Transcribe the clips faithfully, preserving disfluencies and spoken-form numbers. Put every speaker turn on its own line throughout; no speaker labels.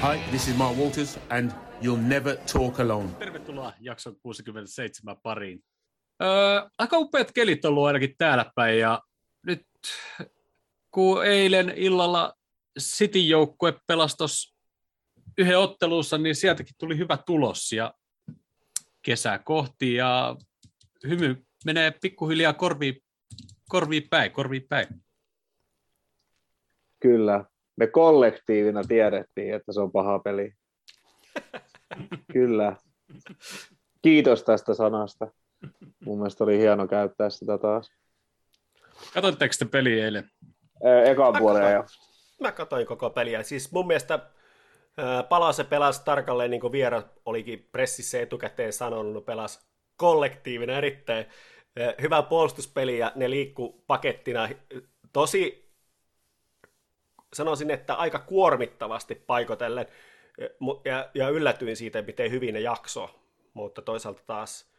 Hi, this is Mark Walters, and you'll never talk alone.
Tervetuloa jakson kuusikymmentäseitsemän pariin. Öö, aika upeat kelit on ollut ainakin täällä päin, ja nyt kun eilen illalla City-joukkue pelasi tuossa yhden ottelussa, niin sieltäkin tuli hyvä tulos, ja kesää kohti, ja hymy menee pikkuhiljaa korviin, korviin päin, korviin päin.
Kyllä. Me kollektiivina tiedettiin, että se on paha peli. Kyllä. Kiitos tästä sanasta. Mun mielestä oli hieno käyttää sitä taas.
Katoitteko te peliä eilen?
Ekaan puoleen jo.
Mä katsoin koko peliä. Siis mun mielestä Palase pelasi tarkalleen, niin kuin Viera olikin pressissä etukäteen sanonut, pelasi kollektiivina erittäin hyvä puolustuspeli ja ne liikkuu pakettina tosi, sanoisin, että aika kuormittavasti paikotellen ja, ja yllätyin siitä, miten hyvin ne jakso, mutta toisaalta taas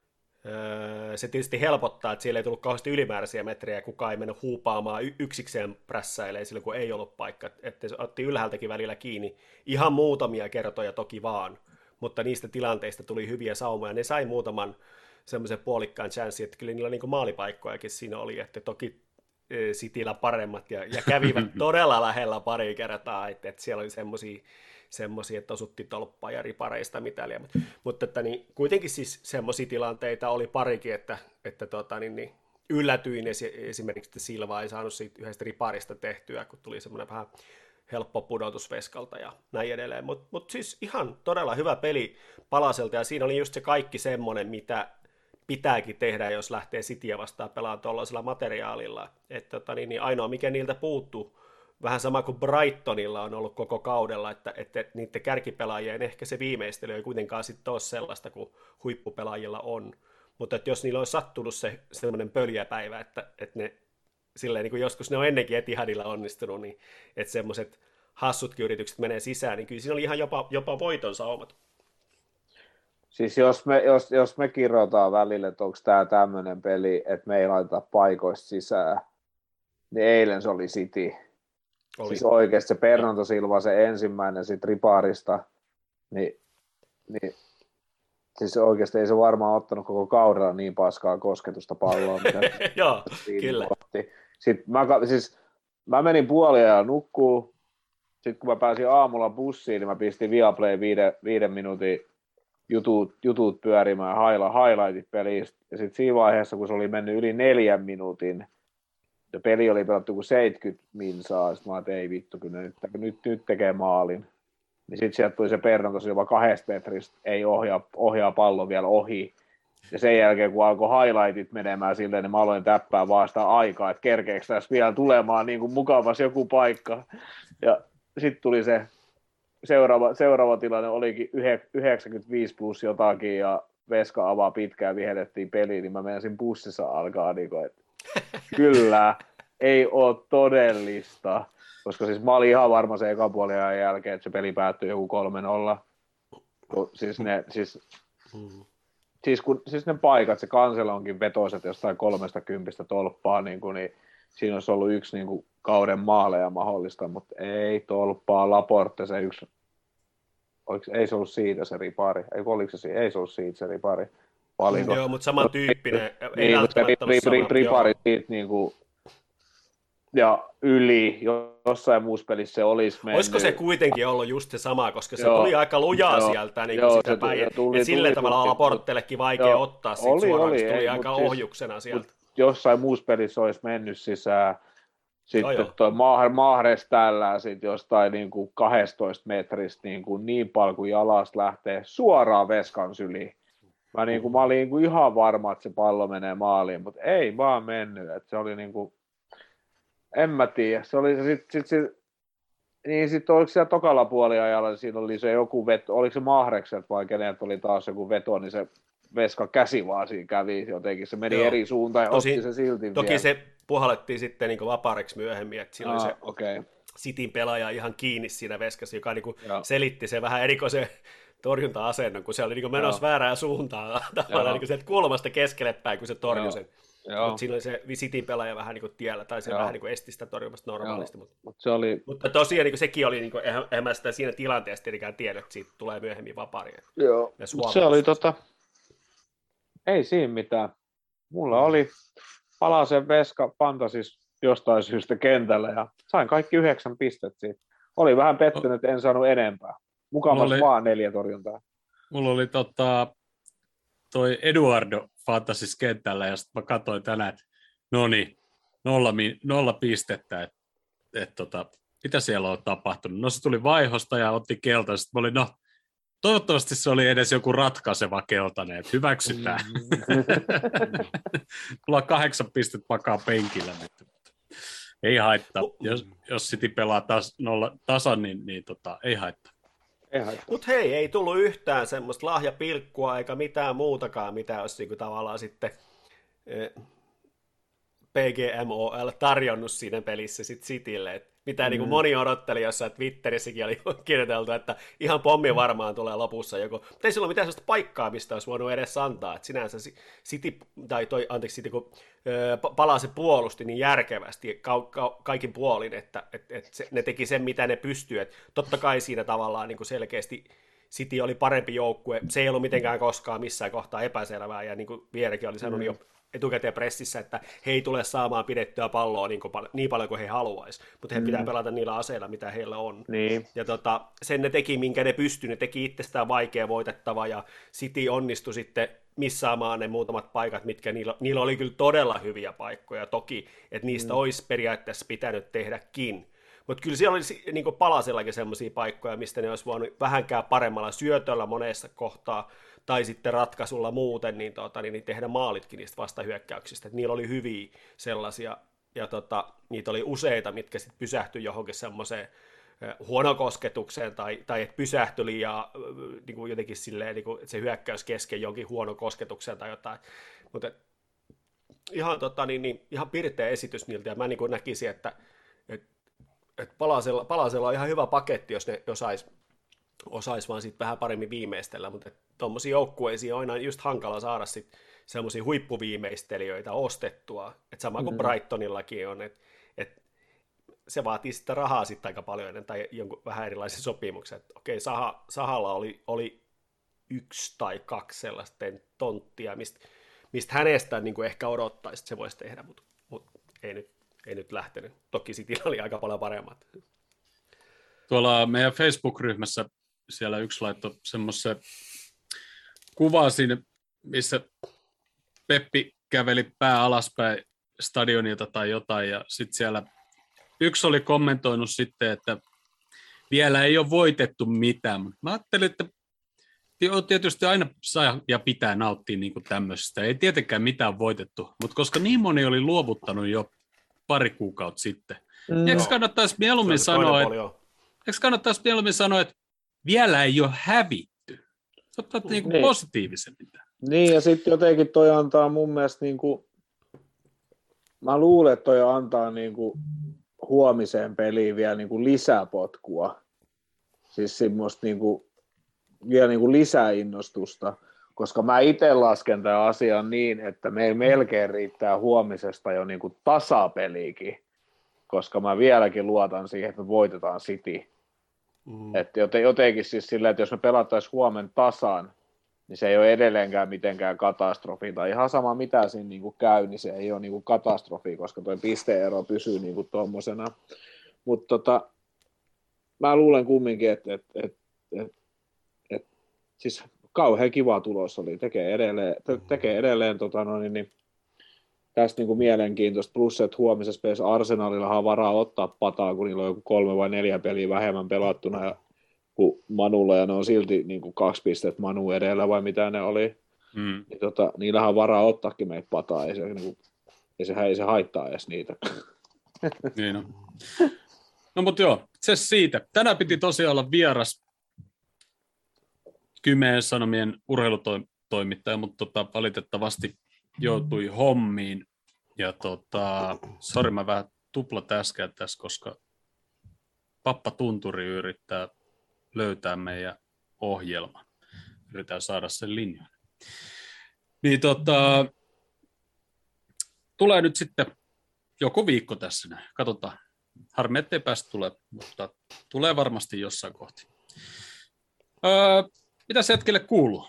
se tietysti helpottaa, että siellä ei tullut kauheasti ylimääräisiä metrejä ja kukaan ei mennyt huupaamaan yksikseen prässäilemään silloin, kun ei ollut paikka, että se otti ylhäältäkin välillä kiinni ihan muutamia kertoja toki vaan, mutta niistä tilanteista tuli hyviä saumoja, ne sai muutaman semmoisen puolikkaan chanssin, että kyllä niillä niin maalipaikkojakin siinä oli, että toki Cityllä paremmat ja, ja kävivät todella lähellä pari kertaa, että, että siellä oli semmoisia, semmoisia, että osutti tolppaa ja ripareista mitäliä, mutta, mutta että niin, kuitenkin siis semmoisia tilanteita oli parikin, että, että tota, niin, niin, yllätyin esimerkiksi, että Silva ei saanut siitä yhdestä riparista tehtyä, kun tuli semmoinen vähän helppo pudotus Veskalta ja näin edelleen, mutta mut siis ihan todella hyvä peli Palaselta ja siinä oli just se kaikki semmoinen, mitä pitääkin tehdä, jos lähtee Cityä vastaan pelaamaan tuollaisella materiaalilla. Että tota, niin, niin ainoa, mikä niiltä puuttuu, vähän sama kuin Brightonilla on ollut koko kaudella, että, että niiden kärkipelaajien ehkä se viimeistely ei kuitenkaan sitten ole sellaista kuin huippupelaajilla on. Mutta että jos niillä on sattunut se sellainen pöljäpäivä, että, että ne silleen, niin kuin joskus ne on ennenkin Etihadilla onnistunut, niin että semmoiset hassutkin yritykset menee sisään, niin kyllä siinä oli ihan jopa, jopa voiton saumat.
Siis jos me, jos, jos me kirjoitetaan välillä, että onko tämä tämmöinen peli, että me ei laiteta paikoista sisään, niin eilen se oli City. Oli. Siis oikeasti se Bernardo Silva, se ensimmäinen sit riparista, niin, niin siis oikeasti ei se varmaan ottanut koko kaudella niin paskaa kosketusta palloa, mitä
Joo, kyllä.
Otti. Sitten mä, siis, mä menin puoliajalla nukkuu, sitten kun mä pääsin aamulla bussiin, niin mä pistin Viaplay viiden, viiden minuutin jutut, jutut pyörimään, highlightit pelistä, ja sitten siinä vaiheessa, kun se oli mennyt yli neljän minuutin, ja peli oli pelattu kuin seitsemänkymmentä minsaa, sitten mä ajattelin, ei vittu, kyllä nyt, nyt, nyt tekee maalin. Niin sitten sieltä tuli se Bernardo Silva kahdesta metristä, ei ohjaa, ohjaa pallon vielä ohi. Ja sen jälkeen, kun alkoi highlightit menemään silleen, niin mä aloin täppää vaan sitä aikaa, että kerkeekö tässä vielä tulemaan niin kuin mukavasti joku paikka. Ja sitten tuli se seuraava, seuraava tilanne, olikin yhdeksänkymmentäviisi plus jotakin, ja Veska avaa pitkään, vihellettiin peliin, niin mä menisin bussissa alkaa, niin kuin, että kyllä, ei ole todellista. Koska siis mä olin ihan varma se ekan puolen ajan jälkeen, että se peli päättyi joku kolme nolla. Siis ne, siis, mm. siis, kun, siis ne paikat, se Cancelonkin vetoiset jostain kolmesta kympistä tolppaa, niin, kuin, niin siinä olisi ollut yksi niin kuin, kauden maaleja mahdollista, mutta ei tolppaa, Laporte se yksi, oliko, ei se ollut siitä se ripari, ei, oliko se, ei se ollut siitä se ripari. Valiko?
Joo, mutta samantyyppinen, ei
niin,
välttämättä ollut sama.
Ripari siitä niin kuin, ja yli, jossain muussa pelissä se olisi mennyt.
Olisiko se kuitenkin ollut just se sama, koska se joo, tuli aika lujaa joo, sieltä niin joo, sitä päin, ja, tuli, ja sillä tuli, tavalla tuli, Laportellekin vaikea joo, ottaa siitä oli, suoraan, oli, se tuli ei, aika ohjuksena sieltä. Siis,
jossain muussa pelissä olisi mennyt sisään, sitten joo, tuo Mahrez tällä sitten jostain niin kuin kaksitoista metristä niin, kuin niin paljon kuin jalasta lähtee suoraan Veskan syliin. Mä, niin kuin, mä olin niin kuin ihan varma, että se pallo menee maaliin, mutta ei vaan mennyt, että se oli niin kuin en mä tiedä. Se oli sit, sit, sit, niin sitten oliko siellä tokalla puoliajalla, siinä oli se joku veto, oliko se Mahrekset vai kenet oli taas joku veto, niin se Veska käsi vaan siinä kävi jotenkin, se meni joo, eri suuntaan ja tosi, otti se silti
toki
vielä.
Se puhallettiin sitten niin vapareksi myöhemmin, että siinä ah, oli se
okay.
Cityn pelaaja ihan kiinni siinä Veskassa, joka niin selitti se vähän erikoisen torjunta-asennon, kun se oli niin menossa väärään suuntaan tavallaan niin sieltä kulmasta keskelle päin, kun se torjui sen. Mutta siinä oli se Cityn pelaaja vähän niin kuin tiellä, tai se Joo. vähän niin kuin esti sitä torjumasta normaalisti. Mutta,
Mut se oli...
mutta tosiaan niin kuin sekin oli, niin kuin, eihän, eihän mä sitä siinä tilanteessa tietenkään tiedä, että siitä tulee myöhemmin vapaari.
Joo, se oli tota... Ei siinä mitään. Mulla oli Palasen veska Fantasys jostain syystä kentällä ja sain kaikki yhdeksän pistettä siitä. Oli vähän pettynyt, että en saanut enempää. Mukavasti oli... vaan neljä torjuntaa.
Mulla oli tota... toi Eduardo Fantasys kentällä, ja sitten mä katsoin tänään, että no niin, nolla, nolla pistettä, että et, tota, mitä siellä on tapahtunut. No se tuli vaihosta ja otti keltaisen, sitten mä olin, no toivottavasti se oli edes joku ratkaiseva keltainen, että hyväksytään. Mulla on kahdeksan pistettä makaa penkillä nyt. Ei haittaa, jos, jos City pelaa tas, nolla, tasan, niin, niin tota, ei haittaa.
Mutta hei, ei tullut yhtään semmoista lahjapilkkua eikä mitään muutakaan, mitä olisi niinku tavallaan sitten eh, P G M O L tarjonnut siinä pelissä sit Citylle. Et mitä mm. niinku moni odotteli jossain Twitterissäkin oli kirjoiteltu, että ihan pommi varmaan tulee lopussa joku. Mutta ei sillä ole mitään sellaista paikkaa, mistä olisi voinut edes antaa. Et sinänsä City, tai toi, anteeksi, City, kun palaa se puolusti niin järkevästi ka- ka- kaikin puolin, että et, et se, ne teki sen, mitä ne pystyy. Et totta kai siinä tavallaan niin kuin selkeästi City oli parempi joukkue. Se ei ollut mitenkään koskaan missään kohtaa epäselvää, ja niin kuin Vierekin oli sanonut mm. jo etukäteen pressissä, että he ei tule saamaan pidettyä palloa niin, kuin, niin paljon kuin he haluaisi, mutta he mm. pitää pelata niillä aseilla, mitä heillä on.
Niin.
Ja tota, sen ne teki, minkä ne pystyi, ne teki itsestään vaikea voitettava, ja City onnistui sitten missaamaan ne muutamat paikat, mitkä niillä, niillä oli kyllä todella hyviä paikkoja toki, että niistä mm. olisi periaatteessa pitänyt tehdäkin. Mutta kyllä siellä oli niin Palasellakin semmoisia paikkoja, mistä ne olisi voinut vähänkään paremmalla syötöllä monessa kohtaa, tai sitten ratkaisulla muuten, niin, tota, niin tehdä maalitkin niistä vastahyökkäyksistä. Et niillä oli hyviä sellaisia, ja tota, niitä oli useita, mitkä sitten pysähtyi johonkin semmoiseen huonokosketukseen, tai, tai että pysähtyi liian niin kuin jotenkin silleen, niin kuin, että se hyökkäys kesken jonkin huonokosketukseen tai jotain. Mutta ihan, tota, niin, niin, ihan pirteä esitys niiltä, ja mä niin kuin näkisin, että et, et Palasella, Palasella on ihan hyvä paketti, jos ne osais, osais vaan sit vähän paremmin viimeistellä, mutta tuommoisia joukkueisiin on aina just hankala saada sit semmoisia huippuviimeistelijöitä ostettua, että sama kuin mm. Brightonillakin on, että et se vaatii sitten rahaa sitten aika paljon ennen tai jonkun vähän erilaisen sopimuksen, että okei, Saha, Sahalla oli, oli yksi tai kaksi sellaista tonttia, mistä mist hänestä niin kuin ehkä odottaisi, että se voisi tehdä, mutta mut ei nyt ei nyt lähtenyt. Toki Cityllä oli aika paljon paremmat.
Tuolla meidän Facebook-ryhmässä siellä yksi laittoi semmoisen kuvaa siinä, missä Peppi käveli pää alaspäin stadionilta tai jotain, ja sitten siellä yksi oli kommentoinut sitten, että vielä ei ole voitettu mitään. Mä ajattelin, että tietysti aina saa ja pitää nauttia niin kuin tämmöisestä. Ei tietenkään mitään voitettu, mutta koska niin moni oli luovuttanut jo pari kuukautta sitten. Mm. Eikö kannattaisi mieluummin sanoa, että, eikö kannattaisi mieluummin sanoa, että vielä ei ole hävitty? Ottaa niin kuin niin. positiivisemmin.
Niin, ja sitten jotenkin toi antaa mun mielestä, niin kuin, mä luulen, että toi antaa niin kuin huomiseen peliin vielä niin kuin lisäpotkua. Siis semmoista niin kuin, vielä niin kuin lisäinnostusta. Koska mä itse lasken tämän asian niin, että meillä melkein riittää huomisesta jo niin kuin tasapeliikin, koska mä vieläkin luotan siihen, että me voitetaan City. Mm. Että jotenkin siis silleen, että jos me pelattaisiin huomen tasan, niin se ei ole edelleenkään mitenkään katastrofi. Tai ihan sama mitä siinä niin kuin käy, niin se ei ole niin kuin katastrofi, koska tuo pisteero pysyy niin kuin tommosena. Mutta tota, mä luulen kumminkin, että et, et, et, et, siis kauhean kiva tulos oli, tekee edelleen, te, tekee edelleen tota, no, niin, niin, tästä niin kuin mielenkiintoista, plus että huomisessa pelissä Arsenalilla on varaa ottaa pataa, kun niillä on joku kolme vai neljä peliä vähemmän pelattuna ja, kuin Manulla, ja ne on silti niin kuin kaksi pistettä Manu edellä, vai mitä ne oli, mm. niin tota, niillähän on varaa ottaakin meitä pataa, ei se, niin kuin, ei se, ei se haittaa edes niitä.
Niin no. No mutta joo, se siitä. Tänään piti tosiaan olla vieras Kymen Sanomien urheilutoimittaja, mutta tota, valitettavasti joutui hommiin. Ja tota, sori, mä vähän tuplat äsken tässä, koska Pappa Tunturi yrittää löytää meidän ohjelman. Yritetään saada sen linjan. Niin tota, tulee nyt sitten joku viikko tässä näin. Katsotaan. Harmi, ettei päästä tulee, mutta tulee varmasti jossain kohti. Öö, mitä se hetkelle kuuluu?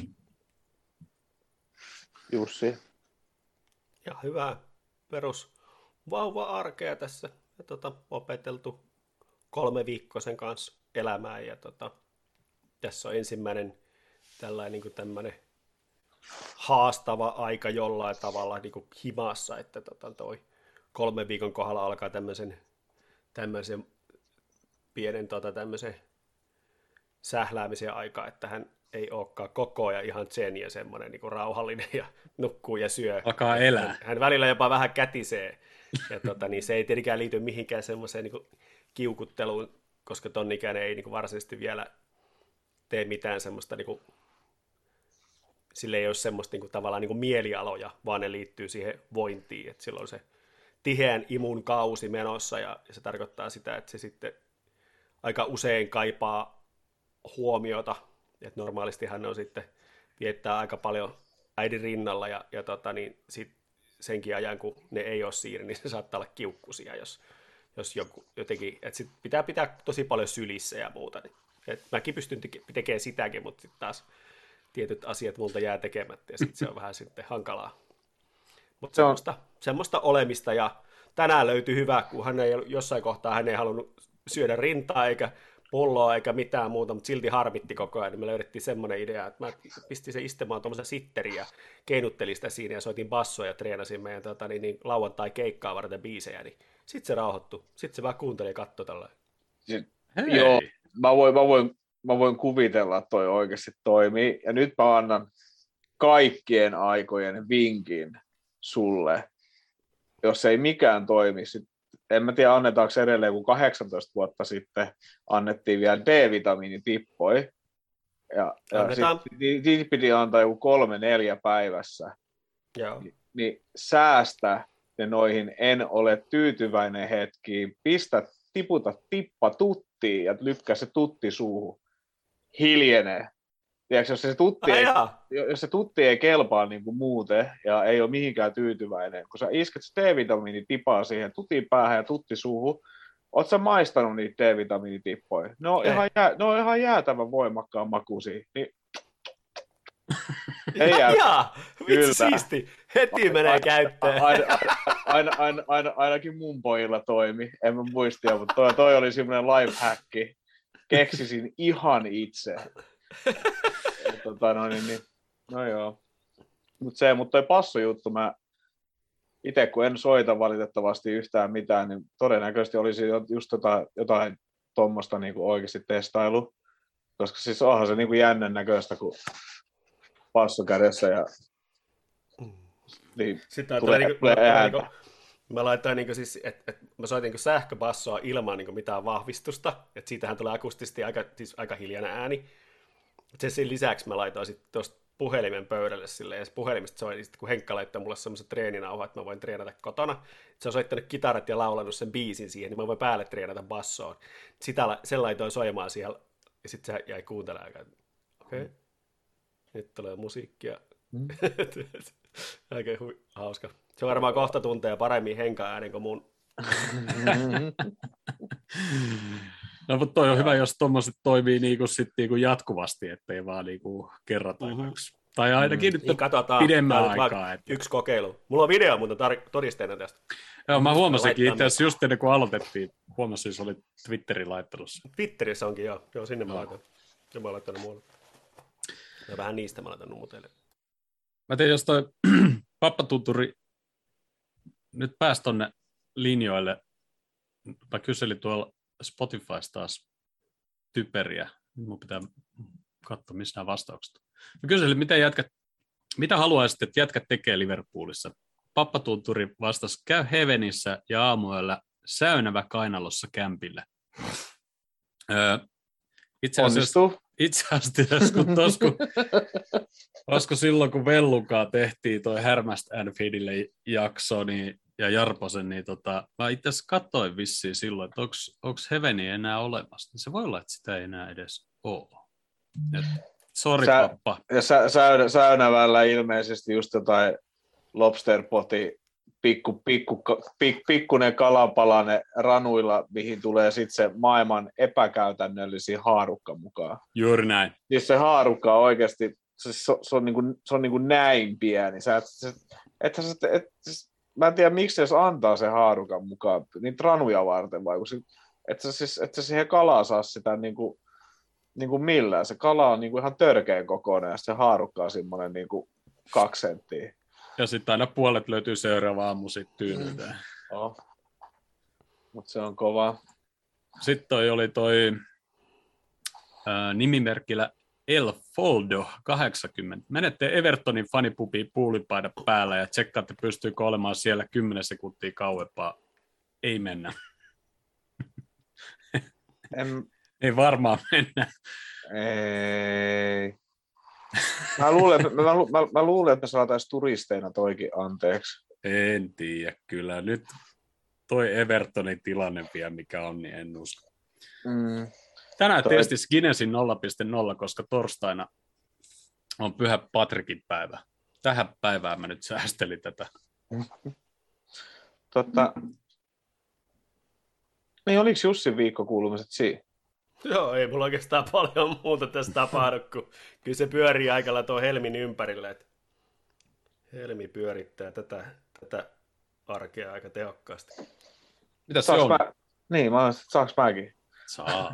Jussi.
Ja hyvää perus vauva-arkea tässä. Ja tota, opeteltu kolme viikkoisen kanssa elämään. Ja tota, tässä on ensimmäinen tällainen niin tämmöinen haastava aika jollain tavalla niin kuin himassa, että tota, toi kolmen viikon kohdalla alkaa tämmöisen, tämmöisen pienen tota, tämmöisen sähläämisen aika, että hän ei olekaan koko ajan ihan zen ja semmoinen niin kuin rauhallinen ja nukkuu ja syö.
Alkaa elää.
Hän, hän välillä jopa vähän kätisee. Ja tota, niin se ei tietenkään liity mihinkään semmoiseen niin kuin kiukutteluun, koska ton ikäinen ei niin kuin varsinaisesti vielä tee mitään semmoista, niin kuin, sillä ei ole semmoista niin kuin, tavallaan niin kuin mielialoja, vaan ne liittyy siihen vointiin, että silloin se tiheän imun kausi menossa ja, ja se tarkoittaa sitä, että se sitten aika usein kaipaa huomiota, että normaalistihan ne on sitten viettää aika paljon äidin rinnalla ja, ja tota, niin sit senkin ajan, kun ne ei ole siinä, niin se saattaa olla kiukkusia, jos, jos joku, jotenkin, että sit pitää pitää tosi paljon sylissä ja muuta. Niin, et mäkin pystyn teke- tekemään sitäkin, mutta sitten taas tietyt asiat multa jää tekemättä ja sitten se on vähän sitten hankalaa. Mutta se semmoista, semmoista olemista ja tänään löytyi hyvä, kun hän ei jossain kohtaa hän ei halunnut syödä rintaa eikä pulloa eikä mitään muuta, mutta silti harmitti koko ajan. Me löydettiin semmoinen idea, että mä pistin sen istemaan tuommoisen sitteriä ja keinuttelin sitä siinä ja soitin bassoa ja treenasin meidän tota, niin, niin, lauantai-keikkaa varten biisejä, niin sitten se rauhoittui. Sitten se vaan kuunteli ja katsoi tällä.
Joo, mä voin, mä, voin, mä voin kuvitella, että toi oikeasti toimii. Ja nyt mä annan kaikkien aikojen vinkin sulle, jos ei mikään toimi. En mä tiedä, annetaanko edelleen, kun kahdeksantoista vuotta sitten annettiin vielä D-vitamiinitippoja. Ja, ja sitten piti antaa joku kolme, neljä päivässä.
Joo.
Ni, niin säästä ne noihin en ole tyytyväinen hetkiin. Pistä, tiputa tippa tuttiin ja lykkää se tutti suuhun. Hiljenee. Tiedätkö, jos se tutti, ei, jos se tutti ei kelpaa niin kuin muuten ja ei ole mihinkään tyytyväinen, kun sä isket se D-vitamiinitipaa siihen tutin päähän ja tutti suuhun, oot sä maistanut niitä D-vitamiinitippoja? Ne on, ihan, jää, ne on ihan jäätävän voimakkaan makuisia. Niin...
ei jää. Jaa, vitsi siisti. Heti menee aina, käyttöön.
Aina, aina, aina, aina, ainakin mun pojilla toimi. En mä muistia, mutta toi, toi oli semmoinen lifehacki. Keksisin ihan itse. tota, no, niin, niin. no joo. Mutta se, mutta toi passojuttu, mä itse kun en soita valitettavasti yhtään mitään, niin todennäköisesti olisi just tota, jotain tuommoista niinku oikeasti testailu. Koska siis onhan se niinku jännän näköistä, kun passo kädessä ja niin
sitten tulee, niinku, tulee niinku, mä laitoin niinku siis, että et, mä soitin niinku sähköpassoa ilman niinku mitään vahvistusta, että siitähän tulee akustisesti aika, siis aika hiljainen ääni. Sen, sen lisäksi mä laitoin sitten tuosta puhelimen pöydälle silleen, ja puhelimesta soi, sit kun Henkka laittoi mulle semmoisen treeninauhan, että mä voin treenata kotona. Se on soittanut kitarat ja laulanut sen biisin siihen, niin mä voin päälle treenata bassoon. Sitä, sen laitoin soimaan siihen, ja sitten se jäi kuuntelemaan. Okei, okay. Nyt tulee musiikkia. Mm. Aika hui, hauska. Se varmaan kohta tuntee paremmin Henkan äänen kuin mun.
No, mutta toi on hyvä, jos tommoset toimii niinku sit niinku jatkuvasti, ettei vaan niinku kerrata mm-hmm. yksi. Tai ainakin mm. nyt
niin
pidemmän aikaa.
Että... Yksi kokeilu. Mulla on video, mutta tar- todisteena tästä.
Joo, mä huomasinkin itse asiassa just ennen kuin aloitettiin. Huomasin, se oli Twitterin laittelussa.
Twitterissä onkin, joo. Joo, sinne mä laitan. Ja mä oon laittanut muualle. Ja vähän niistä mä laitan muuteille.
Mä tein, jos toi pappatunturi nyt pääsi tonne linjoille. Mä kyselin tuolla Spotifysta taas typeriä. Mun pitää katsoa, missä nämä vastaukset. Mä kyselin, mitä, jätkät, mitä haluaisit, että jätkät tekee Liverpoolissa. Pappatunturi vastasi, käy Heavenissä ja aamuyöllä säynävä kainalossa kämpillä. Öö, itse asiassa, itse asiassa kun tos, kun, olisiko silloin, kun Vellukaa tehtiin toi Härmästä Anfieldille jakso, niin ja Jarposen, niin tota, mä itse asiassa katsoin vissiin silloin, että onko Heaveni enää olemassa. Se voi olla, että sitä ei enää edes ole. Sori, Sä, pappa.
Ja sä, säynä, säynävällä ilmeisesti just jotain lobster-poti pikku, pikku, pik, pikkunen kalapalanen ranuilla, mihin tulee sitten se maailman epäkäytännöllisin haarukka mukaan.
Juuri näin.
Siis se haarukka on oikeasti, se, se, se on, niinku, se on niinku näin pieni. Sä, et, se, et, et, et, mä en tiedä, miksi jos antaa se haarukan mukaan, niitä ranuja varten, vai että sä, siis, et sä siihen kalaa saa sitä niinku, niinku millään. Se kala on niinku ihan törkeän kokoinen, ja se haarukka on semmoinen niinku kaksi senttiä.
Ja sitten aina puolet löytyy seuraava aamu sitten tyynyltään.
Mm. Oh. Mutta se on kova.
Sitten toi oli toi ää, nimimerkillä El Foldo kahdeksankymmentä. Menette Evertonin fanipubiin puulipaidan päällä ja tsekkaatte, pystyykö olemaan siellä kymmenen sekuntia kauempaa. Ei mennä.
En...
Ei varmaan mennä.
Ei. Mä luulen, mä, mä, mä, mä luulen, että me saataisiin turisteina toikin anteeksi.
En tiedä, kyllä. Nyt toi Evertonin tilanne vielä, mikä on, niin en usko.
Mm.
Tänään
toi...
tietysti Guinnessin nolla pilkku nolla, koska torstaina on Pyhä Patrikin päivä. Tähän päivään mä nyt säästelin tätä.
Totta. Niin, oliko Jussin viikkokuulumiset siinä?
Joo, ei mulla oikeastaan paljon muuta tässä tapahdu, kun kyllä se pyörii aikalla tuo Helmin ympärillä. Että Helmi pyörittää tätä, tätä arkea aika tehokkaasti.
Mitä se on?
Mä... Niin, mä saanko mäkin?
Saa.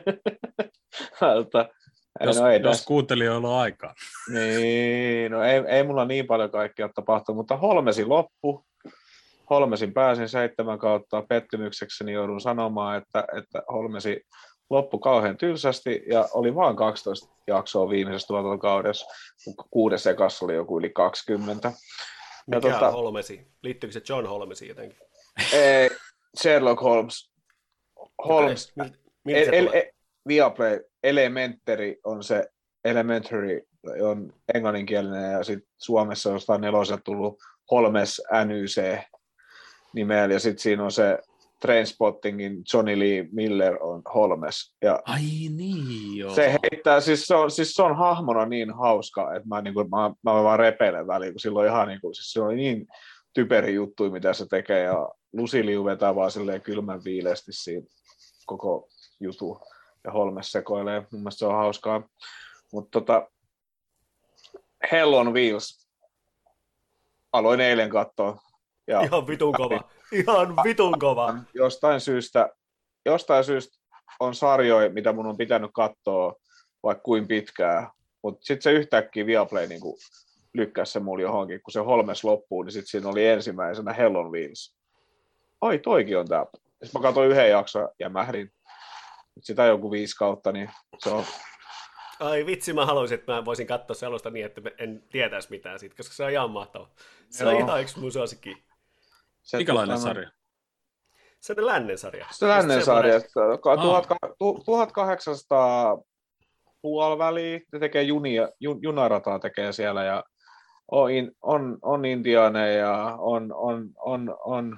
Mutta,
jos
no ei
jos kuuntelijoilla on aikaa.
Niin, no ei, ei mulla niin paljon kaikkea tapahtunut, mutta Holmesin loppu. Holmesin pääsin seitsemän kautta. Pettymyksekseni joudun sanomaan, että, että Holmesi loppu kauhean tylsästi ja oli vain kaksitoista jaksoa viimeisessä tuotantokaudessa. Kuudes ekassa oli joku yli kaksikymmentä.
Mikä tota, on Holmesi? Liittyykö se John Holmesiin jotenkin?
Ei, Sherlock Holmes. Holmes.
Okay. Miltä se
el,
tulee?
El, Viaplay Elementary on se, Elementary on englanninkielinen ja sitten Suomessa on jostain neloselta tullut Holmes N Y C nimellä ja sitten siinä on se Trainspottingin Johnny Lee Miller on Holmes. Ja
ai niin, joo.
se heittää, siis se on, siis se on hahmona niin hauska, että mä, niin kuin, mä, mä vaan repeilen väliin, kun silloin ihan niin kuin, siis se on niin typeri juttu, mitä se tekee, ja Lucy Liu vetää vaan silleen kylmän viileästi siinä koko jutu, ja Holmes sekoilee, mun mielestä se on hauskaa. Mutta tota, Hell on Wheels, aloin eilen katsoa. Ja
ihan vitun kova, ihan vitun kova.
Jostain syystä, jostain syystä on sarjoja, mitä mun on pitänyt katsoa vaikka kuin pitkään, mutta sitten se yhtäkkiä Viaplay niin lykkäsi se mulle johonkin, kun se Holmes loppuu, niin sitten siinä oli ensimmäisenä Hell on Wheels. Oi, toikin on tää. Sitten mä katsoin yhden jakson ja mähdin. Sitä joku viisi kautta, niin se on...
Ai vitsi, mä haluaisin, että mä voisin katsoa sellaista niin, että en tietäisi mitään siitä, koska se on ihan mahtava. Se
Joo.
on ihan yksi mun suosikki.
Se,
mikälainen
tota,
sarja?
Se on lännen sarja.
Se lännen sarja.
Ah.
tuhatkahdeksansataa puoliväliä, ne tekee junia, jun, junarataa tekee siellä ja on, on, on indiaaneja ja on, on, on, on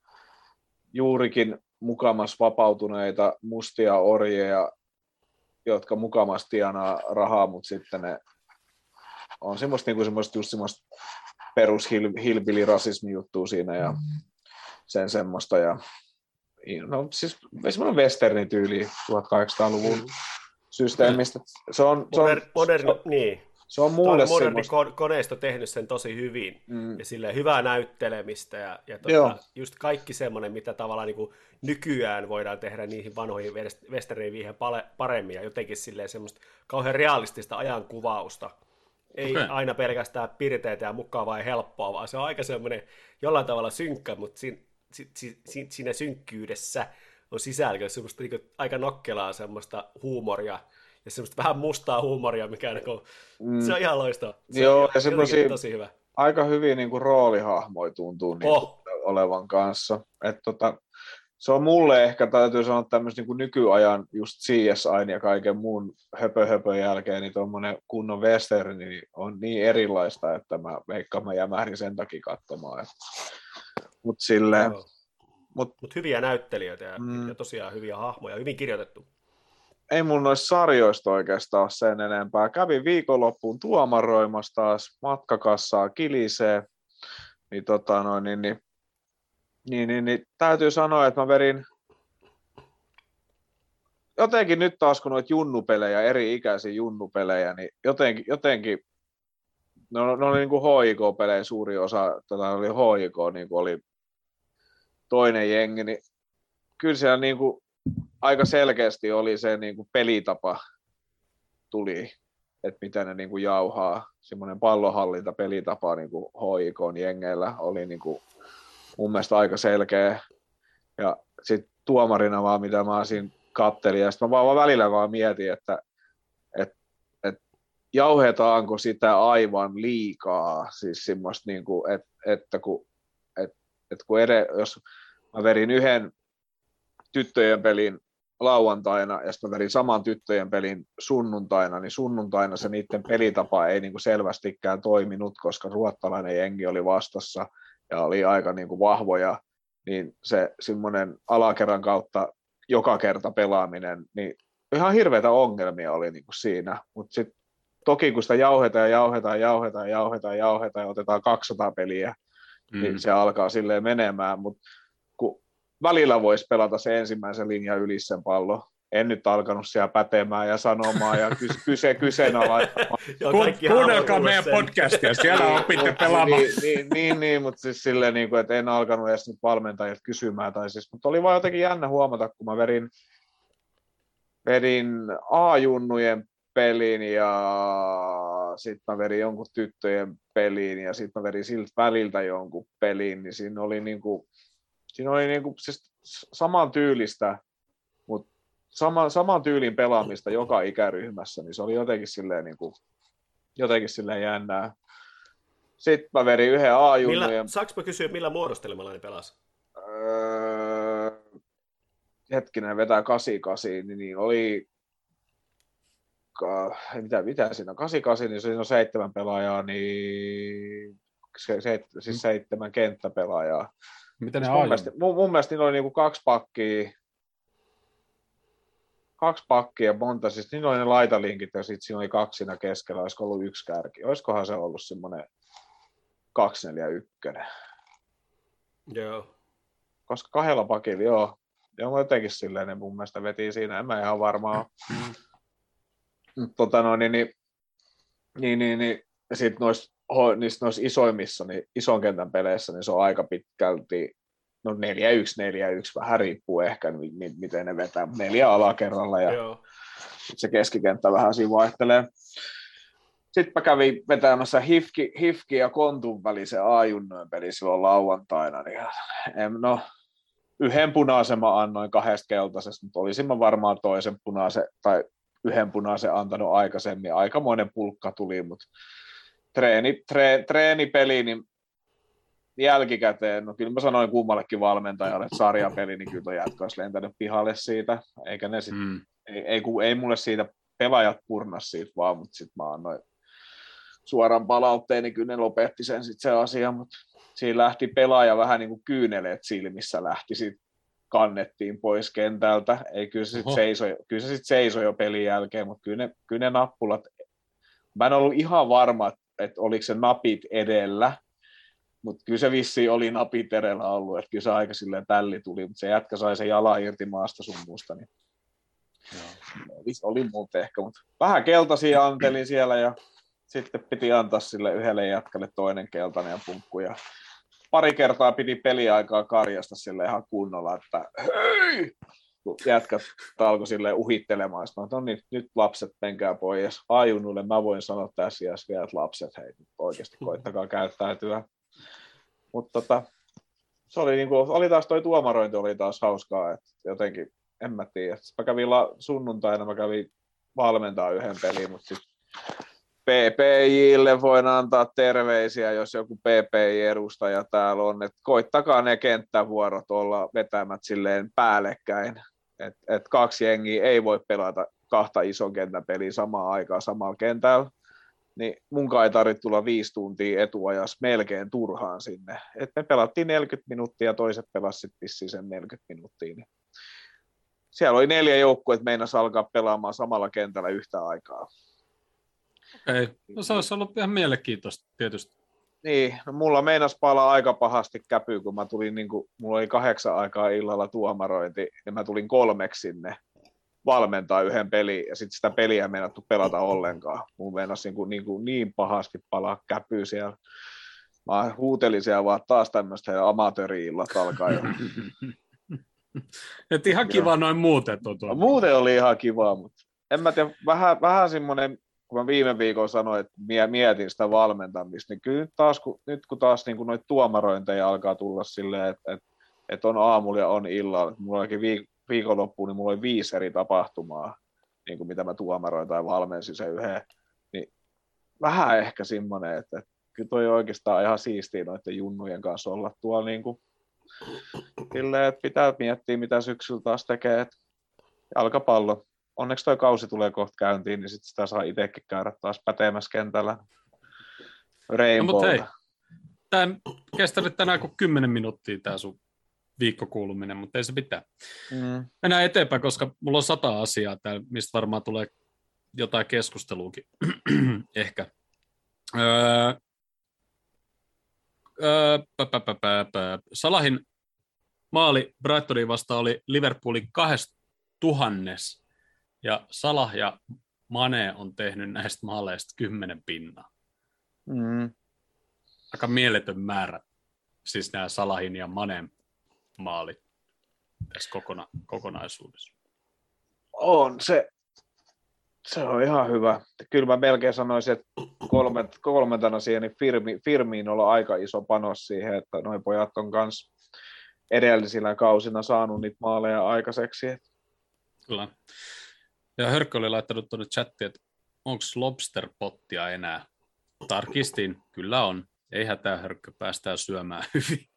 juurikin mukamas vapautuneita mustia orjeja, jotka mukamas tienaa rahaa, mutta sitten ne on semmoista, niin kuin semmoista, just semmoista perus hillbilly-rasismi juttua siinä ja sen semmoista. Ja, no siis semmoinen westerni-tyyli tuhatkahdeksansataaluvun systeemistä. Se on, se on,
Moder, moderni,
se on,
niin.
se on mulle
moderni
semmoista.
koneisto tehnyt sen tosi hyvin
Mm.
ja silleen hyvää näyttelemistä ja, ja tuota, just kaikki semmoinen, mitä tavallaan niin kuin nykyään voidaan tehdä niihin vanhoihin westerneihin paremmin ja jotenkin silleen semmoista kauhean realistista ajankuvausta. Ei okay. aina pelkästään pirteitä ja mukavaa ja helppoa, vaan se on aika semmoinen jollain tavalla synkkä, mutta siinä, siinä, siinä synkkyydessä on sisällä semmoista niin kuin aika nokkelaa semmoista huumoria ja semmoista vähän mustaa huumoria, mikä niin kuin, mm. se on ihan loistava. Se
Joo,
on
ja semmoisia
tosi hyvä.
Aika hyvin niin kuin roolihahmoja tuntuu niin
Oh.
olevan kanssa. Et tota, se on mulle ehkä, täytyy sanoa tämmöistä niin kuin nykyajan just C S I ja kaiken muun höpö höpö jälkeen, niin tuommoinen kunnon western niin on niin erilaista, että mä veikkaan mä jämähdin sen takia katsomaan. Mutta silleen...
Oh. Mutta Mut hyviä näyttelijöitä ja,
mm.
ja tosiaan hyviä hahmoja, hyvin kirjoitettu.
Ei mun noista sarjoista oikeastaan ole sen enempää. Kävin viikonloppuun tuomaroimassa taas, matkakassaa kilisee. Niin, tota noin, niin, niin Niin, niin, niin, täytyy sanoa, että mä verin jotenkin nyt taas, kun noita junnupelejä, eri-ikäisiä junnupelejä, niin jotenkin, jotenkin no, no oli niin kuin H I K-pelejä suuri osa, tätä oli H I K, niin kuin oli toinen jengi, niin kyllä siellä niin kuin aika selkeästi oli se niin kuin pelitapa tuli, että mitä ne niin kuin jauhaa. Semmoinen pallonhallinta pelitapa niin kuin H I K:n jengeillä oli niin kuin mun mielestä aika selkeä. Ja sitten tuomarina vaan, mitä mä siinä kattelin, ja sitten mä vaan välillä vaan mietin, että et, et jauhetaanko sitä aivan liikaa, siis semmoista, niin kuin, et, että kun, et, et kun ed- jos mä verin yhden tyttöjen pelin lauantaina ja sitten mä verin saman tyttöjen pelin sunnuntaina, niin sunnuntaina se niiden pelitapa ei niin kuin selvästikään toiminut, koska ruottalainen jengi oli vastassa ja oli aika niin kuin vahvoja, niin se semmoinen alakerran kautta joka kerta pelaaminen, niin ihan hirveitä ongelmia oli niin kuin siinä, mutta sitten toki kun sitä jauhetaan ja jauhetaan, jauhetaan, jauhetaan, jauhetaan ja otetaan kaksisataa peliä, mm. niin se alkaa silleen menemään, mutta kun välillä voisi pelata se ensimmäisen linjan yli sen pallon. En nyt alkanut siellä pätemään ja sanomaan ja kyse, kyse kyseenalaistamaan.
Kuunnelkaa meidän podcastia, siellä opitte pelaamaan.
Niin, niin, niin, niin, mutta siis silleen, niin kuin, että en alkanut edes nyt valmentajilta kysymään. Tai siis, mutta oli vaan jotenkin jännä huomata, kun mä verin, verin A-junnujen pelin ja sitten mä verin jonkun tyttöjen peliin ja sitten mä verin siltä väliltä jonkun peliin, niin siinä oli niin kuin Siinä oli niinku siis saman tyylistä, mutta sama, saman tyylin pelaamista joka ikäryhmässä, niin se oli jotenkin silleen, niinku, jotenkin silleen jännää. Sitten mä verin yhden A-junnujen.
Saanko mä kysyä, millä muodostelmalla ne pelasi?
Öö, hetkinen, vetää kahdeksankymmentäkahdeksan, niin, niin oli, ka, mitä, mitä siinä on, kahdeksankymmentäkahdeksan, niin siinä on seitsemän pelaajaa, niin se, se, siis seitsemän kenttäpelaajaa.
Mitä ne
mun, mielestä, mun, mun mielestä niillä oli niinku kaksi pakkia, kaksi pakkia monta, siis niillä oli ne laitalinkit ja sitten siinä oli kaksi siinä keskellä, olisiko ollut yksi kärki, olisikohan se ollut semmoinen kaksi neljä yksi.
Joo.
Koska kahdella pakilla, joo, joo jotenkin silleen ne mun mielestä veti siinä, en mä ihan varmaan. tota noin, niin, niin, niin, niin, niin ja sitten noissa niissä noissa isoimmissa, niin ison kentän peleissä, niin se on aika pitkälti no neljä yksi, neljä yksi, vähän riippuu ehkä, niin miten ne vetää neljä alakerralla ja Joo. se keskikenttä vähän siinä vaihtelee. Sitten mä kävin vetämässä Hifki, Hifki ja Kontun välisen A-junnojen peli silloin lauantaina, niin no, yhden punaisen mä annoin kahdesta keltaisesta, mutta olisin mä varmaan toisen punaisen tai yhden punaisen antanut aikaisemmin. Aikamoinen pulkka tuli, mutta treeni, tre, treenipeli, niin jälkikäteen, no kyllä mä sanoin kummallekin valmentajalle, että sarjapeli, niin kyllä toi jätkä olisi lentänyt pihalle siitä, eikä ne sit, mm. ei, ei, ei mulle siitä pelaajat purnas siitä vaan, mutta sitten mä annoin suoran palautteen, niin kyllä ne lopetti sen sitten se asia, mutta siinä lähti pelaaja vähän niin kuin kyyneleet silmissä lähti, sitten kannettiin pois kentältä, ei kyllä se sitten seisoi, kyllä se sit seisoi jo pelin jälkeen, mutta kyllä ne, kyllä ne nappulat, mä en ollut ihan varma, että oliko se napit edellä, mutta kyllä se vissiin oli napit edellä ollut, että kyllä se aika silleen tälli tuli, mutta se jätkä sai sen jalan irti maasta sun muusta, niin oli, oli muuten ehkä, mutta vähän keltaisia antelin siellä ja sitten piti antaa sille yhdelle jätkälle toinen keltainen ja punkku ja pari kertaa piti peliaikaa karjasta sille ihan kunnolla, että hei! Kun jätkät alkoi silleen uhittelemaan, sitten no niin, nyt lapset menkää pois. A-junnuille mä voin sanoa tässä iässä vielä, että lapset, hei, oikeasti koittakaa käyttäytyä. Mutta tota, se oli, niinku, oli taas toi tuomarointi oli taas hauskaa, että jotenkin, en mä tiedä. Mä kävin la, sunnuntaina, mä kävin valmentaa yhden pelin, mutta sitten P P J:lle voin antaa terveisiä, jos joku P P J-edustaja täällä on, että koittakaa ne kenttävuorot olla vetämät silleen päällekkäin, että et kaksi jengiä ei voi pelata kahta ison kentän peliä samaan aikaan samalla kentällä, niin munkaan ei tarvitse tulla viisi tuntia etuajassa melkein turhaan sinne, että me pelattiin neljäkymmentä minuuttia ja toiset pelasivat vissiin sen neljäkymmentä minuuttia, niin siellä oli neljä joukkuetta, meinasi alkaa pelaamaan samalla kentällä yhtä aikaa.
Okei, no se olisi ollut ihan mielenkiintoista tietysti.
niin, no mulla meinas palaa aika pahasti käpy, kun mä tulin, niin kuin, mulla oli kahdeksan aikaa illalla tuomarointi, ja mä tulin kolmeksi sinne valmentaa yhden pelin, ja sitten sitä peliä ei meinattu pelata ollenkaan. Mulla meinas niin, kuin, niin, kuin, niin pahasti palaa käpy siellä. Mä huutelin siellä vaan taas tämmöistä amatööri-illat alkaa jo.
Et ihan kiva noin muuten.
No, muuten oli ihan kiva, mutta en mä tiedä, vähän, vähän semmoinen, kun mä viime viikolla sanoin, että mietin sitä valmentamista, niin kyllä nyt, taas, kun, nyt kun taas niin noita tuomarointeja alkaa tulla silleen, että, että, että on aamulla ja on illalla, mulla olikin viik- viikonloppuun, niin mulla oli viisi eri tapahtumaa, niin kuin mitä mä tuomaroin tai valmensin sen yhden, niin vähän ehkä semmoinen, että, että kyllä toi oikeastaan ihan siistiä noiden junnujen kanssa olla tuolla niin kuin, silleen, että pitää miettiä, mitä syksyllä taas tekee, että jalkapallo. Onneksi toi kausi tulee kohta käyntiin, niin sitten sitä saa itsekin käydä taas pätemässä kentällä. Rainbowta.
No, tämä kestää nyt tänään kuin kymmenen minuuttia tämä sun viikkokuuluminen, mutta ei se mitään. Mm. Mennään eteenpäin, koska mulla on sata asiaa täällä, mistä varmaan tulee jotain keskusteluakin. Ehkä. Öö, öö, pä, pä, pä, pä, pä. Salahin maali Brightonin vastaan oli Liverpoolin kaksituhannes. Ja Salah ja Mane on tehnyt näistä maaleista kymmenen pinnaa.
Mm.
Aika mieletön määrä. Siis nämä Salahin ja Manen maalit tässä kokona- kokonaisuudessa.
On se. Se on ihan hyvä. Kyllä mä melkein sanoisin, että kolmet, kolmantena siihen niin Firmi, Firmiin on aika iso panos siihen, että noi pojat on kanssa edellisillä kausina saanut niitä maaleja aikaiseksi.
Kyllä. Ja Hörkkö oli laittanut tuonne chattiin, että onko lobster-pottia enää? Tarkistin, kyllä on. Ei hätää, Hörkkö, päästään syömään hyvin.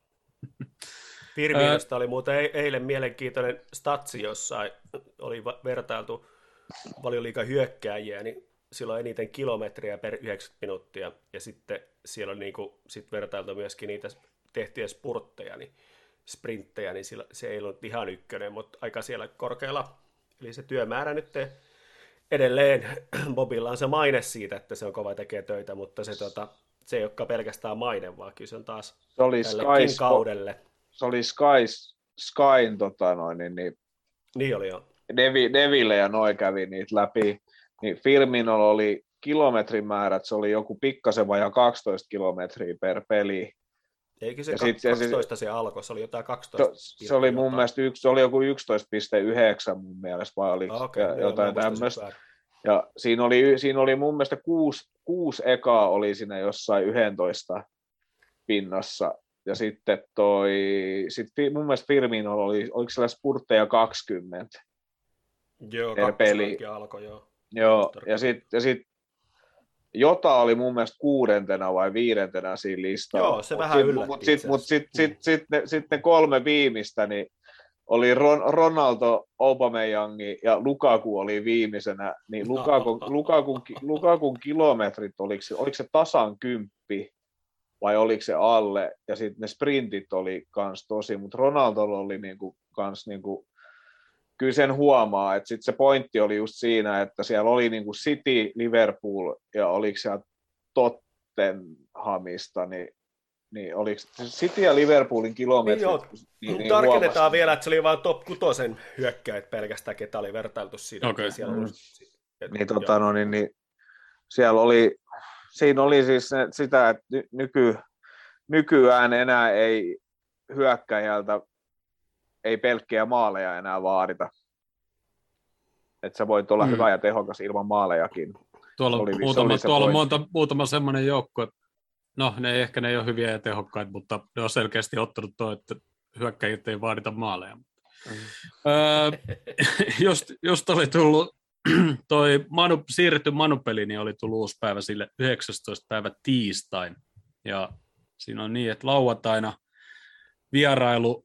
Firminosta oli muuten eilen mielenkiintoinen statsi, jossa oli vertailtu Valioliigan hyökkääjiä, niin sillä on eniten kilometriä per yhdeksänkymmentä minuuttia, ja sitten siellä on niinku, sit vertailtu myöskin niitä tehtyjä spurtteja, niin sprinttejä, niin sillä, se ei ollut ihan ykkönen, mutta aika siellä korkealla. Eli se työmäärä nyt edelleen, Bobilla on se maine siitä, että se on kova tekee töitä, mutta se, tota, se ei olekaan pelkästään maine, vaan kyllä se on taas
se oli
tällekin
Sky,
kaudelle.
Se oli Sky, Skyn, tota noin, niin, niin,
niin oli jo.
Devi, Deville ja noi kävi niitä läpi, niin Firminolla oli kilometrimäärät, se oli joku pikkasen vajaa kaksitoista kilometriä per peli.
Eikö se
ja
kaksitoista se, se alkoi, se oli jotain kaksitoista.
Se, se oli mun mielestä yksi, se oli joku yksitoista pilkku yhdeksän mun mielestä, vai oliko okay, jotain tämmöistä. Ja siinä oli, siinä oli mun mielestä kuusi, kuusi ekaa oli siinä jossain yksitoista pinnassa. Ja sitten toi, sit mun mielestä Firminolla oli, oliko siellä spurtteja kaksikymmentä
joo,
per peli.
Alkoi, joo.
Joo, ja sitten ja sit, Jota oli mun mielestä kuudentena vai viidentenä siinä listalla.
Joo, se mut vähän yllätti.
Mutta sitten mut sit, sit, sit, sit, sit ne kolme viimeistä, niin oli Ron, Ronaldo, Aubameyangi ja Lukaku oli viimeisenä. Niin Lukakun, Lukakun, Lukakun kilometrit, oliko se, oliko se tasan kymppi vai oliko se alle? Ja sitten ne sprintit oli kans tosi, mutta Ronaldolla oli niinku, kans niinku, kyllä sen huomaa, että sit se pointti oli just siinä, että siellä oli niinku City, Liverpool ja oliko siellä Tottenhamista, niin, niin oliko City ja Liverpoolin kilometrit.
Niin,
niin,
niin tarkennetaan huomasi. Vielä, että se oli vain top kutosen hyökkäät pelkästään, ketä oli vertailtu siinä.
Okay.
Siellä
mm.
oli, et,
niin, tota, no, niin, niin, siellä oli, siinä oli siis ne, sitä, että nyky, nykyään enää ei hyökkäjältä ei pelkkiä maaleja enää vaadita. Että sä voit olla mm. hyvä ja tehokas ilman maalejakin.
Tuolla on muutama, tuolla on monta, muutama semmoinen joukko, että no ne ei, ehkä ne ei ole hyviä ja tehokkaita, mutta ne on selkeästi ottanut tuo, että hyökkäjät ei vaadita maaleja. Mm. öö, just, just oli tullut toi Manu, siirretty Manu-peli, niin oli tullut uusi päivä sille yhdeksästoista päivä tiistain. Ja siinä on niin, että lauantaina vierailu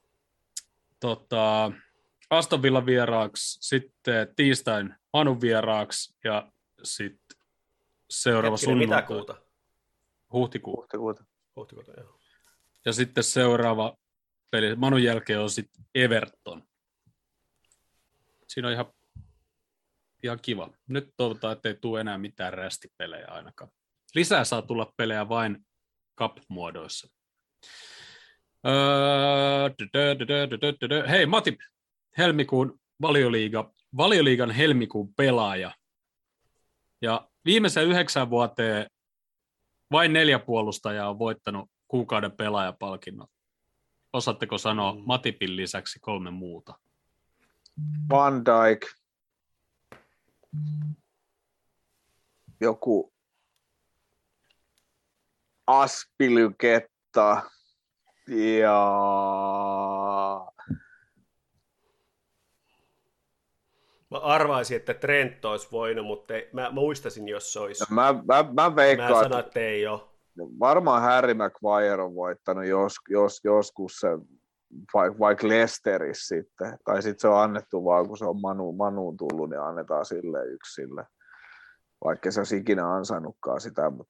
tota, Aston Villa vieraaksi, sitten tiistain Manun vieraaksi ja sitten seuraava sunnuntai.
Mitä kuuta?
Huhtikuuta.
Huhtikuuta.
Huhtikuuta, joo.
Ja sitten seuraava peli, Manun jälkeen on sitten Everton. Siinä on ihan, ihan kiva. Nyt toivotaan, ettei tule enää mitään rästipelejä ainakaan. Lisää saa tulla pelejä vain Cup-muodoissa. Öö, dö, dö, dö, dö, dö, dö. Hei Matip, helmikuun valioliiga, valioliigan helmikuun pelaaja. Ja viimeisen yhdeksän vuoteen vain neljä puolustajaa on voittanut kuukauden pelaajapalkinnon. Osaatteko sanoa mm. Matipin lisäksi kolme muuta?
Van Dijk. Joku Aspilyketta. Ja
mä arvaisin, että Trent olisi voinut, mutta ei, mä muistasin, jos se olisi.
no, mä, mä, mä veikkaan,
mä sanoin, että ei ole.
Varmaan Harry Maguire on voittanut jos, jos, joskus se, vaikka vaik Leicesterissä sitten. Tai sitten se on annettu vaan, kun se on Manu, Manuun tullut, niin annetaan sille yksi sille. Vaikka se olisi ikinä ansainnutkaan sitä. Mutta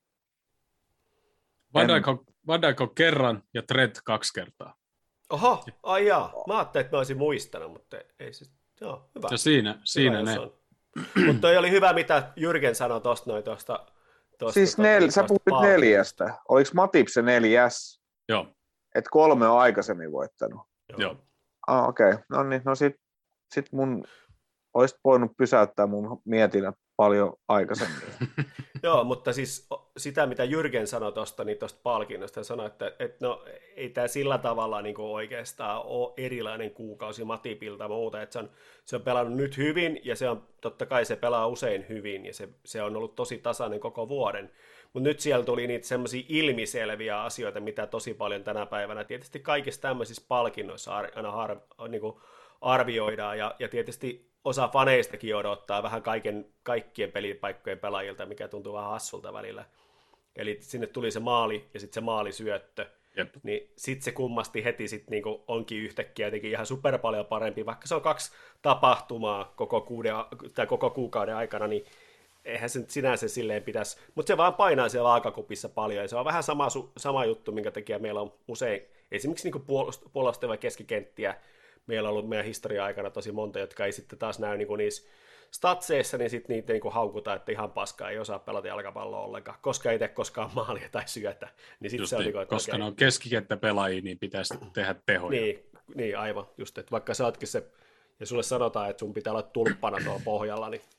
Van Dijk on, Van Dijk on kerran ja Trent kaksi kertaa.
Oho, ai jaa. Mä ajattelin, että mä olisin muistanut, mutta ei siis. Joo, hyvä.
Ja siinä, siinä
hyvä,
ne.
Mutta toi oli hyvä, mitä Jürgen sanoi tuosta noin tuosta.
Siis nel, sä puhuit neljästä. Oliko Matip se neljäs?
Joo.
Et kolme on aikaisemmin voittanut?
Joo.
Ah, okei. Okay. No niin, no sit, sit mun olisit voinut pysäyttää mun mietinnät paljon aikaisemmin.
Joo, mutta siis sitä, mitä Jürgen sanoi tuosta niin tosta palkinnosta, hän sanoi, että, että no, ei tämä sillä tavalla niin kuin oikeastaan ole erilainen kuukausi Matipilta muuta, että se on, se on pelannut nyt hyvin, ja se on, totta kai se pelaa usein hyvin, ja se, se on ollut tosi tasainen koko vuoden, mutta nyt siellä tuli niitä semmoisia ilmiselviä asioita, mitä tosi paljon tänä päivänä, tietysti kaikissa tämmöisissä palkinnoissa aina har, niin kuin arvioidaan, ja, ja tietysti osa faneistakin odottaa vähän kaiken, kaikkien pelipaikkojen pelaajilta, mikä tuntuu vähän hassulta välillä. Eli sinne tuli se maali ja sitten se maalisyöttö.
Jep.
Niin sitten se kummasti heti sit niinku onkin yhtäkkiä jotenkin ihan super paljon parempi. Vaikka se on kaksi tapahtumaa koko, kuuden, tai koko kuukauden aikana, niin eihän se sinänsä silleen pitäisi. Mutta se vaan painaa siellä vaakakupissa paljon. Ja se on vähän sama, sama juttu, minkä takia meillä on usein esimerkiksi niinku puolustavia keskikenttiä. Meillä on ollut meidän historia-aikana tosi monta, jotka ei sitten taas näy niin kuin niissä statseissa, niin sitten niitä niin kuin haukutaan, että ihan paskaa, ei osaa pelata jalkapalloa ollenkaan, koska ei tee koskaan maalia tai syötä. Niin sit se on
niin,
niin kuin,
koska
okay.
ne on keskikenttäpelaajia, niin pitäisi tehdä tehoja.
Niin, niin aivan, just, että vaikka sä ootkin se, ja sulle sanotaan, että sun pitää olla tulppana tuolla pohjalla, niin...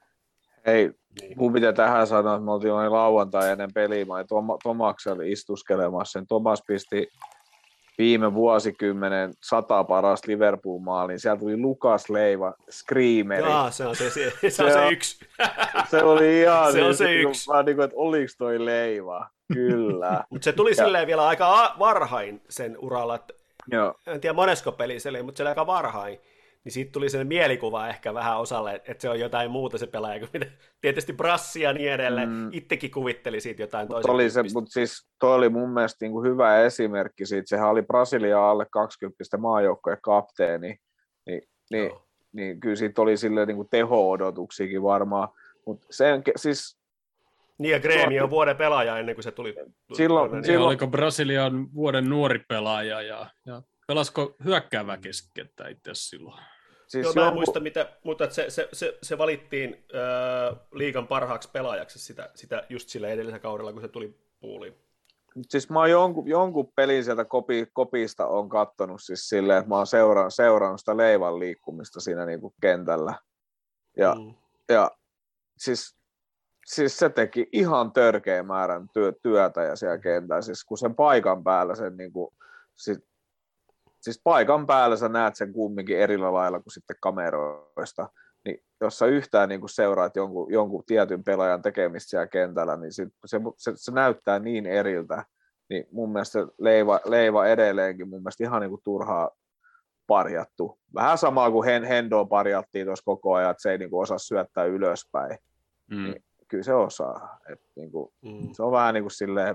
Hei,
niin.
mun pitää tähän sanoa, että me oltiin noin lauantai ennen peliä, mä olin Tom- Tomaksella istuskelemassa, sen Tomas pisti viime vuosikymmenen sata parasta Liverpool-maaliin. Sieltä tuli Lukas Leiva, Screameri.
Jaa, se on se, se, se, se, on se yksi.
Se oli ihan,
se on se niin, yksi.
Vaan niin kuin, että oliko toi Leiva? Kyllä.
Mutta se tuli ja silleen vielä aika varhain sen uralla, että
joo.
En tiedä monesko peli se oli, mutta se oli aika varhain. Niin siitä tuli sen mielikuva ehkä vähän osalle, että se on jotain muuta se pelaaja kuin mitä. Tietysti Brassi ja niin edelleen. Mm. Itsekin kuvitteli siitä jotain toisen
tyyppistä. Mutta siis toi oli mun mielestä niinku hyvä esimerkki siitä. Sehän oli Brasilia alle kaksikymmentä maajoukkojen kapteeni. Ni, niin, niin kyllä siitä oli silleen niinku teho-odotuksiakin varmaan. Mut sen, siis,
niin ja Grêmio on vuoden pelaaja ennen kuin se tuli.
Silloin,
niin
silloin,
oliko Brasilian vuoden nuori pelaaja ja, ja pelasko hyökkäävää keskikenttä itse asiassa silloin?
Siis Joo, mä en joku... muista, mitä, mutta se, se, se, se valittiin äh, liigan parhaaksi pelaajaksi sitä, sitä just sillä edellisellä kaudella, kun se tuli puuliin.
Siis mä oon jonkun, jonkun pelin sieltä kopi, kopista on kattonut siis silleen, että mä oon seurannut, seurannut sitä Leivan liikkumista siinä niinku kentällä. Ja, mm. ja siis, siis se teki ihan törkeän määrän työ, työtä ja siellä kentällä. Siis kun sen paikan päällä sen niinku, siis, Siis paikan päällä sä näet sen kumminkin eri lailla kuin sitten kameroista, niin jos sä yhtään niin kuin seuraat jonkun, jonkun tietyn pelaajan tekemistä siellä kentällä, niin sit se, se, se näyttää niin eriltä, niin mun mielestä Leiva, Leiva edelleenkin mun mielestä ihan niin kuin turhaa parjattu. Vähän samaa kuin Hendoa parjattiin tuossa koko ajan, että se ei niin kuin osaa syöttää ylöspäin. Mm. Niin kyllä se osaa. Et niin kuin, mm. Se on vähän niin kuin silleen,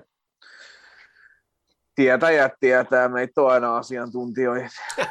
tietäjät tietää, meitä on aina asiantuntijoita.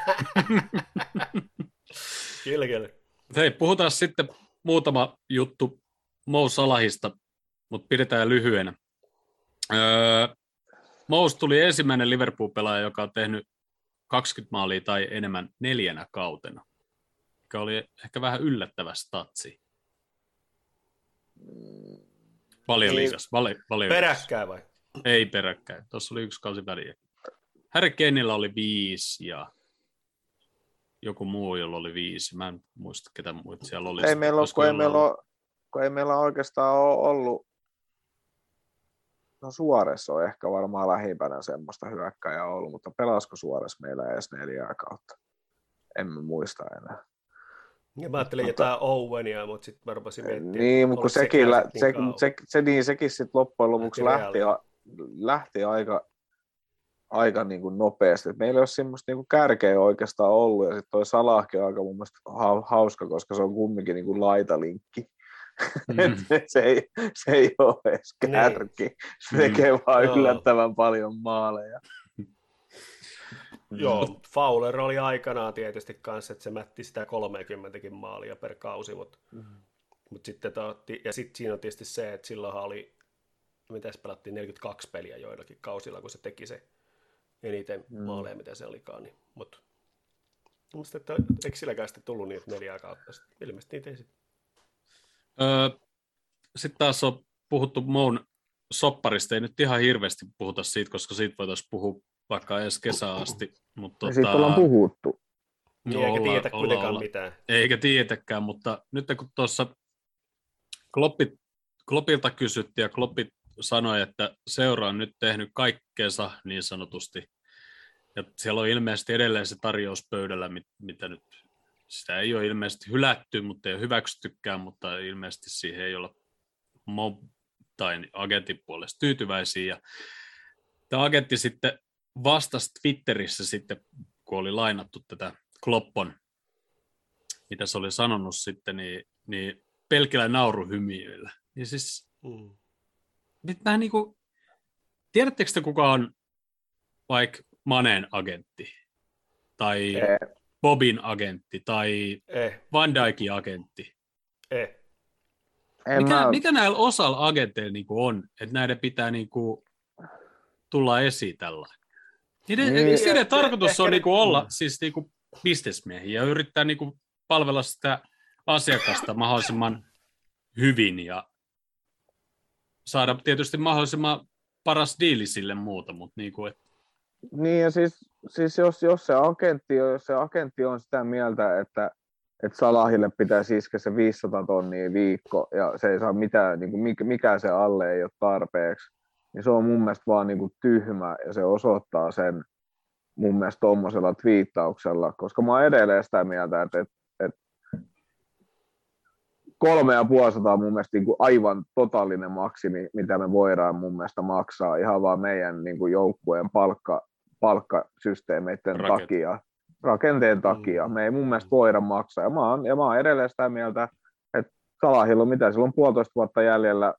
Kyllä, kyllä.
Hei, puhutaan sitten muutama juttu Mo Salahista, mutta pidetään lyhyenä. Öö, Mous tuli ensimmäinen Liverpool-pelaaja, joka on tehnyt kaksikymmentä maalia tai enemmän neljänä kautena, mikä oli ehkä vähän yllättävä statsi. Valioliigassa. Vali, valioliigassa.
Peräkkäin vai?
Ei peräkkäin. Tuossa oli yksi kausi väliä. Harry Kanella oli viisi ja joku muu, jolla oli viisi. Mä en muista, ketä muita siellä oli.
Ei meillä ole, kun ei meillä ole, kun ei meillä oikeastaan ole ollut. No Suores on ehkä varmaan lähimpänä semmoista hyökkäjää ollut, mutta pelasko Suores meillä edes neljää kautta? En muista enää.
Ja mä ajattelin mutta, jotain Owenia, mutta sitten mä rupesin miettimään.
Niin, mutta sekin, se, se, se, se, niin, sekin sitten loppujen lopuksi lähti, lähti aika, aika niin kuin nopeasti. Meillä ei ole semmoista niin kuin kärkeä oikeastaan ollut, ja sitten toi Salahkin on aika mun mielestä hauska, koska se on kumminkin niin kuin laitalinkki. Mm. se, ei, se ei ole edes kärki. Se tekee mm. vaan no. yllättävän paljon maaleja.
Joo, Fowler oli aikanaan tietysti kanssa, että se mätti sitä kolmekymmentäkin maalia per kausi, mutta mm. mut sitten to, ja sitten siinä on tietysti se, että silloinhan oli, mitäs pelattiin, neljäkymmentäkaksi peliä joillakin kausilla, kun se teki se eniten mm. maaleja, mitä se olikaan. Niin, mutta musta, että eikö silläkään sitten tullut niitä neljää kautta? Ilmeisesti niitä ei sitten.
Öö, sitten taas on puhuttu Moun sopparista, ei nyt ihan hirveästi puhuta siitä, koska siitä voitaisiin puhua vaikka edes kesään asti. Mutta tota,
siitä ollaan puhuttu.
Niin, eikä tiedetä kuitenkaan mitään.
Eikä tiedetäkään, mutta nyt kun tuossa Kloppit, Kloppilta kysyttiin ja Kloppit sanoi, että seura on nyt tehnyt kaikkeensa niin sanotusti. Ja siellä on ilmeisesti edelleen se tarjous pöydällä, mitä nyt, sitä ei ole ilmeisesti hylätty, mutta ei ole hyväksyttykään, mutta ilmeisesti siihen ei olla mob tai agentin puolesta tyytyväisiä. Ja tämä agentti sitten vastasi Twitterissä sitten, kun oli lainattu tätä Kloppon, mitä se oli sanonut sitten, niin, niin pelkillä nauruhymiöillä. Ja siis, mm. nyt mä niinku, tiedättekö te kuka on vaikka Maneen agentti, tai eh. Bobin agentti, tai eh. Van Dijkin agentti?
Eh.
Mikä, mä... mikä näillä osalla agenteilla niinku on, että näiden pitää niinku tulla esiin tällä? Niiden, niin, niiden ja, tarkoitus on niinku olla mm. siis niinku bisnesmiehiä ja yrittää niinku palvella sitä asiakasta mahdollisimman hyvin ja saada tietysti mahdollisimman paras diili sille muuta, mutta niinku, et...
Niin ja siis, siis jos, jos, se agentti, jos se agentti on sitä mieltä, että, että Salahille pitäisi iskeä se viisisataa tonnia viikko ja se ei saa mitään, niin kuin mikä se alle ei ole tarpeeksi, niin se on mun mielestä vaan niin kuin tyhmä ja se osoittaa sen mun mielestä tuommoisella twiittauksella, koska mä oon edelleen sitä mieltä, että, että, että kolme ja puolisataa on mun mielestä niin kuin aivan totaalinen maksimi, mitä me voidaan mun mielestä maksaa ihan vaan meidän niin kuin joukkueen palkka, palkkasysteemeiden Raket. takia, rakenteen takia. Me ei mun mielestä voida maksaa. Ja mä oon, ja mä oon edelleen sitä mieltä, että Salahilla on mitä, sillä on puolitoista vuotta jäljellä.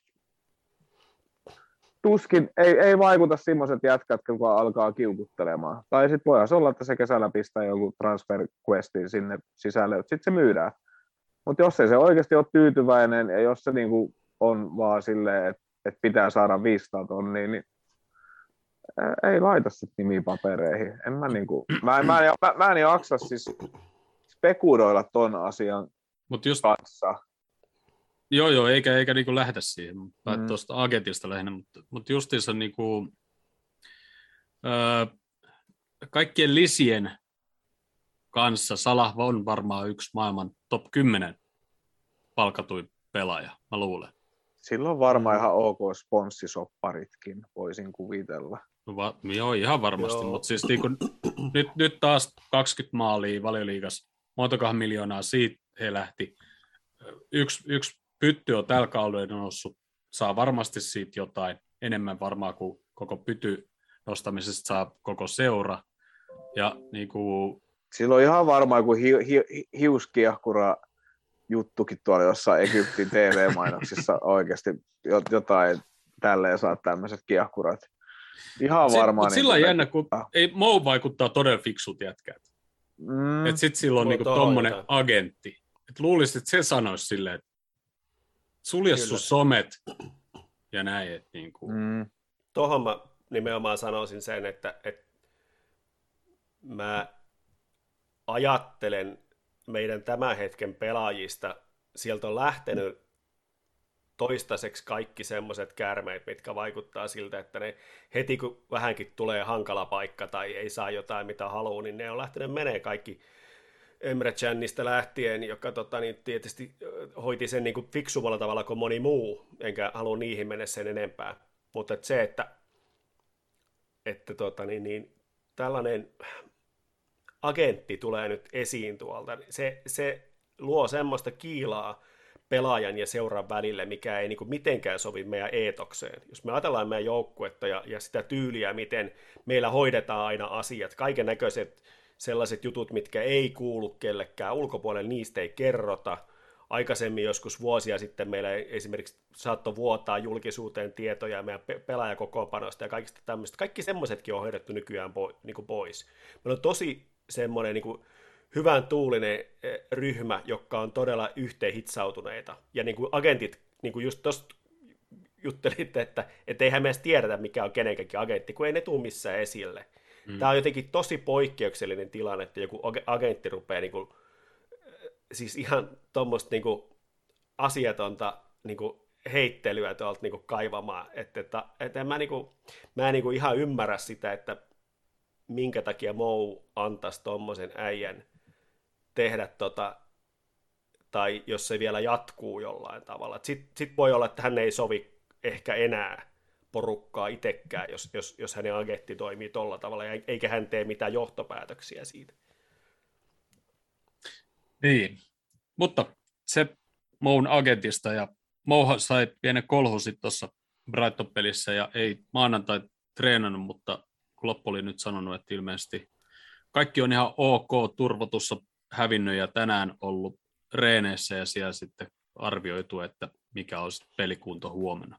Tuskin ei, ei vaikuta semmoiset jätkät, kun alkaa kiukuttelemaan. Tai sitten voihan se olla, että se kesällä pistää joku transfer questin sinne sisälle, että sitten se myydään. Mutta jos ei se oikeasti ole tyytyväinen ja jos se niinku on vaan silleen, että et pitää saada viisisataa tonnia, niin ei laita sitten nimiä papereihin. En mä, niinku, mä, en, mä, en, mä, mä en jaksa siis spekuroida ton asian Mut just... kanssa.
Joo, joo, eikä, eikä niinku lähdetä siihen, mm. tuosta agentista lähinnä, mutta, mutta justiinsa niinku, öö, kaikkien lisien kanssa Salah on varmaan yksi maailman top kymmenen palkatuin pelaaja, mä luulen.
Silloin varmaan ihan ok sponssisopparitkin, voisin kuvitella.
No, va- joo, ihan varmasti, mutta siis niinku, nyt, nyt taas kaksikymmentä maalia Valioliigassa, montakohan miljoonaa siitä he lähti. Yksi, yksi pytty on tällä kaudella noussut, saa varmasti siitä jotain, enemmän varmaan kuin koko pyty nostamisesta saa koko seura. Ja niinku...
Silloin ihan varmaan kuin hi- hi- hiuskiehkura juttukin tuolla jossain Egyptin T V-mainoksissa oikeasti jotain tälleen saa tämmöiset kiehkurat. Ihan varmaan.
Mutta sillä on jännä, kun ei, Mou vaikuttaa todella fiksut jätkät. Mm. Että sitten sillä on niinku tommonen jotain agentti. Et luulisit, että se sanoisi silleen, että sulje sun somet ja näin. Että niinku.
Mm. Tuohon mä nimenomaan sanoisin sen, että, että mä ajattelen meidän tämän hetken pelaajista, sieltä on lähtenyt toistaiseksi kaikki semmoiset käärmeet, mitkä vaikuttaa siltä, että ne heti kun vähänkin tulee hankala paikka tai ei saa jotain mitä haluaa, niin ne on lähtenyt menee kaikki Emre Canista lähtien, joka tota, niin tietysti hoiti sen niin kuin fiksuvalla tavalla kuin moni muu, enkä halua niihin mennä sen enempää. Mutta et se, että, että tota, niin, niin, tällainen agentti tulee nyt esiin tuolta, se, se luo semmoista kiilaa pelaajan ja seuran välille, mikä ei niin kuin mitenkään sovi meidän eetokseen. Jos me ajatellaan meidän joukkuetta ja, ja sitä tyyliä, miten meillä hoidetaan aina asiat, kaiken näköiset sellaiset jutut, mitkä ei kuulu kellekään ulkopuolelle, niistä ei kerrota. Aikaisemmin joskus vuosia sitten meillä esimerkiksi saattoi vuotaa julkisuuteen tietoja meidän pelaajakokoonpanosta ja kaikista tämmöistä. Kaikki semmoisetkin on hoidettu nykyään pois. Meillä on tosi semmoinen niin kuin hyvän tuulinen ryhmä, joka on todella yhteen hitsautuneita. Ja niin kuin agentit, niin kuin just tuosta juttelitte, että et eihän me edes tiedetä, mikä on kenenkäkin agentti, kun ei ne tule missään esille. Mm. Tämä on jotenkin tosi poikkeuksellinen tilanne, että joku agentti rupeaa niin kuin, siis ihan tuommoista niin kuin asiatonta niin kuin heittelyä tuolta niin kuin kaivamaan. Että, että, että mä, niin kuin, mä en niin kuin ihan ymmärrä sitä, että minkä takia Mou antaisi tuommoisen äijän tehdä tota, tai jos se vielä jatkuu jollain tavalla. Sitten sit voi olla, että hän ei sovi ehkä enää porukkaa itsekään, jos, jos, jos hänen agentti toimii tolla tavalla, eikä hän tee mitään johtopäätöksiä siitä.
Niin, mutta se Moun agentista, ja Mouhan sai pienen kolhusit tuossa Brighton-pelissä, ja ei maanantai treenannut, mutta Klopp oli nyt sanonut, että ilmeisesti kaikki on ihan ok, turvotussa hävinnyt, ja tänään ollut reeneissä, ja siellä sitten arvioitu, että mikä on pelikunto huomenna.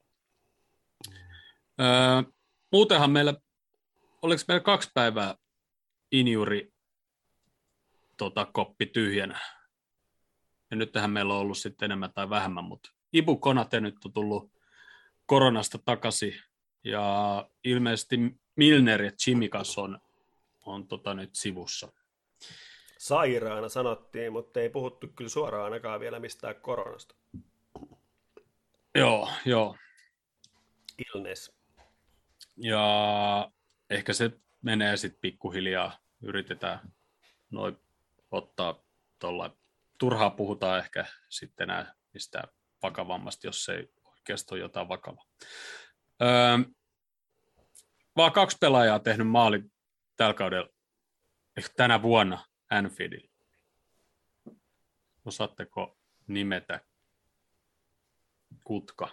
Öö, muutenhan meillä, oliko meillä kaksi päivää injuri tota, koppi tyhjänä. Ja nythän meillä on ollut sitten enemmän tai vähemmän, mutta Ibu Konate nyt on tullut koronasta takaisin, ja ilmeisesti Milner ja Tsimikas on, on tota nyt sivussa.
Sairaana sanottiin, mutta ei puhuttu kyllä suoraan ainakaan vielä mistään koronasta.
Joo, joo.
Illness.
Ja ehkä se menee sitten pikkuhiljaa, yritetään noin ottaa tuolla. Turhaa puhutaan ehkä sitten enää mistään vakavammasta, jos ei oikeasti ole jotain vakavaa. Öö, vaan kaksi pelaajaa on tehnyt maalin tällä kaudella, tänä vuonna Anfieldilla. Osaatteko nimetä kutka?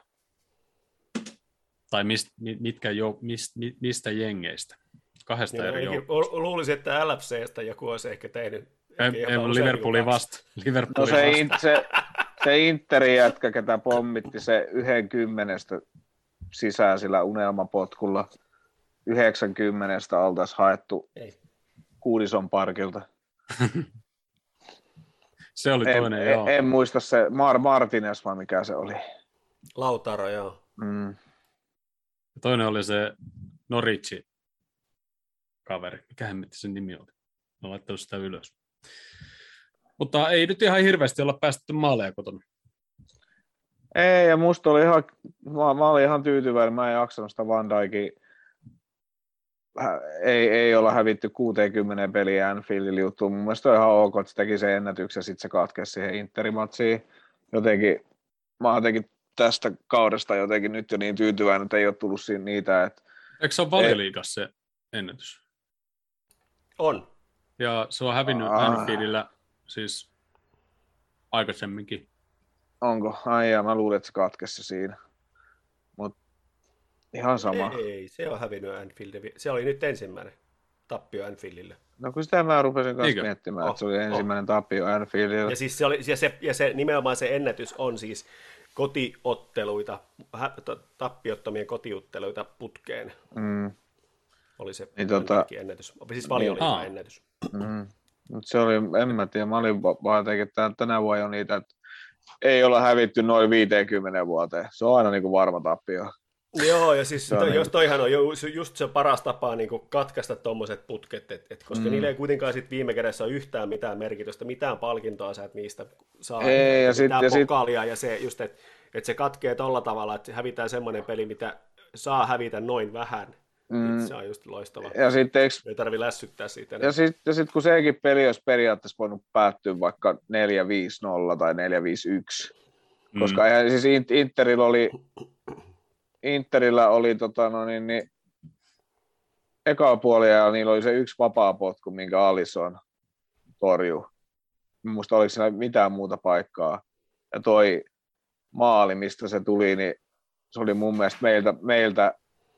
Tai mist, mitkä jo, mist, mistä jengeistä? Kahdesta niin, eri joukkueesta.
Luulisin, että L F C:stä joku olisi ehkä tehnyt.
Liverpoolin vasta.
No se, in, se, se Interin jätkä, ketä pommitti se yhden kymmenestä sisään sillä unelmapotkulla. yhdeksänkymmentä oltaisiin haettu Ei. Kuudison parkilta.
Se oli toinen,
en,
joo.
En, en muista se, Mar- Martinez vai mikä se oli.
Lautaro, joo.
Mm.
Toinen oli se Norwichin kaveri. Mikä hemmetti sen nimi oli? Mä laittanut sitä ylös. Mutta ei nyt ihan hirveästi olla päästetty maaleja kotona.
Ei, ja musta oli ihan, mä, mä olin ihan tyytyväinen. Mä en jaksanut sitä Van Dijkin. Ei, ei olla hävitty kuusikymmentä peliä Anfieldilla juttuun. Mun mielestä on ihan ok, että se teki sen ennätyksen ja sitten se katkesi siihen Interimatsiin. Jotenkin, mä oon jotenkin tästä kaudesta jotenkin nyt jo niin tyytyväinen, että ei ole tullut siinä niitä. Että
eikö se ole Valioliigassa se ennätys?
On.
Ja se on hävinnyt ah. Anfieldillä siis aikaisemminkin.
Onko? Ai ja, mä luulin, että se katkesi siinä. Mut ihan sama.
Ei, se on hävinnyt Anfieldille. Se oli nyt ensimmäinen tappio Anfieldille.
No kun sitä mä rupesin kanssa Eikö? miettimään, oh, että se oli ensimmäinen oh. tappio Anfieldille.
Ja, siis se oli, ja, se, ja se, nimenomaan se ennätys on siis kotiotteluita, tappiottomien kotiotteluita putkeen. Mm. Oli se
niin, tota,
ennätys. Siis Valioliigan ennätys.
Mm. Mut se oli, en mä tiedä, mä olin vaan jotenkin tänä vuonna jo niitä, että ei olla hävitty noin viisikymmentä vuoteen. Se on aina niin kuin varma tappio.
Joo, ja siis to, jos toihan on just se paras tapa niin kuin katkaista tuommoiset putket, et, et, koska mm. niille ei kuitenkaan sit viime kädessä ole yhtään mitään merkitystä, mitään palkintoa sä et niistä saa,
ei, ja
mitään
sit,
pokaalia, ja, sit... ja se just, että että se katkee tolla tavalla, että hävitään semmoinen peli, mitä saa hävitä noin vähän. Mm. Se on just loistava.
Ja sitten eikö...
Ei tarvitse lässyttää siitä.
Ja sitten sit, kun sekin peli olisi periaatteessa voinut päättyä vaikka neljä viisi nolla tai neljä viisi yksi, mm. koska eihän, siis Interillä oli, Interillä oli tota, no niin, niin, eka puolia ja niillä oli se yksi vapaa potku, minkä Alisson torjui. Minusta oliko siinä mitään muuta paikkaa. Ja toi maali, mistä se tuli, niin se oli mun mielestä meiltä, meiltä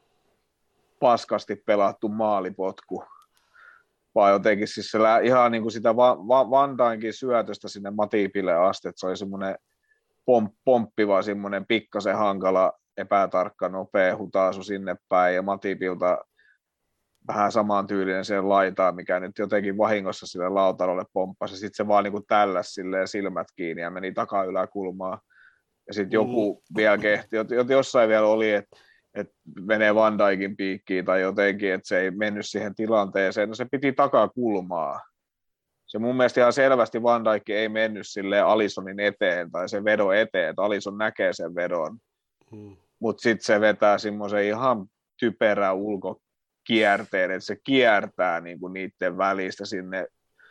paskasti pelattu maalipotku. Vaan jotenkin siis se ihan niin kuin sitä Van Dijkin syötöstä sinne Matipille asti, että se oli semmoinen pomp, pomppiva, semmoinen pikkasen hankala, epätarkka, nopea hutaisu sinne päin ja Matipilta vähän samantyylinen siihen laitaan, mikä nyt jotenkin vahingossa sille lautalolle pomppasi. Sitten se vaan niin kuin tälläsi silleen silmät kiinni ja meni takayläkulmaan. Ja sitten joku mm. vielä kehti, jossain vielä oli, että et menee Van Dijkin piikkiin tai jotenkin, että se ei mennyt siihen tilanteeseen. No se piti takakulmaa. Se mun mielestä ihan selvästi Van Dijk ei mennyt silleen Alissonin eteen tai sen vedon eteen, että Alisson näkee sen vedon. Mm. Mutta sitten se vetää semmoisen ihan typerän ulkokierteen, että se kiertää niinku niiden välistä sinne.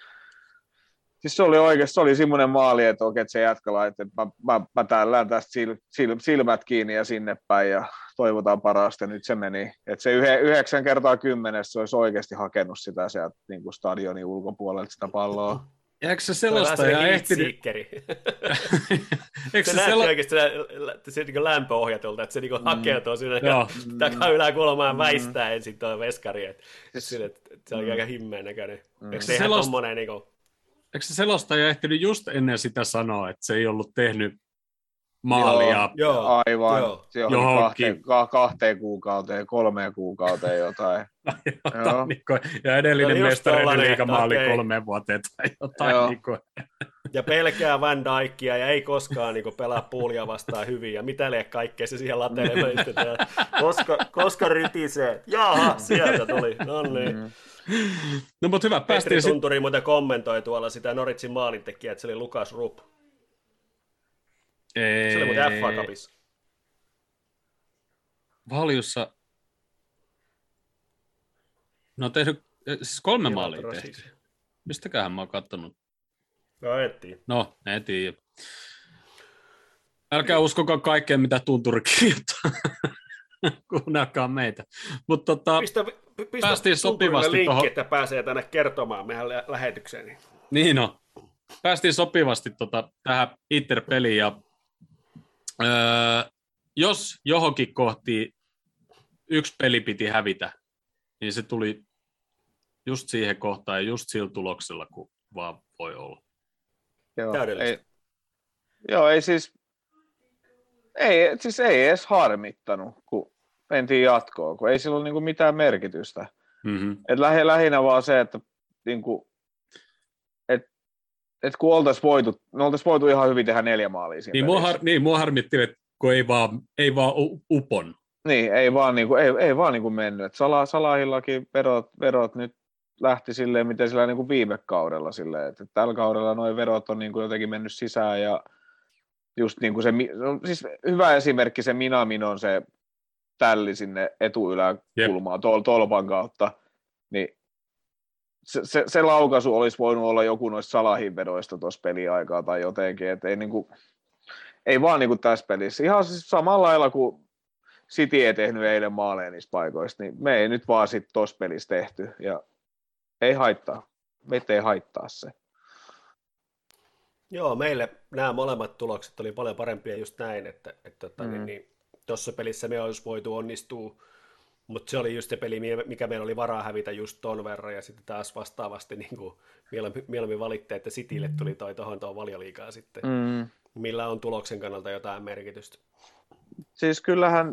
Siis se oli oikeasti, se oli semmoinen maali, että oikein, että se jätkä laittoi, että mä, mä, mä tällään tästä sil, sil, silmät kiinni ja sinne päin ja toivotaan parasta. Nyt se meni, että se yhe, yhdeksän kertaa kymmenessä se olisi oikeasti hakenut sitä sieltä niin kuin stadionin ulkopuolelta sitä palloa.
Eikö se selosta ja ehtinyt?
Se, se näytti selo... oikeasti se, se niin lämpöohjatulta, että se niin hakeutuu sinne mm. ja takayläkulmaan väistää mm. ensin tuo veskari. Että, että se oli mm. aika himmeen näköinen. Mm. Eikö se ihan selost... tommoinen... Niin kuin...
Eikö se selostaja ehtinyt just ennen sitä sanoa, että se ei ollut tehnyt maalia?
Joo, joo aivan. Joo. Se oli kahteen, kahteen kuukauteen, kolmeen kuukauteen jotain.
Joo. Ja edellinen mestari liigamaali okay. kolmeen vuoteen tai jotain. Niin
ja pelkää Van Dijkia ja ei koskaan niin pelaa Poolia vastaan hyvin. Ja mitä liian kaikkea se siihen lateille koska, koska rytisee. Jaha, sieltä tuli. No niin. Mm.
No mutta hyvä, päästiin...
Petri Tunturi sit... muuten kommentoi tuolla sitä Norwichin maalintekijää, että se oli Lukas Rupp.
Ei...
Se oli muuten F A Cupissa.
Valjussa... No tehnyt... Siis kolme ja maalia tehty. Mistäköhän mä oon kattonut?
No etiin.
No, etiin. Älkää uskoko kaikkea, mitä Tunturi kirjoittaa. Kuunnelkaa meitä. Mut tota...
Pistä... Pistä
päästiin sopivasti
linkki,
tohon...
että pääsee tänne kertomaan meidän lähetykseen.
Niin no. Päästiin sopivasti tota, tähän Inter-peliin. Ja, öö, jos johonkin kohti yksi peli piti hävitä, niin se tuli just siihen kohtaan ja just sillä tuloksella, kun vaan voi olla.
Joo, ei, joo, ei siis... Ei, siis ei edes harmittanut, kun mentiin jatkoon, kun ei sillä ole niinku mitään merkitystä. Mm-hmm. Et lähi, lähinnä vaan se, että niinku, et, et kun oltaisiin voitu, me oltaisiin voitu ihan hyvin tehdä neljä maalia siinä
niin, mua, har, niin, mua harmitti, että kun ei vaan, ei vaan upon.
Niin, ei vaan, niinku, ei, ei vaan niinku mennyt. Et Sala, Salahillakin verot, verot nyt lähti silleen, miten sillä niinku viime kaudella silleen, että tällä kaudella nuo verot on niinku jotenkin mennyt sisään ja just niinku se, no, siis hyvä esimerkki se Minamin on se tälli sinne etuyläkulmaan tol, tolpan kautta, niin se, se, se laukaisu olisi voinut olla joku noista Salahin vedoista tuossa peliaikaa tai jotenkin, että ei, niinku, ei vaan niinku tässä pelissä. Ihan siis samalla lailla kuin City ei tehnyt eilen maaleja niistä paikoista, niin me ei nyt vaan sitten tuossa pelissä tehty ja ei haittaa. Meitä ei haittaa se.
Joo, meille nämä molemmat tulokset oli paljon parempia just näin, että, että, että mm. niin, niin, tuossa pelissä me olisi voitu onnistua, mutta se oli just se peli, mikä meillä oli varaa hävitä just ton verran, ja sitten taas vastaavasti niin kuin mieluummin, mieluummin valitte, että Citylle tuli toi tuohon tuohon Valioliigaan sitten, mm. millä on tuloksen kannalta jotain merkitystä.
Siis kyllähän,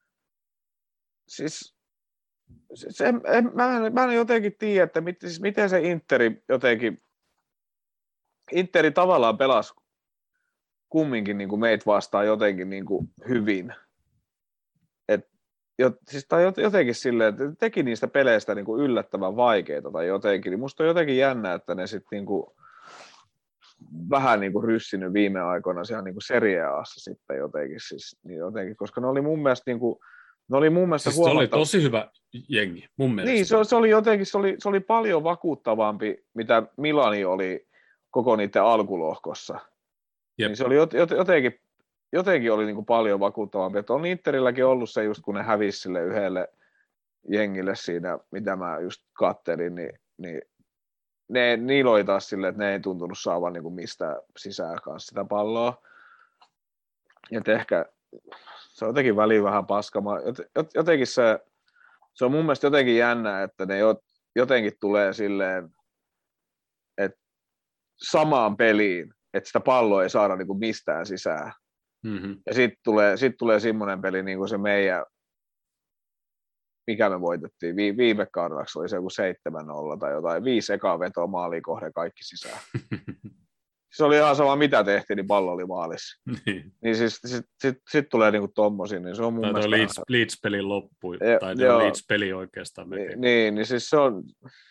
siis se, en, mä, en, mä en jotenkin tiedä, että mit, siis miten se Interi jotenkin, Interi tavallaan pelasi kumminkin niin kuin meitä vastaan jotenkin niin kuin hyvin. Et, jo, siis, tai jotenkin silleen, että teki niistä peleistä niin kuin yllättävän vaikeita tai jotenkin. Niin musta on jotenkin jännä, että ne sitten niin kuin, vähän niin kuin ryssinyt viime aikoina siellä niin kuin Serie A:ssa sitten jotenkin, siis, niin jotenkin, koska ne oli mun mielestä, niin kuin, ne oli mun mielestä
siis se oli
huomattava...
tosi hyvä jengi, mun mielestä.
Niin, se, se oli jotenkin, se oli, se oli paljon vakuuttavampi, mitä Milani oli koko niiden alkulohkossa. Niin se oli jotenkin, jotenkin oli niin kuin paljon vakuuttavampi. Että on Interilläkin ollut se just, kun ne hävisi sille yhdelle jengille siinä, mitä mä just kattelin, niin, niin ne, niillä oli taas silleen, että ne ei tuntunut saavan niin kuin mistään sisään kanssa sitä palloa. Että ehkä se on jotenkin väliin vähän paskama. Jotenkin se, se on mun mielestä jotenkin jännä, että ne jotenkin tulee silleen, että samaan peliin, että sitä palloa ei saada niin kuin mistään sisään.
Mm-hmm.
Ja sitten tulee, sit tulee semmoinen peli, niin kuin se meidän, mikä me voitettiin, Vi, viime kaudellaksi oli se joku seitsemän nolla tai jotain, viisi ekaa vetoa maaliin kohden kaikki sisään. Se oli ihan sama mitä tehtiin, niin pallo oli maalissa.
niin.
Niin siis sitten sit, sit tulee niinku tommosia, niin se on mun
tai
mielestä...
Leeds, Leeds-pelin loppu,
ja,
tai Leeds-peli oikeastaan.
Niin, niin, niin siis se on...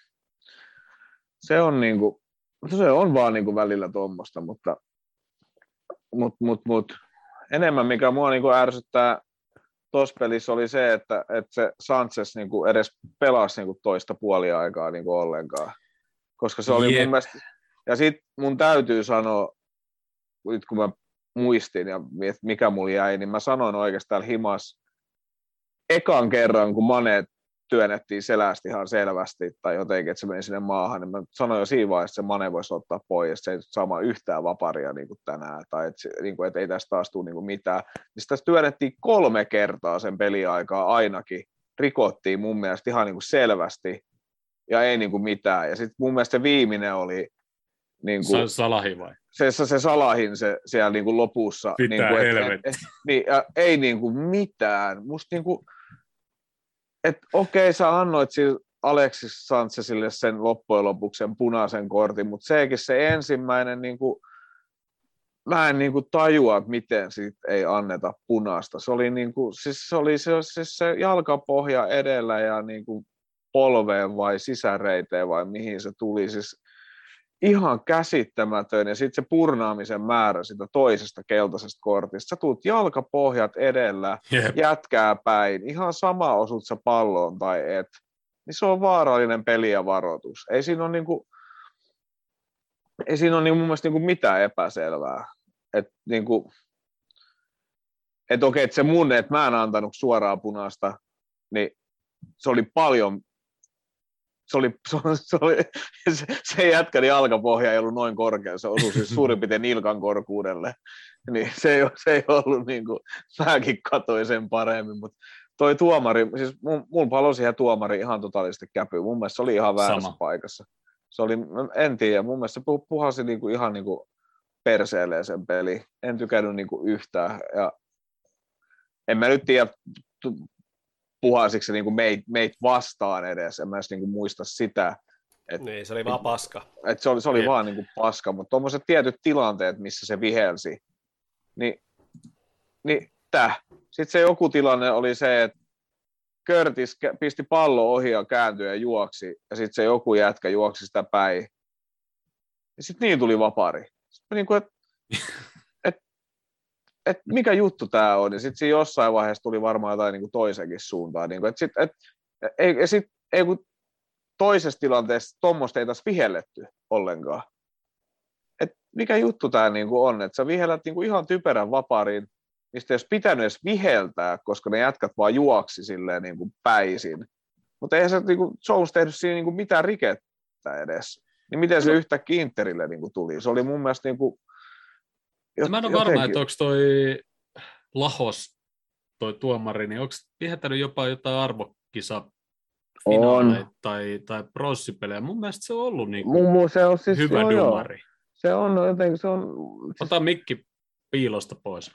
Se on niinku... Se on vaan niinku välillä tommosta, mutta... Mut, mut, mut, enemmän mikä mua niinku ärsyttää tuossa pelissä oli se, että, että se Sanchez niinku edes pelasi niinku toista puolia aikaa niinku ollenkaan. Koska se oli
Jep.
mun mielestä... Ja sitten mun täytyy sanoa, nyt kun mä muistin ja mikä mulla jäi, niin mä sanoin oikeastaan himas ekan kerran, kun Mane työnnettiin selästä ihan selvästi tai jotenkin, että se meni sinne maahan, niin mä sanoin jo siinä vaiheessa, että se Mane voisi ottaa pois, että se ei saa yhtään vaparia niin kuin tänään, tai että, niin kuin, että ei tästä taas tule niin kuin mitään. Niin tässä työnnettiin kolme kertaa sen peliaikaa ainakin, rikottiin mun mielestä ihan niin kuin selvästi, ja ei niin kuin mitään. Ja sitten mun mielestä se viimeinen oli niin kuin,
Salahi vai?
Se, se Salahin se, siellä niin kuin lopussa.
Pitää
niin kuin,
helvetti.
Et, et, niin, ei niin kuin mitään. Musta niin kuin, että okei, sä annoit sille Alexis Sanchezille sen loppujen lopuksi sen punaisen kortin, mutta sekin se ensimmäinen, niin kuin, mä en niin kuin tajua, että miten siitä ei anneta punaista. Se oli, niin kuin, siis se, oli se, se, se jalkapohja edellä ja niin kuin polveen vai sisäreiteen vai mihin se tuli. Siis ihan käsittämätön, ja sitten se purnaamisen määrä sitä toisesta keltaisesta kortista. Sä tuut jalkapohjat edellä,
Jep.
jätkää päin, ihan sama osut sä palloon tai et. Niin se on vaarallinen peli ja varoitus. Ei siinä ole, niinku, ei siinä ole niinku mun mielestä niinku mitään epäselvää. Että niinku, et okei, että se mun, että mä en antanut suoraan punaista, niin se oli paljon. Se, oli, se, oli, se, se jätkäni jalkapohja ei ollut noin korkea, se osui siis suurin piirtein nilkan korkuudelle, niin se ei, se ei ollut niin kuin, mäkin katsoin sen paremmin, mutta toi tuomari, siis mun, mun palo siihen tuomari ihan totaalisesti käpyy, mun mielestä se oli ihan väärässä Sama. paikassa. Se oli, en tiedä, mun mielestä se puhasi niin kuin, ihan niin kuin perseelleen sen peli, en tykännyt niin kuin yhtään, ja en mä nyt tiedä, puhasiko se niinku meit, meit vastaan edes, en mä edes niinku muista sitä. Et,
niin, se oli vaan paska.
Et se oli, se oli vaan niinku paska, mutta tuommoiset tietyt tilanteet, missä se vihelsi, niin, niin täh. Sitten se joku tilanne oli se, että Curtis pisti pallo ohi ja kääntyi ja juoksi, ja sitten se joku jätkä juoksi sitä päin. Ja sitten niin tuli vapari. Sitten niinku, että että mikä juttu tämä on, ja sitten siinä jossain vaiheessa tuli varmaan jotain niin kuin toisenkin suuntaan, niin kuin, että sit, et, ei, ja sit, ei kun toisessa tilanteessa tuommoista ei taas vihelletty ollenkaan. Et mikä juttu tämä niin kuin on, että sä vihellät niin kuin ihan typerän vapariin, mistä ei olisi pitänyt edes viheltää, koska ne jätkät vaan juoksi silleen niin kuin päisin. Mutta eihän se niin kuin Jones tehnyt siinä niin kuin mitään rikettä edes. Niin miten se yhtäkkiä Interille niin kuin tuli? Se oli mun mielestä niin kuin
Jot, mä en ole varma, että onko toi Lahos, toi tuomari, niin onko vihettänyt jopa jotain arvokisa finaaleja tai, tai pronssipelejä. Mun mielestä se on ollut niin kuin
se on siis,
hyvä
joo,
dummari.
Joo. Se on jotenkin, se on...
Ota siis... mikki piilosta pois.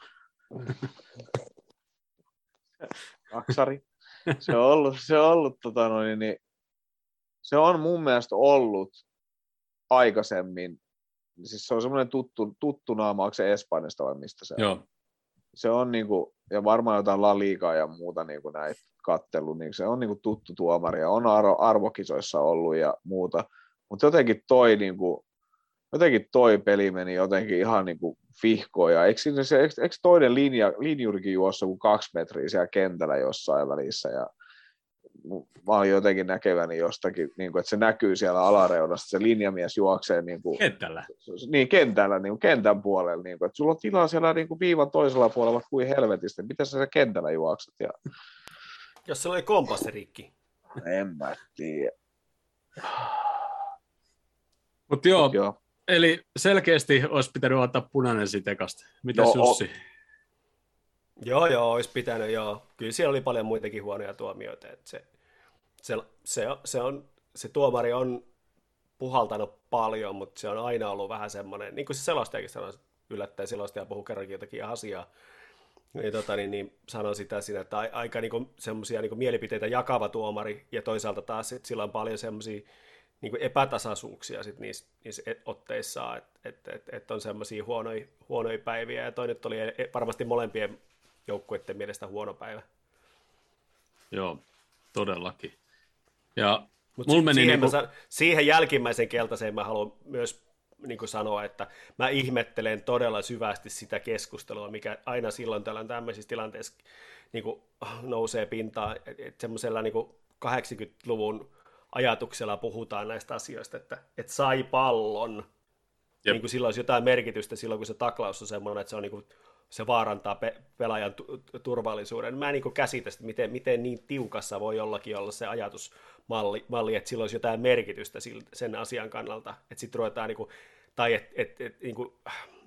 Aksari. Se on ollut, se on ollut tota noin, niin se on mun mielestä ollut aikaisemmin. Siis se on semmoinen tuttu, tuttu naama, onko se Espanjasta vai mistä se on?
Joo.
Se on niinku, ja varmaan jotain La Ligaa ja muuta niinku näitä kattellut, niin se on niinku tuttu tuomari ja on arvo, arvokisoissa ollut ja muuta. Mutta jotenkin toi, niinku, jotenkin toi peli meni jotenkin ihan niin kuin vihkoon, ja eikö, se, eikö, eikö toinen linja, linjurikin juossa kuin kaksi metriä siellä kentällä jossain välissä, ja mä olin jotenkin näkeväni jostakin, niin kuin, että se näkyy siellä alareunassa, se linjamies juoksee niin kuin,
kentällä.
Niin, kentällä, niin kuin, kentän puolella, niin kuin, että sulla on tilaa siellä niin kuin, viivan toisella puolella kuin helvetistä, miten sä kentällä juokset? Ja...
Jos se oli kompassi rikki.
En mä tiedä.
Mutta joo,
Mut joo,
eli selkeästi olisi pitänyt ottaa punainen siitä ekasta. Mitäs
No,
Jussi?
Joo, joo, olisi pitänyt, joo. Kyllä siellä oli paljon muitakin huonoja tuomioita. Että se, se, se, se, on, se tuomari on puhaltanut paljon, mutta se on aina ollut vähän semmoinen, niin kuin se selostajakin sanoi, yllättäen selostaja puhuu kerrankin jotakin asiaa, niin, tota, niin, niin sanoi sitä siinä, että aika niin semmoisia niin mielipiteitä jakava tuomari, ja toisaalta taas että sillä on paljon semmoisia niin epätasaisuuksia sit niissä, niissä otteissaan, että et, et, et on semmoisia huonoja, huonoja päiviä, ja toinen oli varmasti molempien joukkueiden mielestä huono päivä.
Joo, todellakin. Ja
Mut
mulla meni
siihen,
niinku...
san, siihen jälkimmäisen keltaiseen mä haluan myös niin kuin sanoa, että mä ihmettelen todella syvästi sitä keskustelua, mikä aina silloin tällöin tämmöisissä tilanteissa niin kuin nousee pintaan, että semmoisella niin kuin kahdeksankymmentäluvun ajatuksella puhutaan näistä asioista, että, että sai pallon, niin kuin silloin olisi jotain merkitystä silloin, kun se taklaus on semmoinen, että se, on niin kuin, se vaarantaa pe- pelaajan tu- turvallisuuden. Mä en niin kuin käsitä, että miten, miten niin tiukassa voi jollakin olla se ajatusmalli, malli, että silloin olisi jotain merkitystä sen asian kannalta, että sitten ruvetaan, niin kuin, tai että et, et, niin kuin,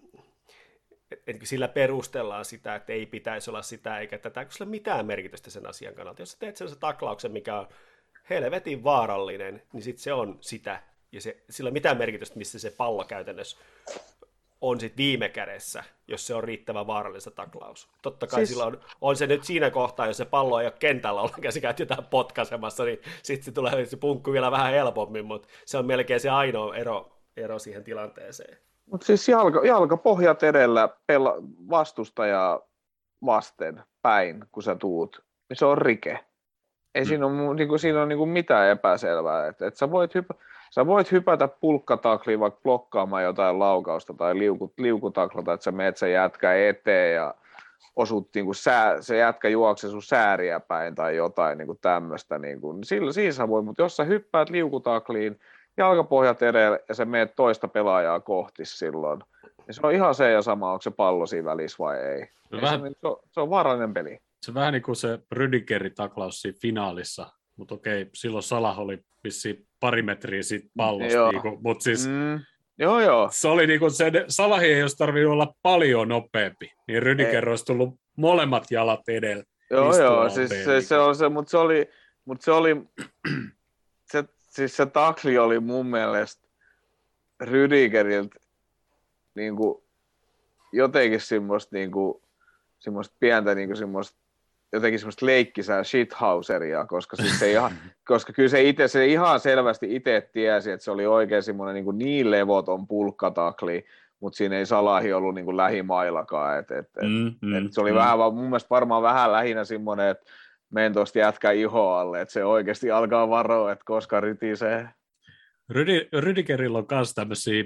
et, et, sillä perustellaan sitä, että ei pitäisi olla sitä eikä tätä, kun sillä ei ole mitään merkitystä sen asian kannalta. Jos sä teet sellaisen taklauksen, mikä on helvetin vaarallinen, niin sitten se on sitä, ja se, sillä ei ole mitään merkitystä, missä se pallo käytännössä on sitten viime kädessä, jos se on riittävän vaarallista taklaus. Totta kai siis... sillä on, on se nyt siinä kohtaa, jos se pallo ei ole kentällä ollenkaan, sä käyt jotain potkaisemassa, niin sitten se tulee se punkku vielä vähän helpommin, mutta se on melkein se ainoa ero, ero siihen tilanteeseen.
mutta siis jalka, jalkapohjat edellä pela, vastustajaa vasten päin, kun sä tuut, niin se on rike. Ei hmm. siinä ole, niin kuin, siinä ole niin kuin mitään epäselvää. Et, et sä, voit hypä, sä voit hypätä pulkkatakliin vaikka blokkaamaan jotain laukausta tai liukut, liukutaklata, että sä meet sen jätkä eteen ja osut, niin kuin sää, se jätkä juoksee sun sääriä päin tai jotain niin kuin tämmöistä. Niin kuin, sillä, siinä sä voi, mutta jos sä hyppäät liukutakliin, jalkapohjat edellä ja sä meet toista pelaajaa kohti silloin, niin se on ihan se ja sama, onko se pallo siinä välissä vai ei. ei
vähän...
se, se, on, se on vaarallinen peli.
Se vähän niin kuin se Rüdigerin taklaus siinä finaalissa, mutta okei, silloin Salah oli vissiin pari metriä siitä pallosta, niin kuin, mutta siis
mm, joo, joo.
se oli niin kuin se, Salahin ei olisi tarvinnut olla paljon nopeampi, niin Rüdiger olisi tullut molemmat jalat edellä.
Joo, joo, siis se, se, on se, mutta se oli, mutta se oli, se, siis se takli oli mun mielestä Rüdigeriltä niin kuin jotenkin semmoista niin kuin semmoista pientä niin kuin semmoista jotenkin semmoista leikkisää shithouseria, koska, siis se ihan, koska kyllä se, ite, se ihan selvästi itse tiesi, että se oli oikein semmoinen niin, kuin niin levoton pulkkatakli, mutta siinä ei Salahi ollut niin kuin lähimaillakaan. Et, et, et, mm, mm, et se oli mm. vähän, mun mielestä varmaan vähän lähinnä semmoinen, että menen tuosta jätkä iho alle, että se oikeasti alkaa varoa, että koska rytisee.
Rüdigerillä on myös tämmöisiä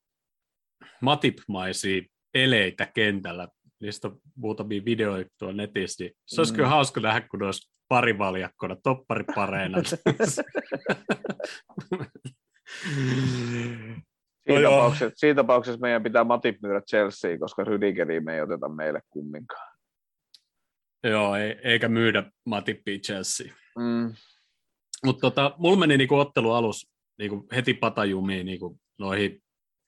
Matip-maisia eleitä kentällä. Niistä on muutamia videoita tuolla netissä. Se olisi mm. kyllä hauska nähdä, kun olisi parivaljakkona, topparipareina.
Siinä, tapauksessa, siinä tapauksessa meidän pitää Matip myydä Chelsea, koska Rüdigeriä me ei oteta meille kumminkaan.
Joo, ei, eikä myydä Matipia Chelsea.
Mm.
Mutta tota, mulla meni niinku ottelu alus niinku heti patajumiin niinku noihin.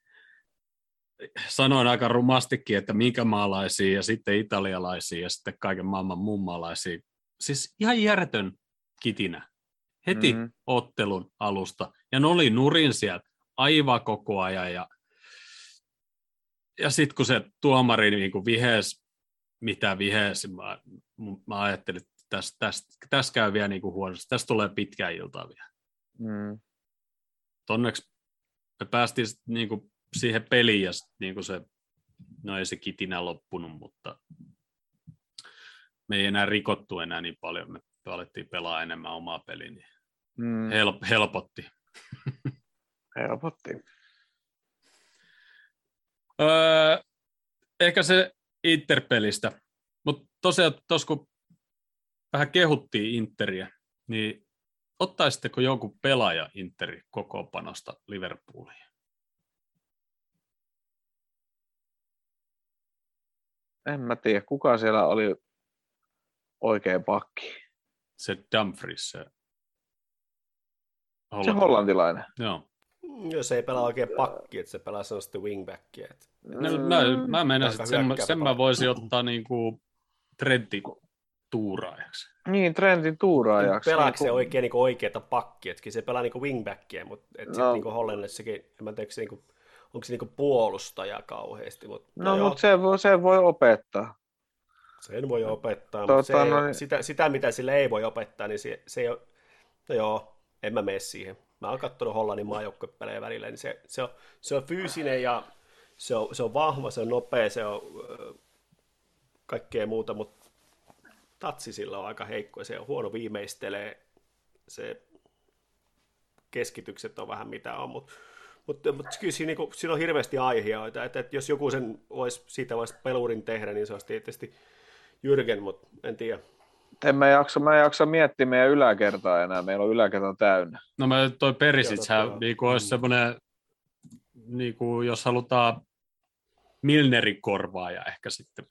Sanoin aika rumastikin, että minkä maalaisia ja sitten italialaisia ja sitten kaiken maailman muun maalaisia. Siis ihan järjetön kitinä heti mm-hmm. ottelun alusta. Ja ne oli nurin siellä aivan koko ajan. Ja, ja sitten kun se tuomari niin kuin vihes, mitä vihes, mä, mä ajattelin, että tässä, tässä, tässä käy vielä niin kuin huonosti. Tässä tulee pitkää iltaa vielä.
Mm.
Onneksi me päästiin niin kuin siihen peliin ja niin kuin se, no ei se kitinä loppunut, mutta me ei enää rikottu enää niin paljon. Me alettiin pelaa enemmän omaa peliä, niin mm. help, helpotti.
Helpotti.
Öö, ehkä se Inter-pelistä, mutta tosiaan tuossa kun vähän kehuttiin Interiä, niin ottaisitteko jonkun pelaaja Interi kokoonpanosta Liverpooliin?
En mä tiedä, kuka siellä oli oikein pakki.
Se Dumfries, se
hollantilainen. Se hollantilainen.
Joo.
Jos ei pelaa oikein pakki, että se pelaa sellaista wingbackia. Että...
No, mä, mä meinasin, että sen, sen mä voisin ottaa niinku Trentin tuuraajaksi.
Niin, Trentin tuuraajaksi.
Pelaako se
niin,
oikein niinku oikeata pakkia? Että se pelaa niinku wingbackia, mutta et no. sitten niinku Hollannissakin, en mä tiedä, niinku, onko se niinku puolustaja kauheasti. Mutta,
no, no mutta se voi, se voi opettaa.
Sen voi opettaa,
tota,
mutta se ei,
no, niin...
sitä, sitä, mitä sille ei voi opettaa, niin se, se ei ole, no joo, en mä mene siihen. Mä oon katsonut Hollannin maajoukkuepelejä välillä, niin se, se, on, se on fyysinen ja se on, se on vahva, se on nopea, se on äh, kaikkea muuta, mutta tatsi sillä on aika heikko ja se on huono viimeistelee, se keskitykset on vähän mitä on, mutta Mutta mut kyllä siinä, niin siinä on hirveästi aiheita, että, että jos joku sen vois, siitä voisi pelurin tehdä, niin se olisi tietysti Jürgen, mutta en tiedä.
En mä jaksa, mä jaksa miettiä meidän yläkertaa enää, meillä on yläkerta täynnä.
No mä toi Perisitshän niinku olisi semmoinen, niinku, jos halutaan Milnerin korvaaja ehkä sitten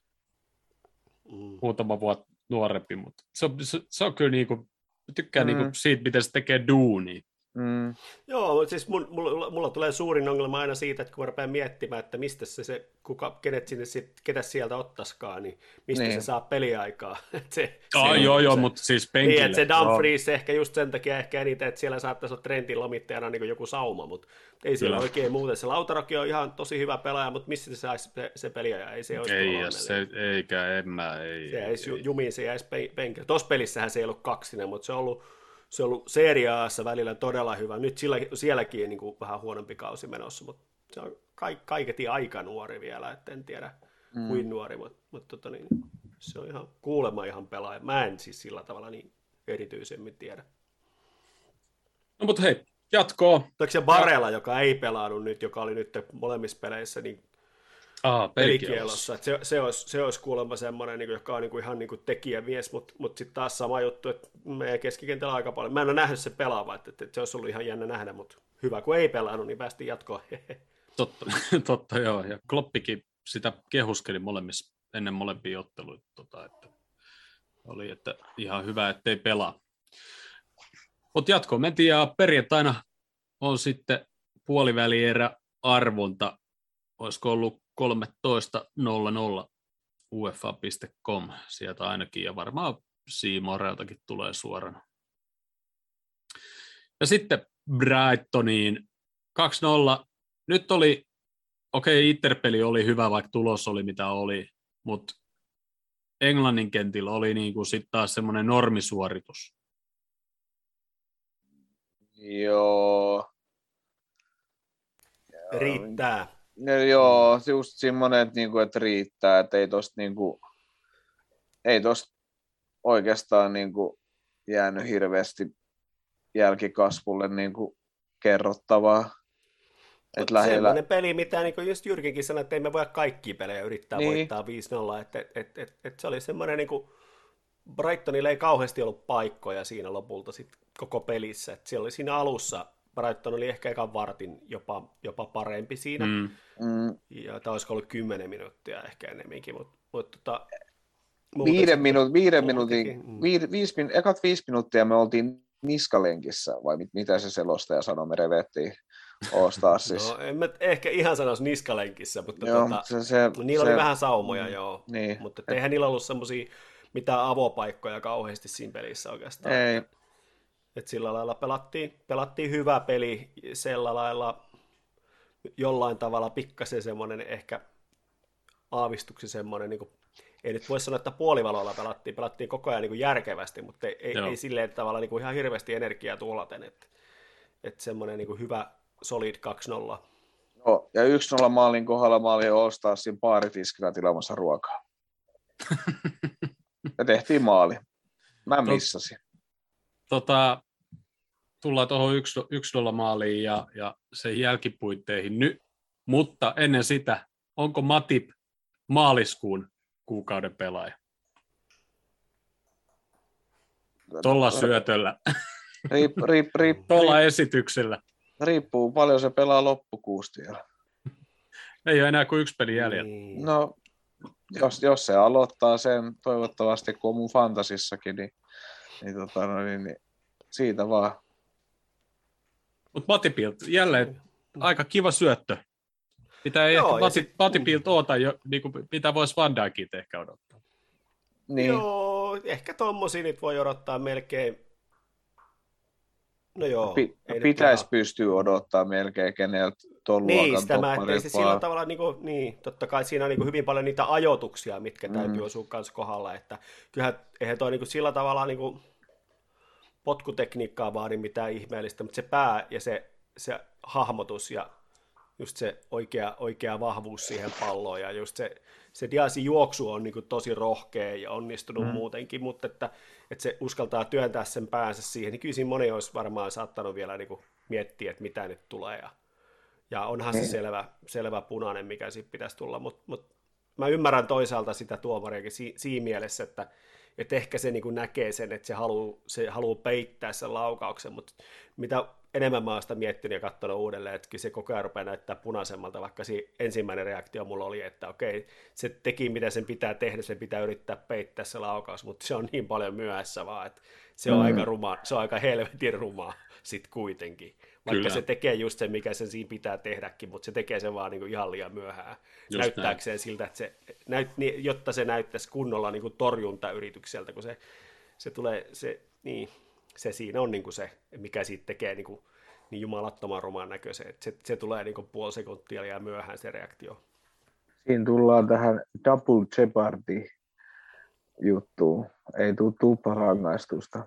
mm. muutama vuotta nuorempi, mutta se on, se, se on kyllä niinku, tykkään mm. niinku siitä, miten se tekee duunia.
Mm.
Joo, mutta siis mun, mulla, mulla tulee suurin ongelma aina siitä, että kun mä rupean miettimään, että mistä se, se kuka, kenet sinne, ketä sieltä ottaskaan, niin mistä niin. se saa peliaikaa. se,
oh,
se,
joo,
se,
joo, mutta siis penkille.
Niin, että se Dumfries no. ehkä just sen takia ehkä eniten, että siellä saattaisi olla Trentin lomittajana niin kuin joku sauma, mutta ei siellä Kyllä. oikein muuten. Se Lautarokin on ihan tosi hyvä pelaaja, mutta missä se saisi se, se peliaja? Ei se olisi
ei, se, eikä, en mä, ei.
Se jäisi jumiin, se jäisi penkille. Tuossa pelissähän se ei ollut kaksinen, mutta se on ollut Se on ollut Serie A:ssa välillä todella hyvä. Nyt sillä, sielläkin niin kuin vähän huonompi kausi menossa, mutta se on ka- kaiketi aika nuori vielä, et en tiedä mm. kuin nuori, mutta, mutta tota niin, se on ihan kuulemma ihan pelaaja. Mä en siis sillä tavalla niin erityisemmin tiedä.
No mutta hei, jatkoa.
Onko se Barella, joka ei pelannut nyt, joka oli nyt molemmissa peleissä, niin
ah,
pelikielossa. Se, se, olisi, se olisi kuulemma semmoinen, niin kuin, joka on niin kuin, ihan niin kuin tekijämies, mutta, mutta sitten taas sama juttu, että meidän keskikentällä aika paljon. Mä en ole nähnyt se pelaava, että, että se olisi ollut ihan jännä nähdä, mutta hyvä, kun ei pelannut, niin päästiin jatkoon.
totta, totta, joo. Ja Kloppikin sitä kehuskeli molemmissa, ennen molempia otteluita, tota, että oli että ihan hyvä, ettei pelaa. Mutta jatkoon mentiin ja perjantaina on sitten puolivälierä arvonta. Olisiko ollut kolmetoista nolla nolla U E F A piste com sieltä ainakin, ja varmaan C Moreltakin tulee suorana. Ja sitten Brightoniin kaksi nolla. Nyt oli, okei, okay, Inter-peli oli hyvä, vaikka tulos oli mitä oli, mutta Englannin kentillä oli niin kuin sitten taas semmoinen normisuoritus.
Joo.
Riittää.
No, joo, just semmoinen, että, niinku, että riittää, että ei tosta, niinku, ei tosta oikeastaan niinku, jäänyt hirveästi jälkikasvulle niinku, kerrottavaa.
Et lähellä... Sellainen peli, mitä niin kuin just Jyrkinkin sanoi, että ei me voi kaikkia pelejä yrittää niin. voittaa viisi nolla, että et, et, et, et se oli semmoinen, niin kuin Brightonilla ei kauheasti ollut paikkoja siinä lopulta sit koko pelissä, että siellä oli siinä alussa Brighton oli ehkä ekan vartin jopa, jopa parempi siinä, mm. Mm. ja tämä olisiko ollut kymmenen minuuttia ehkä enemmänkin, mutta mut, tota,
viiden, minu- viiden minuutin, mm. viis, viis, ekat viisi minuuttia me oltiin niskalenkissä, vai mit, mitä se selostaja sanoi, me revettiin All-Starsissa.
No, en mä ehkä ihan sanoisi niskalenkissä, mutta
joo,
tota,
se, se,
niillä
se,
oli vähän saumoja, mm, joo,
niin,
mutta et, eihän niillä ollut semmoisia mitään avopaikkoja kauheasti siinä pelissä oikeastaan.
Ei.
Et sillä lailla pelattiin, pelattiin hyvä peli, sillä lailla jollain tavalla pikkasen semmoinen ehkä aavistuksen semmoinen, niin kuin, ei nyt voi sanoa, että puolivaloilla pelattiin, pelattiin koko ajan niin kuin järkevästi, mutta ei, ei, ei silleen tavalla niin kuin ihan hirveästi energiaa tuolaten, että et semmoinen niin kuin hyvä solid kaksi nolla.
No, ja yksi nolla maalin kohdalla mä olin All-Starsin baaritiskillä tilaamassa ruokaa. Ja tehtiin maali. Mä missasin.
Tota, tullaan tuohon yksi nolla maaliin ja, ja sen jälkipuitteihin nyt, mutta ennen sitä onko Matip maaliskuun kuukauden pelaaja? Tuolla syötöllä.
Riip, riip, riip,
Tuolla
riip,
esityksellä.
riippuu paljon se pelaa loppukuusta.
Ei ole enää kuin yksi peli jäljellä.
Niin.
No, jos, jos se aloittaa sen, toivottavasti kun on mun fantasissakin, niin, niin, tota, no, niin, niin siitä vaan.
Mutta Matipilta jälleen aika kiva syöttö. Mitä ei
Joo,
ehkä Mati,
sit...
Matipilta oota, jo, niin kuin, mitä voisi Van Dijkilta ehkä odottaa.
Niin.
Joo, ehkä tommosia nyt voi odottaa melkein. No joo.
Pi-
ei
pitäisi
ihan...
pystyä odottaa melkein keneltä tuon
niin,
luokan
sitä mä, ettei se sillä
vaan...
tavalla, niin, kuin, niin totta kai siinä on niin kuin hyvin paljon niitä ajoituksia, mitkä
Mm.
täytyy osua kanssa kohdalla, että kyllähän eihän toi niin kuin sillä tavalla niin kuin potkutekniikkaa vaadi mitään ihmeellistä, mutta se pää ja se, se hahmotus ja just se oikea, oikea vahvuus siihen palloon ja just se, se Diasin juoksu on niin kuin tosi rohkea ja onnistunut mm. muutenkin, mutta että, että se uskaltaa työntää sen päänsä siihen, niin kyllä siinä moni olisi varmaan saattanut vielä niin kuin miettiä, että mitä nyt tulee ja, ja onhan se selvä, selvä punainen, mikä siitä pitäisi tulla, mutta mut mä ymmärrän toisaalta sitä tuomariakin si, siinä mielessä, että että ehkä se niin kuin näkee sen, että se haluaa, se haluaa peittää sen laukauksen, mutta mitä enemmän mä oon sitä miettinyt ja katsonut uudelleen, että se koko ajan rupeaa näyttää punaisemmalta, vaikka ensimmäinen reaktio mulla oli, että okei, se teki mitä sen pitää tehdä, sen pitää yrittää peittää se laukaus, mutta se on niin paljon myöhässä vaan, että se on mm. aika ruma, se on aika helvetin rumaa sitten kuitenkin. Vaikka Kyllä. se tekee just sen, mikä sen siinä pitää tehdäkin, mutta se tekee sen vaan niin kuin ihan liian myöhään. Just näyttääkseen näin. Siltä, että se, näyt, jotta se näyttäisi kunnolla niin kuin torjuntayritykseltä, kun se, se tulee, se, niin, se siinä on niin kuin se, mikä siitä tekee niin, kuin, niin jumalattoman ruman näköisen. Että se, se tulee niin kuin puoli sekuntia liian myöhään se reaktio.
Siinä tullaan tähän double jeopardy juttuun. Ei tule tuplarangaistusta.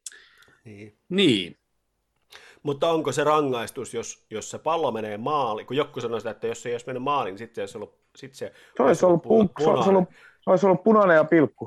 Niin.
Niin.
Mutta onko se rangaistus, jos, jos se pallo menee maaliin? Kun joku sanoi sitä, että jos se ei olisi mennyt maaliin, niin sitten se olisi ollut, sit se
se olisi ollut, pun, se olisi ollut, se olisi ollut punainen ja pilkku.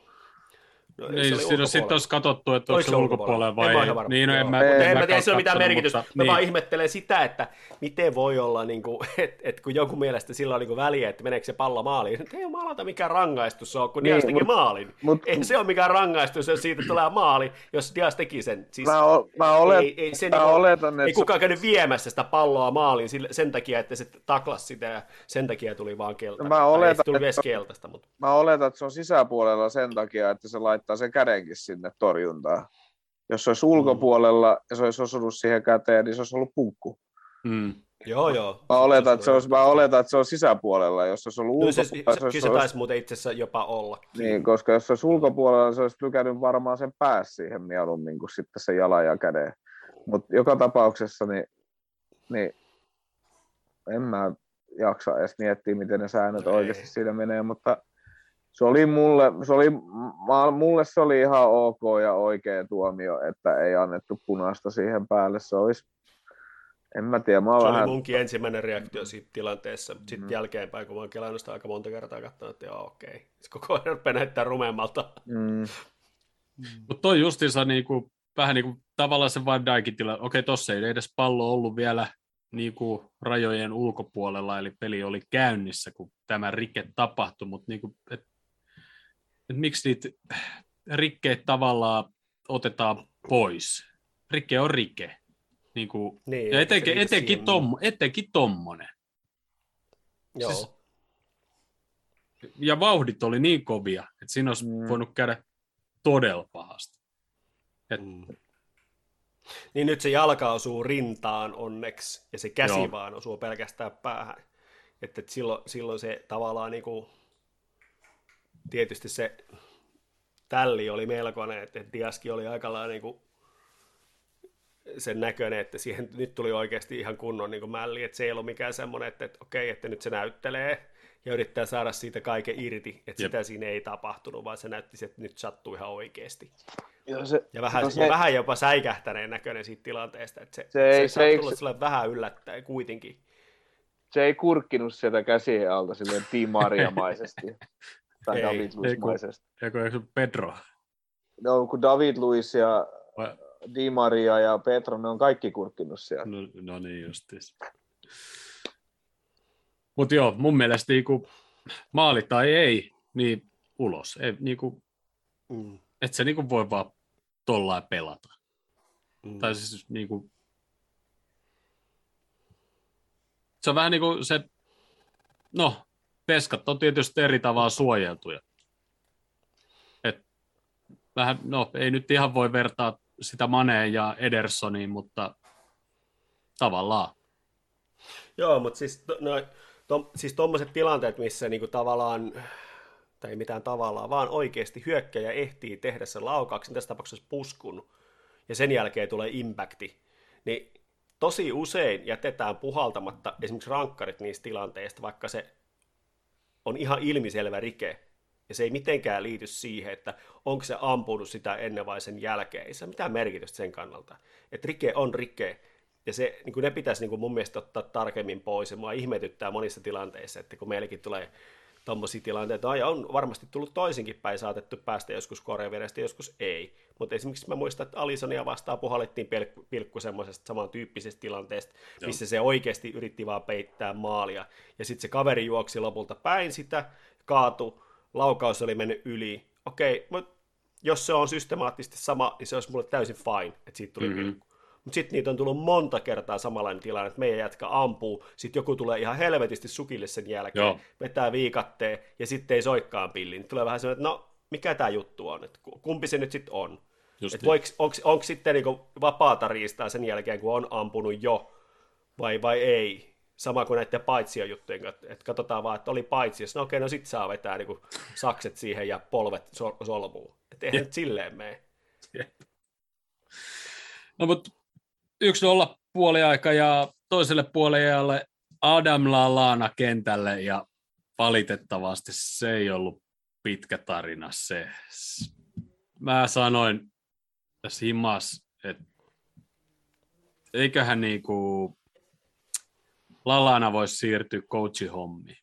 No, niin, siinä sitten olisi katsottu, että onko se ulkopuolella vai ei.
Niin,
no, en mä,
mutta
en
en
mä
mä tiedä, se on mitään merkitystä.
Mutta,
mä
niin.
vaan ihmettelen sitä, että miten voi olla, niin että et kun joku mielestä sillä on niin väliä, että meneekö se pallo maaliin. Että ei jumalauta mikään rangaistus se on, kun Dias niin, teki mut, maalin. Mut, ei se ole mikään rangaistus, jos siitä tulee maali, jos Dias teki sen. Siis,
mä, o, mä, olet,
ei, ei, se
mä
niin,
oletan,
ei kukaan käynyt viemässä sitä palloa maaliin sen takia, että se taklasi sitä ja sen takia tuli vaan keltainen. Mä oletan, tuli edes keltaista, mutta...
mä oletan, että se on sisäpuolella sen takia, että se laittaa sen kädenkin sinne torjuntaan. Jos se olisi ulkopuolella ja se olisi osunut siihen käteen, niin se olisi ollut punkku.
Mm.
Joo, joo.
Mä oletan, että se olisi, mä oletan, että se on sisäpuolella. Jos se olisi ollut
no,
ulkopuolella...
Se, se, se, se taisi muuten itse asiassa jopa olla.
Niin, koska jos se olisi ulkopuolella, se olisi lykännyt varmaan sen päässä siihen mieluummin kuin sitten se jalan ja käden. Mutta joka tapauksessa, niin, niin en mä jaksa edes miettiä, miten ne säännöt no oikeasti siinä menee, mutta se oli mulle, se oli, mulle se oli ihan ok ja oikea tuomio, että ei annettu punaista siihen päälle. Se olisi, en mä tiedä. Mä
se
vähän...
oli munkin ensimmäinen reaktio siitä tilanteessa. Sitten mm. jälkeenpäin, kun mä oon kelannut sitä aika monta kertaa katsonut, että joo, okei. Se koko ajan rupeaa näyttää rumemmalta.
Mm.
Mm. Mutta toi justiinsa niinku, vähän niin kuin tavallaan se Van Dijkin tila. Okei, tossa ei edes pallo ollut vielä niinku rajojen ulkopuolella, eli peli oli käynnissä, kun tämä rike tapahtui, mutta niinku, et, et miksi niitä rikkeet tavallaan otetaan pois? Rike on rike. Niinku,
niin,
ja etenkin, etenkin, tom, etenkin tommonen.
Joo.
Siis, ja vauhdit oli niin kovia, että siinä olisi mm. voinut käydä todella pahasti. Et, mm.
Niin nyt se jalka osuu rintaan onneksi, ja se käsi
Joo.
vaan osuu pelkästään päähän. Että et silloin, silloin se tavallaan niinku, tietysti se tälli oli melkoinen, että et Diaskin oli aika lailla niinku sen näköinen, että siihen nyt tuli oikeasti ihan kunnon niin kuin mälli, että se ei ollut mikään semmoinen, että, että okei, että nyt se näyttelee ja yrittää saada siitä kaiken irti, että Jep. sitä siinä ei tapahtunut, vaan se näytti, että nyt sattuu ihan oikeasti. Ja, se, ja, vähän, se, ja vähän jopa säikähtäneen näköinen siitä tilanteesta, että se, se, se ei se tullut sille vähän yllättäen kuitenkin.
Se ei kurkkinut sieltä käsien alta silleen Timaria-maisesti tai David Luiz-maisesti.
Eikö, eikö Pedro?
No, kun David Luiz ja Vai? Di Maria ja Petro, ne on kaikki kurkkinut siellä.
No, no niin justiis. Mutta joo, mun mielestä niinku, maali tai ei, niin ulos. Ei, niinku,
Mm.
et se niinku voi vaan tollain pelata.
Mm.
Tai siis niinku, se on vähän niin kuin se, no, peskat on tietysti eri tavalla suojeltuja. Et vähän, no, ei nyt ihan voi vertaa sitä Maneen ja Edersoniin, mutta tavallaan.
Joo, mutta siis, to, no, to, siis tommoset tilanteet, missä niinku tavallaan, tai ei mitään tavallaan, vaan oikeasti hyökkäjä ehtii tehdä sen laukauksen, tässä tapauksessa puskun, ja sen jälkeen tulee impacti, niin tosi usein jätetään puhaltamatta esimerkiksi rankkarit niistä tilanteista, vaikka se on ihan ilmiselvä rike, ja se ei mitenkään liity siihen, että onko se ampunut sitä ennen vai sen jälkeen. Ei se ole mitään merkitystä sen kannalta. Että rike on rike, ja se, niin ne pitäisi niin mun mielestä ottaa tarkemmin pois, ja mua ihmetyttää monissa tilanteissa, että kun meilläkin tulee tommosia tilanteita, ja on varmasti tullut toisinkin päin, saatettu päästä joskus korjan vierestä, joskus ei. Mutta esimerkiksi mä muistan, että Alisonia vastaan puhallettiin pilkku, pilkku semmoisesta samantyyppisestä tilanteesta, missä Joo. se oikeasti yritti vaan peittää maalia. Ja sitten se kaveri juoksi lopulta päin sitä, kaatu, laukaus oli mennyt yli. Okei, mutta jos se on systemaattisesti sama, niin se olisi mulle täysin fine, että siitä tuli mm-hmm. pilkku. Mutta sitten niitä on tullut monta kertaa samanlainen tilanne, että meidän jätkä ampuu, sitten joku tulee ihan helvetisti sukille sen jälkeen, Joo. vetää viikatteen ja sitten ei soikkaan pilliin. Niin tulee vähän sellainen, että no, mikä tämä juttu on, että kumpi se nyt sitten on. Että onko, onko sitten niinku vapaata riistaa sen jälkeen, kun on ampunut jo, vai, vai ei? Sama kuin näiden paitsio juttujen, että katsotaan vaan, että oli paitsi, jos no okei, no sitten saa vetää niinku sakset siihen ja polvet sol- solmuun. Että eihän nyt silleen mene.
No mutta yksi nolla puoliaika ja toiselle puoliajalle Adam Lallana kentälle ja valitettavasti se ei ollut pitkä tarina se. Mä sanoin tässä himas, että eiköhän niinku Lallana voisi siirtyä coachihommiin.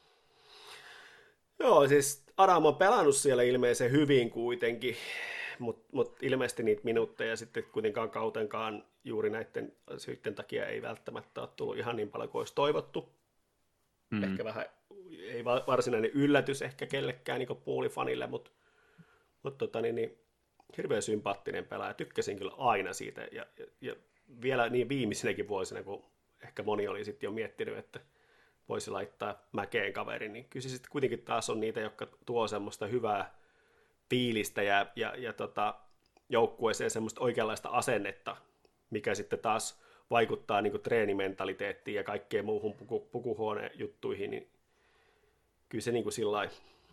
Joo, siis Adam on pelannut siellä ilmeisen hyvin kuitenkin, mutta mut ilmeisesti niitä minuutteja sitten kuitenkaan kautenkaan juuri näiden syiden takia ei välttämättä ole tullut ihan niin paljon kuin olisi toivottu. Mm. Ehkä vähän, ei varsinainen yllätys ehkä kellekään niin puolifanille, mutta mut tota, niin, niin, hirveän sympaattinen pelaaja. Tykkäsin kyllä aina siitä ja, ja, ja vielä niin viimeisinäkin vuosina, kun ehkä moni oli sitten jo miettinyt, että voisi laittaa mäkeen kaverin, niin kyllä se sitten kuitenkin taas on niitä, jotka tuo semmoista hyvää fiilistä ja, ja, ja tota, joukkueeseen semmoista oikeanlaista asennetta, mikä sitten taas vaikuttaa niin kuin treenimentaliteettiin ja kaikkeen muuhun puku, pukuhuonejuttuihin, niin kyllä se niin kuin sillain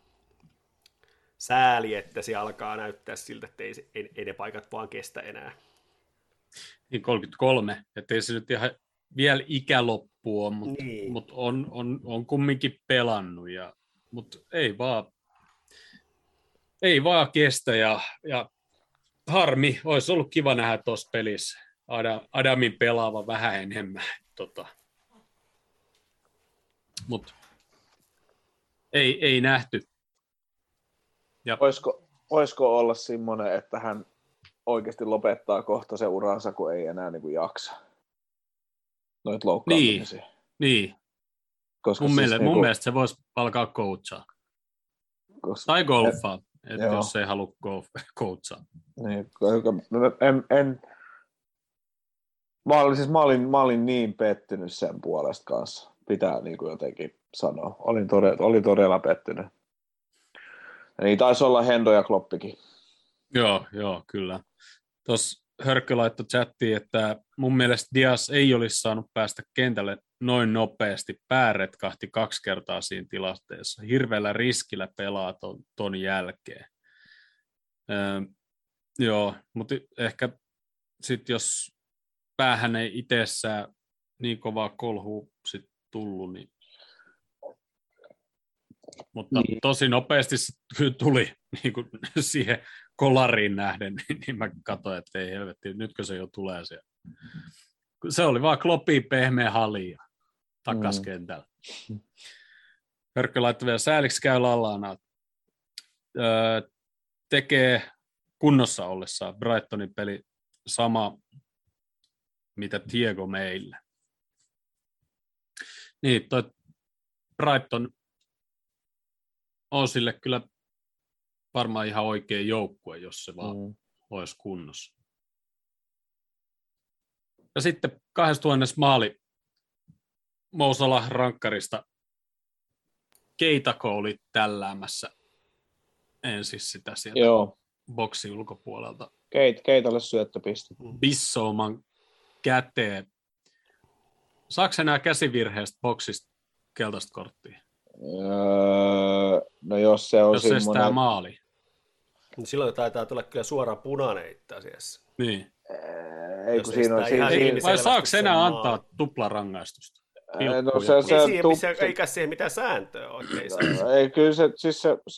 sääli, että se alkaa näyttää siltä, että ei, ei, ei ne paikat vaan kestä enää.
Niin kolmekymmentäkolme, ettei se nyt ihan vielä ikäloppu on, mutta
niin.
mut on, on, on kumminkin pelannut, ja, mutta ei vaan, ei vaan kestä, ja, ja harmi, olisi ollut kiva nähdä tuossa pelissä Adam, Adamin pelaava vähän enemmän, tota. mutta ei, ei nähty. Ja.
Voisiko, voisiko olla semmoinen, että hän oikeasti lopettaa kohta se uransa, kun ei enää niin kuin jaksa? Noit loukkaantumisia.
Niin, niin.
Koska
mun,
siis
mielestä,
niin
mun
kuin,
mielestä se voisi alkaa coachaa.
Koska,
tai golfaa, et,
et,
jos ei halua golf, coachaa.
Niin, en, en, mä, olin, siis mä, olin, mä olin niin pettynyt sen puolesta kanssa, pitää niin kuin jotenkin sanoa. Olin todella, olin todella pettynyt. Ja niin taisi olla Hendo ja Kloppikin.
Joo, joo, kyllä. Tuossa Hörkkö laittoi chattiin, että mun mielestä Dias ei olisi saanut päästä kentälle noin nopeasti. Pää retkahti kaksi kertaa siinä tilanteessa. Hirveällä riskillä pelaa ton, ton jälkeen. Öö, joo, mutta ehkä sitten jos päähän ei itsessään niin kovaa kolhua sit tullut, niin mutta niin. Tosi nopeasti se kyllä tuli niin kuin siihen kolariin nähden, niin mä katsoin, että ei helvetti, nytkö se jo tulee siellä. Se oli vaan Kloppi pehmeä halia takaskentällä. Mm. Hörkkö laittoi vielä sääliksi käy Lallana. Öö, tekee kunnossa ollessaan Brightonin peli sama, mitä Diego meillä. Niin, toi Brighton on sille kyllä varmaan ihan oikea joukkue, jos se vaan mm. olisi kunnossa. Ja sitten kaksituhatta maali Mo Salah rankkarista. Keitako oli tälläämässä ensin sitä sieltä
Joo.
boksin ulkopuolelta.
Keit, Keitalle syöttöpiste.
Bissouman käteen. Saako enää käsivirheestä boksista keltaista korttia?
Öö, no jos se on
jos
semmoinen...
estää maali.
Silloin taitaa tulla kyllä suoraan punainen itse asiassa.
Niin.
Ei, kun siinä on, siinä,
ei, vai saako enää antaa maali. Tuplarangaistusta?
No se, se,
ei, siihen,
tup...
missä, eikä siihen mitään sääntöä oikein.
No, ei, kyllä se, siis se, se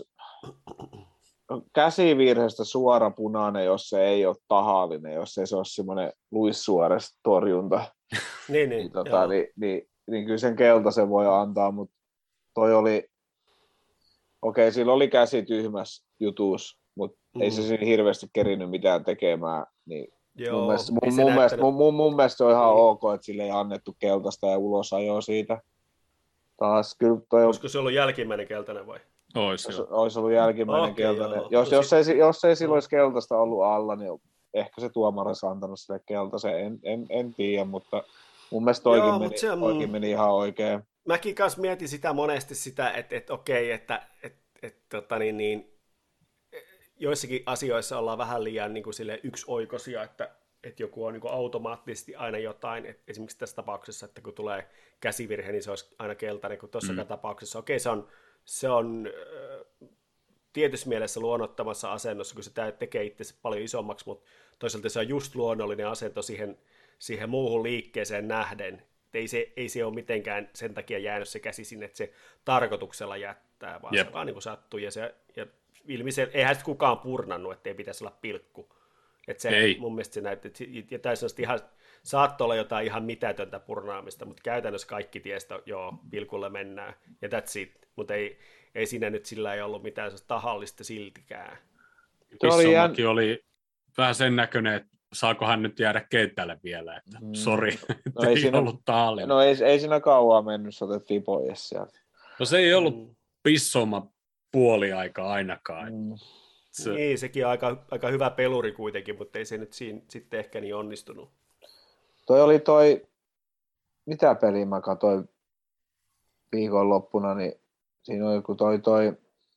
käsivirheestä suora punainen, jos se ei ole tahallinen, jos ei se ole semmoinen Luis Suárez torjunta.
niin, niin,
niin, tota, niin, niin, niin kyllä sen keltaisen voi antaa, mutta toi oli, okei, sillä oli käsi tyhmässä jutuus, mutta mm. ei se siinä hirveästi kerinyt mitään tekemään, niin
Joo,
mun, mielestä, mun, mun, mielestä, mun, mun, mun mielestä se on ihan niin. ok, että sille ei annettu keltaista ja ulos ajoa siitä. Taas, kyllä toi
Olisiko se ollut jälkimmäinen keltainen vai?
Ois,
olisi, olisi ollut jälkimmäinen
okay,
keltainen.
Joo.
Jos,
no,
jos, ei, jos ei silloin olisi keltaista ollut alla, niin ehkä se tuomari olisi antanut sille keltaisen, en, en, en tiedä, mutta mun mielestä toikin, joo, meni, se, toikin meni ihan oikein.
Mäkin kanssa mietin sitä monesti sitä, että, että okei, että, että, että, että niin, niin, joissakin asioissa ollaan vähän liian niin kuin sille yksioikoisia, että, että joku on niin kuin automaattisesti aina jotain, että esimerkiksi tässä tapauksessa, että kun tulee käsivirhe, niin se olisi aina keltainen, kun tuossakaan mm. tapauksessa, okei, se on, se on äh, tietyssä mielessä luonnottomassa asennossa, kun se tekee itse paljon isommaksi, mutta toisaalta se on just luonnollinen asento siihen, siihen muuhun liikkeeseen nähden. Ei se, ei se ole mitenkään sen takia jäänyt se käsi sinne, että se tarkoituksella jättää, vaan Jep. se vaan niin kuin sattuu. Ja, se, ja ilmiselvästi, eihän sitä kukaan purnannut, että ei pitäisi olla pilkku. Että se, ei. Mun mielestä se näytti, ja täysin ihan, saattoi olla jotain ihan mitätöntä purnaamista, mutta käytännössä kaikki tiestä, joo, pilkulle mennään, ja that's it. Mutta ei, ei siinä nyt sillä ei ollut mitään tahallista siltikään.
Pissomakin oli vähän sen näköinen, että saakohan nyt jäädä kentälle vielä, että mm. sori,
no
ei,
ei siinä,
ollut tahallinen.
No ei, ei siinä kauan mennyt, se otettiin pois sieltä.
No se ei ollut mm. Pissoma puoliaika ainakaan. Mm.
Se... Niin, sekin on aika, aika hyvä peluri kuitenkin, mutta ei se nyt siinä sitten ehkä niin onnistunut.
Toi oli toi, mitä peliä mä katsoin viikonloppuna, niin siinä oli kun toi toi,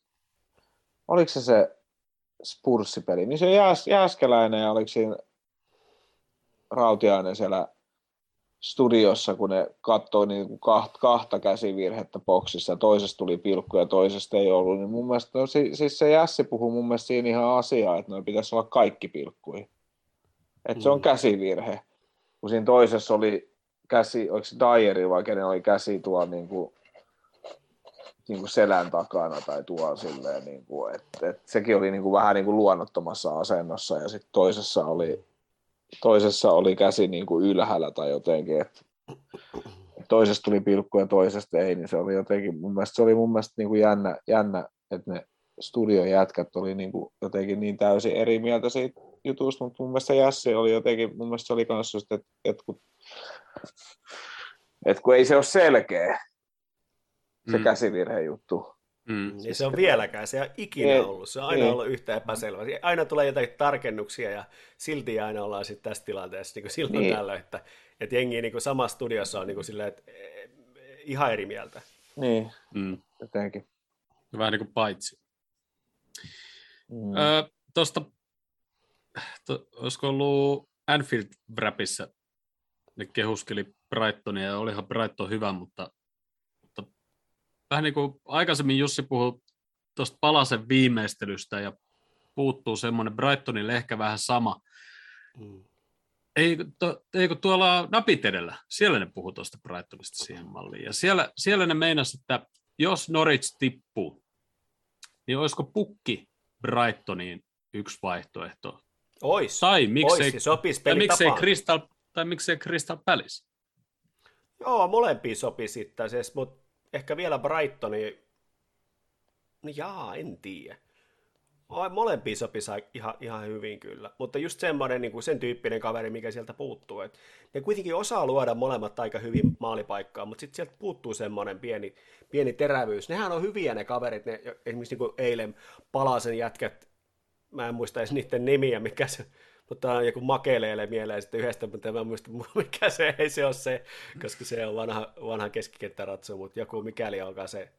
oliko se se Spurssipeli, niin se Jääs, Jääskeläinen ja oliko siinä Rautiainen siellä studiossa, kun ne katsoi niin kahta, kahta käsivirhettä boksissa, toisesta tuli pilkku ja toisesta ei ollut, niin mun mielestä, no, siis se Jässi puhuu mun mielestä siinä ihan asiaa, että noin pitäisi olla kaikki pilkkuja. Että se on käsivirhe. Kun siinä toisessa oli käsi, oliko se Dyeri vai kenen oli käsi tuolla niin kuin, niin kuin selän takana tai tuolla silleen, niin kuin, että, että sekin oli niin kuin vähän niin kuin luonnottomassa asennossa ja sitten toisessa oli toisessa oli käsi niin kuin ylhäällä tai jotenkin, että toisesta tuli pilkku ja toisesta ei, niin se oli jotenkin, mun mielestä se oli mun mielestä niin kuin jännä, jännä, että ne studion jätkät oli niin kuin jotenkin niin täysin eri mieltä siitä jutusta, mutta mun mielestä Jässi oli jotenkin, mun mielestä se oli kanssa just, että, että, kun, että kun ei se ole selkeä, se mm. käsivirhe juttu.
Mm. Ei se on vieläkään, se ei ikinä ei, ollut, se on aina ei. ollut yhtä epäselvä. Aina tulee jotain tarkennuksia ja silti aina ollaan sitten tässä tilanteessa niin kuin silloin niin. tällöin, että, että jengi niin kuin samassa studiossa on niin kuin silleen, että ihan eri mieltä.
Niin, mm. jotenkin.
Vähän niin kuin paitsi. Mm. Öö, Tuosta, to, olisiko ollut Anfield-wrapissa, ne kehuskeli Brightonia ja olihan Brighton hyvä, mutta vähän niin kuin aikaisemmin Jussi puhui tuosta Palasen viimeistelystä ja puuttuu semmoinen Brightonille ehkä vähän sama. Mm. Eikö, to, eikö tuolla napit edellä, siellä ne puhuu tuosta Brightonista siihen malliin. Ja siellä, siellä ne meinasi, että jos Norwich tippuu, niin olisiko pukki Brightoniin yksi vaihtoehto?
Ois,
tai miksei,
Ois, sopisi
tai miksei Crystal, tai miksei Crystal Palace?
Joo, molempia sopisi sitten, mutta ehkä vielä Brightoni, no jaa, en tiedä. molempia sopisi ihan, ihan hyvin kyllä, mutta just semmoinen niin kuin sen tyyppinen kaveri, mikä sieltä puuttuu. Et ne kuitenkin osaa luoda molemmat aika hyvin maalipaikkaa, mutta sitten sieltä puuttuu semmoinen pieni, pieni terävyys. Nehän on hyviä ne kaverit, ne, esimerkiksi niin kuin eilen Palasen jätkät, mä en muista edes niiden nimiä, mikä se, mutta joku Makeleelle mieleen sitten yhdestä, mutta mä en muista, mikä se ei se ole se, koska se on vanha, vanha keskikenttäratsu, mutta joku mikäli onkaan se,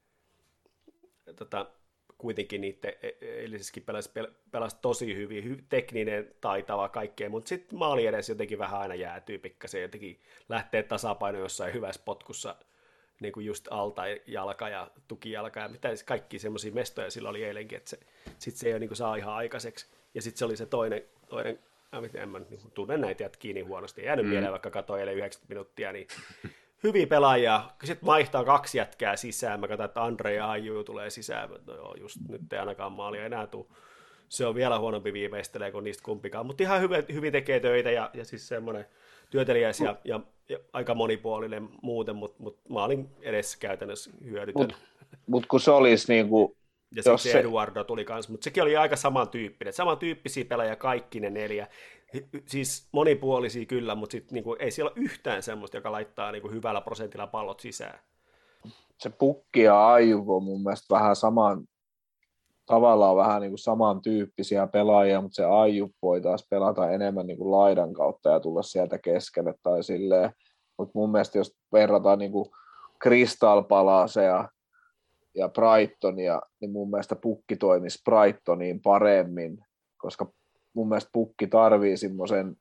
tota, kuitenkin niiden eilisessäkin pelasi, pelasi tosi hyvin, hy, tekninen, taitava, kaikkea, mutta sitten maali edes jotenkin vähän aina jäätyy pikkasen, jotenkin lähtee tasapaino jossain hyvässä potkussa, niin kuin just alta jalka ja tukijalka ja mitä kaikki semmoisia mestoja sillä oli eilenkin, että se, sit se ei ole niin kuin saa ihan aikaiseksi. Ja sitten se oli se toinen, toinen en mä niin tunne näitä jätkiä niin huonosti, ei jäänyt mm. mieleen, vaikka katsoin eilen yhdeksänkymmentä minuuttia, niin hyviä pelaajia, sitten vaihtaa kaksi jätkää sisään, mä katsoin, että Andre ja Aiju tulee sisään, no joo, just nyt ei ainakaan maalia enää tule, se on vielä huonompi viimeistelee kuin niistä kumpikaan, mutta ihan hyvin, hyvin tekee töitä ja, ja siis semmoinen työtelijäs ja, ja, ja aika monipuolinen muuten, mutta mut maalin edessä käytännössä hyödytön.
Mutta mut kun se olisi niin kuin...
Ja sitten se Eduardo tuli kanssa, mutta sekin oli aika samantyyppinen. Samantyyppisiä pelaajia kaikki ne neljä. Siis monipuolisia kyllä, mutta sit niinku, ei siellä ole yhtään semmoista, joka laittaa niinku hyvällä prosentilla pallot sisään.
Se Pukki ja Aiju on mun mielestä vähän saman, tavallaan vähän niinku samantyyppisiä pelaajia, mutta se Aiju voi taas pelata enemmän niinku laidan kautta ja tulla sieltä keskelle tai silleen. Mutta mun mielestä jos verrataan niinku Crystal Palacea ja Brightonia, niin mun mielestä Pukki toimisi Brightoniin paremmin, koska mun mielestä Pukki tarvii semmoisen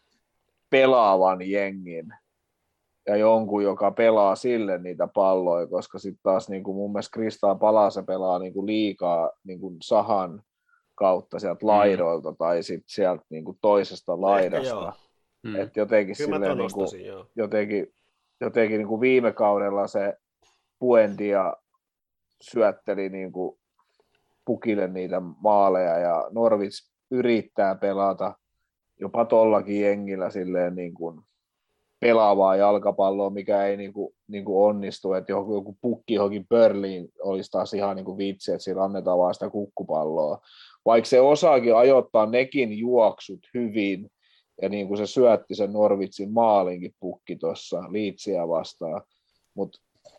pelaavan jengin ja jonkun, joka pelaa sille niitä palloja, koska sitten taas niin kuin mun mielestä Crystal Palace pelaa niin kuin liikaa niin kuin sahan kautta sieltä laidoilta mm. tai sitten sieltä niin kuin toisesta laidasta. Mm. Et jotenkin silleen, niin kuin, jotenkin, jotenkin niin kuin viime kaudella se Buendia syötteli niin kuin Pukille niitä maaleja ja Norwich yrittää pelata jopa tollakin jengillä silleen niin kuin pelaavaa jalkapalloa, mikä ei niin kuin, niin kuin onnistu, että joku, joku Pukki johonkin Burnleyin olisi taas ihan niin kuin vitsi, että sillä annetaan vaan sitä kukkupalloa. Vaikka se osaakin ajoittaa nekin juoksut hyvin, ja niin kuin se syötti sen Norwichin maalinkin Pukki tuossa Leedsiä vastaan, mutta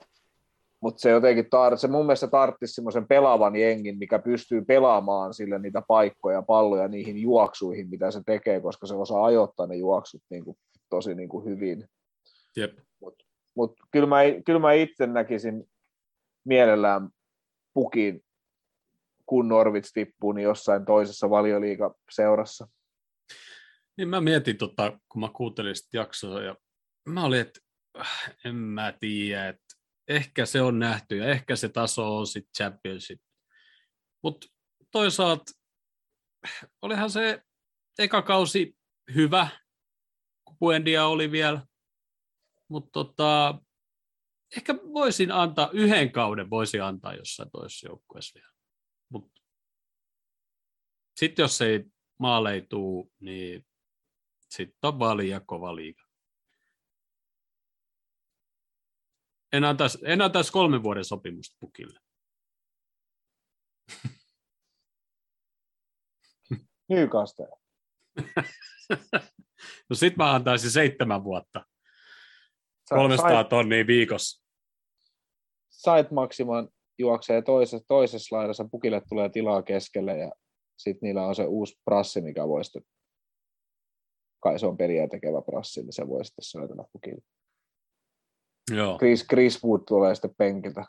Mutta se jotenkin, tar- se mun mielestä tarvitsisi semmoisen pelaavan jengin, mikä pystyy pelaamaan sille niitä paikkoja, palloja niihin juoksuihin, mitä se tekee, koska se osaa ajoittaa ne juoksut niin kuin, tosi niin kuin hyvin. Mutta mut kyllä mä, kyl mä itse näkisin mielellään Pukin, kun Norwich tippuu, niin jossain toisessa Valioliigaseurassa.
Niin mä mietin, tota, kun mä kuuntelin sitä jaksoa, ja mä olin, että en mä tiedä, että ehkä se on nähty ja ehkä se taso on sitten championship. Mutta toisaalta olihan se eka kausi hyvä, kun Buendia oli vielä. Mutta tota, ehkä voisin antaa, yhden kauden voisi antaa jossain toisessa joukkueessa vielä. Mutta sitten jos ei maaleja tuu, niin sitten on vaan liian kova liiga. En antaisi, en antaisi kolmen vuoden sopimusta Pukille.
Newcastle.
No sit mä antaisin seitsemän vuotta. kolmesataa tonnia viikossa.
Sait Maximan juoksee toisessa, toisessa laidassa, Pukille tulee tilaa keskelle ja sitten niillä on se uusi prassi, mikä voi sitten, kai se on peliä tekevä prassi, niin se voi sitten soitella Pukille.
Joo.
Chris, Chris Wood tulee sitten penkiltä.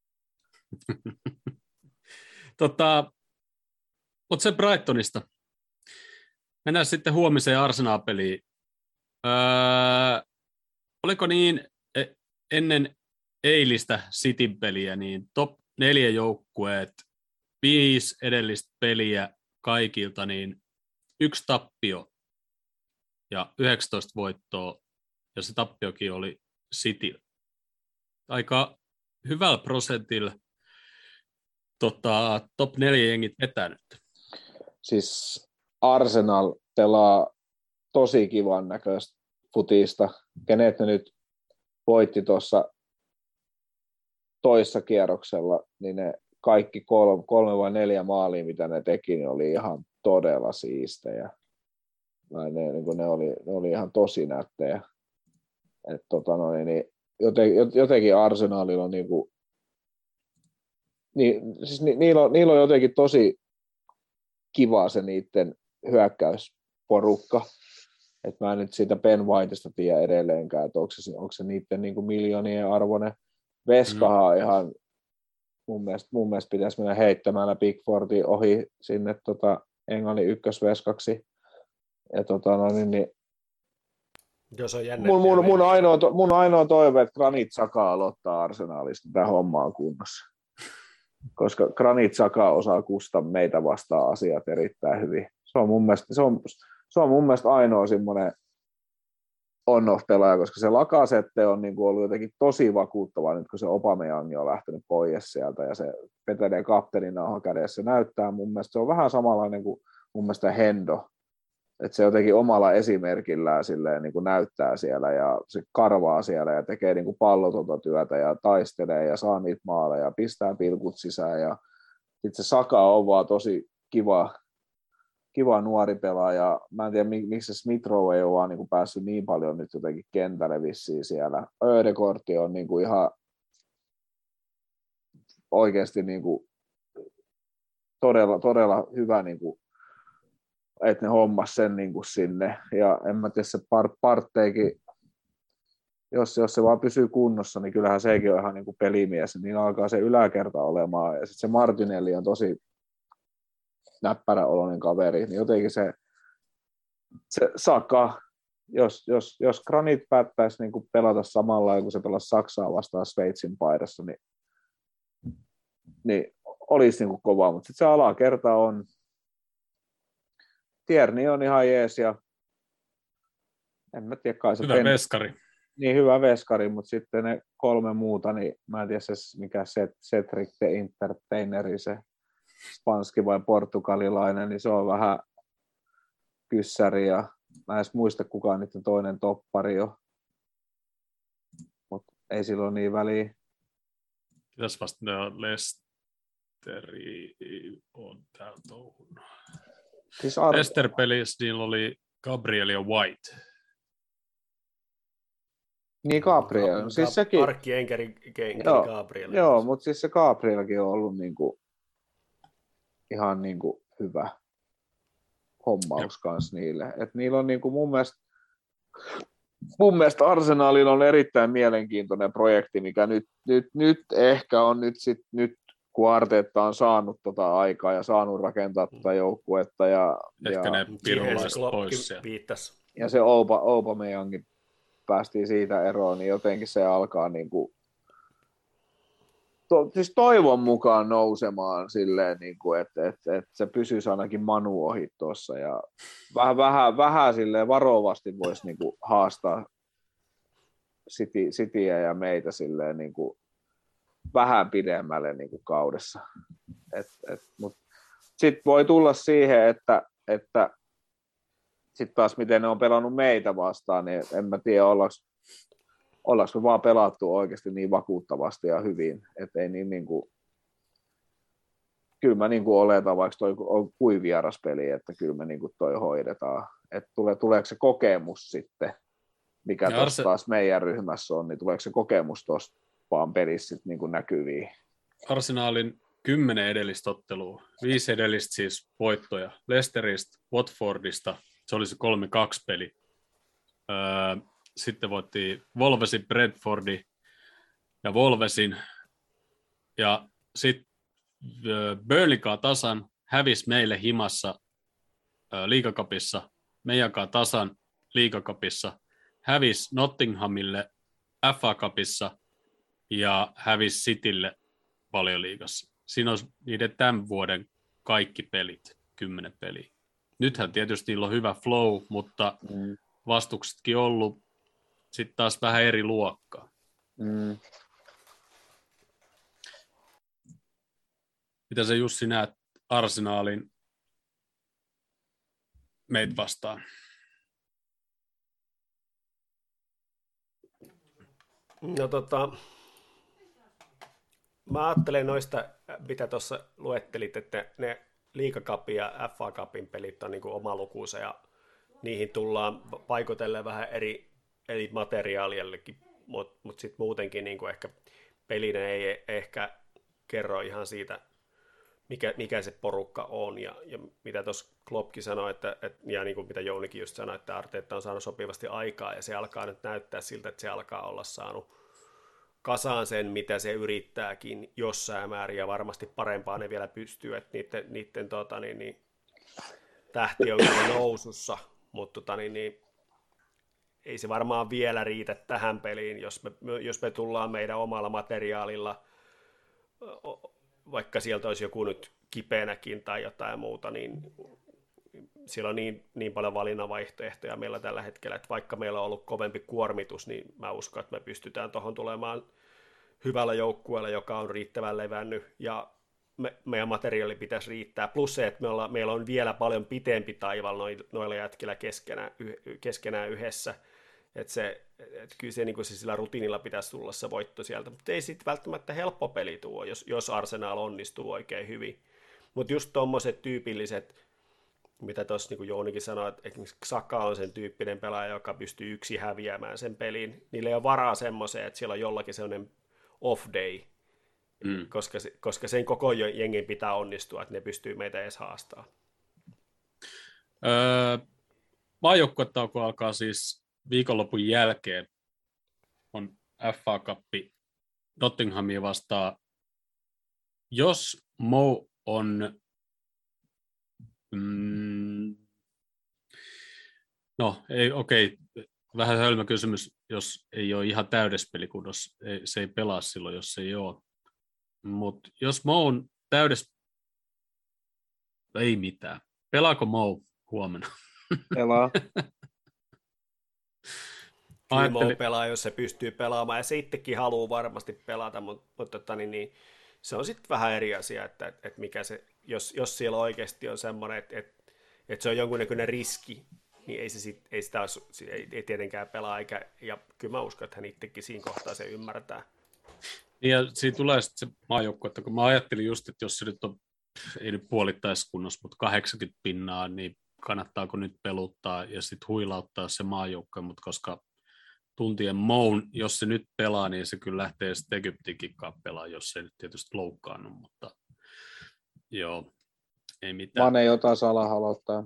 tota, mutta se Brightonista. Mennään sitten huomiseen Arsenal-peliin. Öö, oliko niin ennen eilistä Cityn peliä, niin top neljä joukkueet, viisi edellistä peliä kaikilta, niin yksi tappio ja yhdeksäntoista voittoa, ja se tappiokin oli City. Aika hyvällä prosentilla tota, top neljä jengit vetänyt.
Siis Arsenal pelaa tosi kivan näköistä futista. Kenet ne nyt voitti tuossa toissa kierroksella, niin ne kaikki kolme, kolme vai neljä maalia, mitä ne teki, niin oli ihan todella siistejä. Ne, niin ne, oli, ne oli ihan tosi nättejä. Et, tota, no, niin, joten, jotenkin Arsenalilla on niin kuin, niin, siis ni, niillä, on, niillä on jotenkin tosi kiva se niiden hyökkäysporukka. Et mä en nyt siitä Ben Whiteista tiedä edelleenkään, että onko se, onko se niiden niin kuin miljoonien arvoinen. Veskahan on ihan, mun mielestä, mun mielestä pitäisi mennä heittämällä Pickfordi ohi sinne tota, Englannin ykkösveskaksi. Ja tota, no, niin, niin,
Jos on jännä.
Mun, mun, mun, ainoa, mun ainoa toive, että Granit Xhaka aloittaa Arsenalista, tämä homma on kunnossa. Koska Granit Xhaka osaa kustaa meitä vastaan asiat erittäin hyvin. Se on mun mielestä, se on, se on mun mielestä ainoa semmoinen on-off-pelaaja, koska se Lacazette on niin kuin ollut jotenkin tosi vakuuttava nyt, kun se Aubameyang on lähtenyt pois sieltä ja se vetelee kapteenin nauha kädessä. Se näyttää mun mielestä, se on vähän samanlainen kuin mun mielestä Hendo. Että se jotenkin omalla esimerkillään silleen niin kuin näyttää siellä ja se karvaa siellä ja tekee niin kuin pallotonta työtä ja taistelee ja saa niitä maaleja ja pistää pilkut sisään. Ja sitten se Saka on vaan tosi kiva, kiva nuori pelaaja. Mä en tiedä, miksi se Smith Rowe ei ole vaan niin kuin päässyt niin paljon nyt jotenkin kentälle vissiin siellä. Ödekortti on niin kuin ihan oikeasti niin kuin todella, todella hyvä niin kuin että ne hommas sen niin kuin sinne. Ja en mä tiedä, se Parteikin, jos, jos se vaan pysyy kunnossa, niin kyllähän sekin on ihan niin kuin pelimies. Niin alkaa se yläkerta olemaan. Ja sitten se Martinelli on tosi näppärä oloinen kaveri. Niin jotenkin se, se Saka, jos, jos, jos Granit päättäisi niin kuin pelata samalla kuin se pelasi Saksaa vastaan Sveitsin paidassa, niin, niin olisi niin kuin kovaa. Mutta sitten se alakerta on Tierney on ihan jees ja en mä tiedä kai se
hyvä
pen...
veskari.
Niin hyvä veskari, mutta sitten ne kolme muuta, niin mä en tiedä se, mikä se Cedric the Entertaineri, se spanski vai portugalilainen, niin se on vähän kyssäri ja mä en edes muista kukaan niiden toinen toppari jo, mutta ei silloin niin väliä.
Mitäs vasta ne on Lesteri on täällä touhunut.
Siis ar-
Leicester-pelissä niillä oli Gabriel ja White.
Niin Gabriel. Siis sekin...
Arkki Enkeri, Enkeri
joo,
Gabriel.
Joo, mutta siis se Gabrielkin on ollut niinku, ihan niinku hyvä hommaus kanssa niille. Et niillä on niinku mun mielestä, mun mielestä Arsenalilla on erittäin mielenkiintoinen projekti, mikä nyt, nyt, nyt ehkä on nyt sit, nyt kun Arteetta on saanut tota aikaa ja saanut rakentaa tätä joukkuetta. Ja,
ehkä
ja,
ne pirulaiset pois.
Ja se Aubameyangin päästiin siitä eroon, niin jotenkin se alkaa niin kuin, to, siis toivon mukaan nousemaan silleen, niin kuin, että, että, että se pysyisi ainakin Manu ohi tuossa. Ja vähän, vähän, vähän silleen varovasti voisi niin kuin haastaa City, Cityä ja meitä silleen niin kuin vähän pidemmälle niin kuin kaudessa. Et, et, sitten voi tulla siihen, että, että sitten taas miten ne on pelannut meitä vastaan, niin en mä tiedä, ollaanko, ollaanko me vaan pelattu oikeasti niin vakuuttavasti ja hyvin, että ei niin, niin kuin, kyllä mä niin kuin oletan, vaikka toi on kuin vieras peli, että kyllä me niin kuin toi hoidetaan. Että tule, tuleeko se kokemus sitten, mikä tuossa Arse... taas meidän ryhmässä on, niin tuleeko se kokemus tuosta vaan pelissä niin kuin näkyviin.
Arsenalin kymmenen edellistä ottelua, viisi edellistä siis voittoja. Leicesteristä, Watfordista, se oli se kolme kaksi peli. Öö, sitten voittiin Wolvesin, Brentfordin ja Wolvesin. Ja sitten öö, Burnleykaan tasan hävisi meille himassa öö, liigacupissa, meidänkaan tasan liigacupissa, hävisi Nottinghamille F A Cupissa ja hävisi Citylle Valioliigassa. Siinä on niiden tämän vuoden kaikki pelit, kymmenen peliä. Nythän tietysti on hyvä flow, mutta mm. vastuksetkin ollut sitten taas vähän eri luokkaa.
Mm.
Mitä sä Jussi näet Arsenalin meitä vastaan?
No tota, mä ajattelen noista, mitä tuossa luettelit, että ne Liigacupin ja F A Cupin pelit on niin kuin oma lukuunsa ja niihin tullaan paikotellen vähän eri, eri materiaaliellekin, mutta mut sitten muutenkin niin kuin ehkä pelinen ei ehkä kerro ihan siitä, mikä, mikä se porukka on ja, ja mitä tuossa Kloppkin sanoi, että, et, ja niin kuin mitä Jounikin just sanoi, että Arteetta on saanut sopivasti aikaa ja se alkaa nyt näyttää siltä, että se alkaa olla saanut kasaan sen, mitä se yrittääkin jossain määrin, ja varmasti parempaa ne vielä pystyy, että niiden, niiden tota, niin, niin, tähti on kyllä nousussa, mutta tota, niin, niin, ei se varmaan vielä riitä tähän peliin, jos me, jos me tullaan meidän omalla materiaalilla, vaikka sieltä olisi joku nyt kipeänäkin tai jotain muuta, niin siellä on niin, niin paljon valinnanvaihtoehtoja meillä tällä hetkellä, että vaikka meillä on ollut kovempi kuormitus, niin mä uskon, että me pystytään tuohon tulemaan hyvällä joukkueella, joka on riittävän levännyt, ja me, meidän materiaali pitäisi riittää. Plus se, että me olla, meillä on vielä paljon pitempi taival noilla jätkillä keskenään, keskenään yhdessä. Että se, et kyllä se, niin kuin se sillä rutiinilla pitäisi tulla se voitto sieltä, mutta ei sitten välttämättä helppo peli tuo, jos, jos Arsenal onnistuu oikein hyvin. Mutta just tuommoiset tyypilliset, mitä tuossa niin kuin Jounikin sanoi, että esimerkiksi Saka on sen tyyppinen pelaaja, joka pystyy yksi häviämään sen pelin. Niillä ei ole varaa semmoiseen, että siellä on jollakin sellainen off day, mm. koska, koska sen koko jengin pitää onnistua, että ne pystyy meitä edes haastamaan.
Öö, maajoukkuetauko alkaa siis viikonlopun jälkeen. On F A Cup Nottinghamia vastaan. Jos Mo on Mm, no, ei, okei, vähän hölmö kysymys, jos ei ole ihan täydessä pelikunnossa, ei, se ei pelaa silloin, jos se ei ole. Mutta jos Mo on täydessä, ei mitään. Pelaako Mo huomenna?
Pelaa.
Kyllä Mo pelaa, jos se pystyy pelaamaan, ja se itsekin haluaa varmasti pelata, mutta, mutta tota, niin, niin, se on sitten vähän eri asia, että, että mikä se, jos, jos siellä oikeasti on semmoinen, että, että, että se on jonkunnäköinen riski, niin ei, se sit, ei sitä ole, ei, ei tietenkään pelaa, eikä, ja kyllä mä uskon, että hän itsekin siinä kohtaa se ymmärtää.
Ja siinä tulee sitten se maajoukkue, että kun mä ajattelin just, että jos se nyt on, ei nyt puolittaisi kunnossa, mutta kahdeksankymmentä pinnaa, niin kannattaako nyt peluttaa ja sitten huilauttaa se maajoukkue, mutta koska tuntien Moun, jos se nyt pelaa, niin se kyllä lähtee sitten Egyptinkin pelaa, jos se nyt tietysti loukkaannut, mutta joo, ei mitään.
Mane jota Salah aloittaa.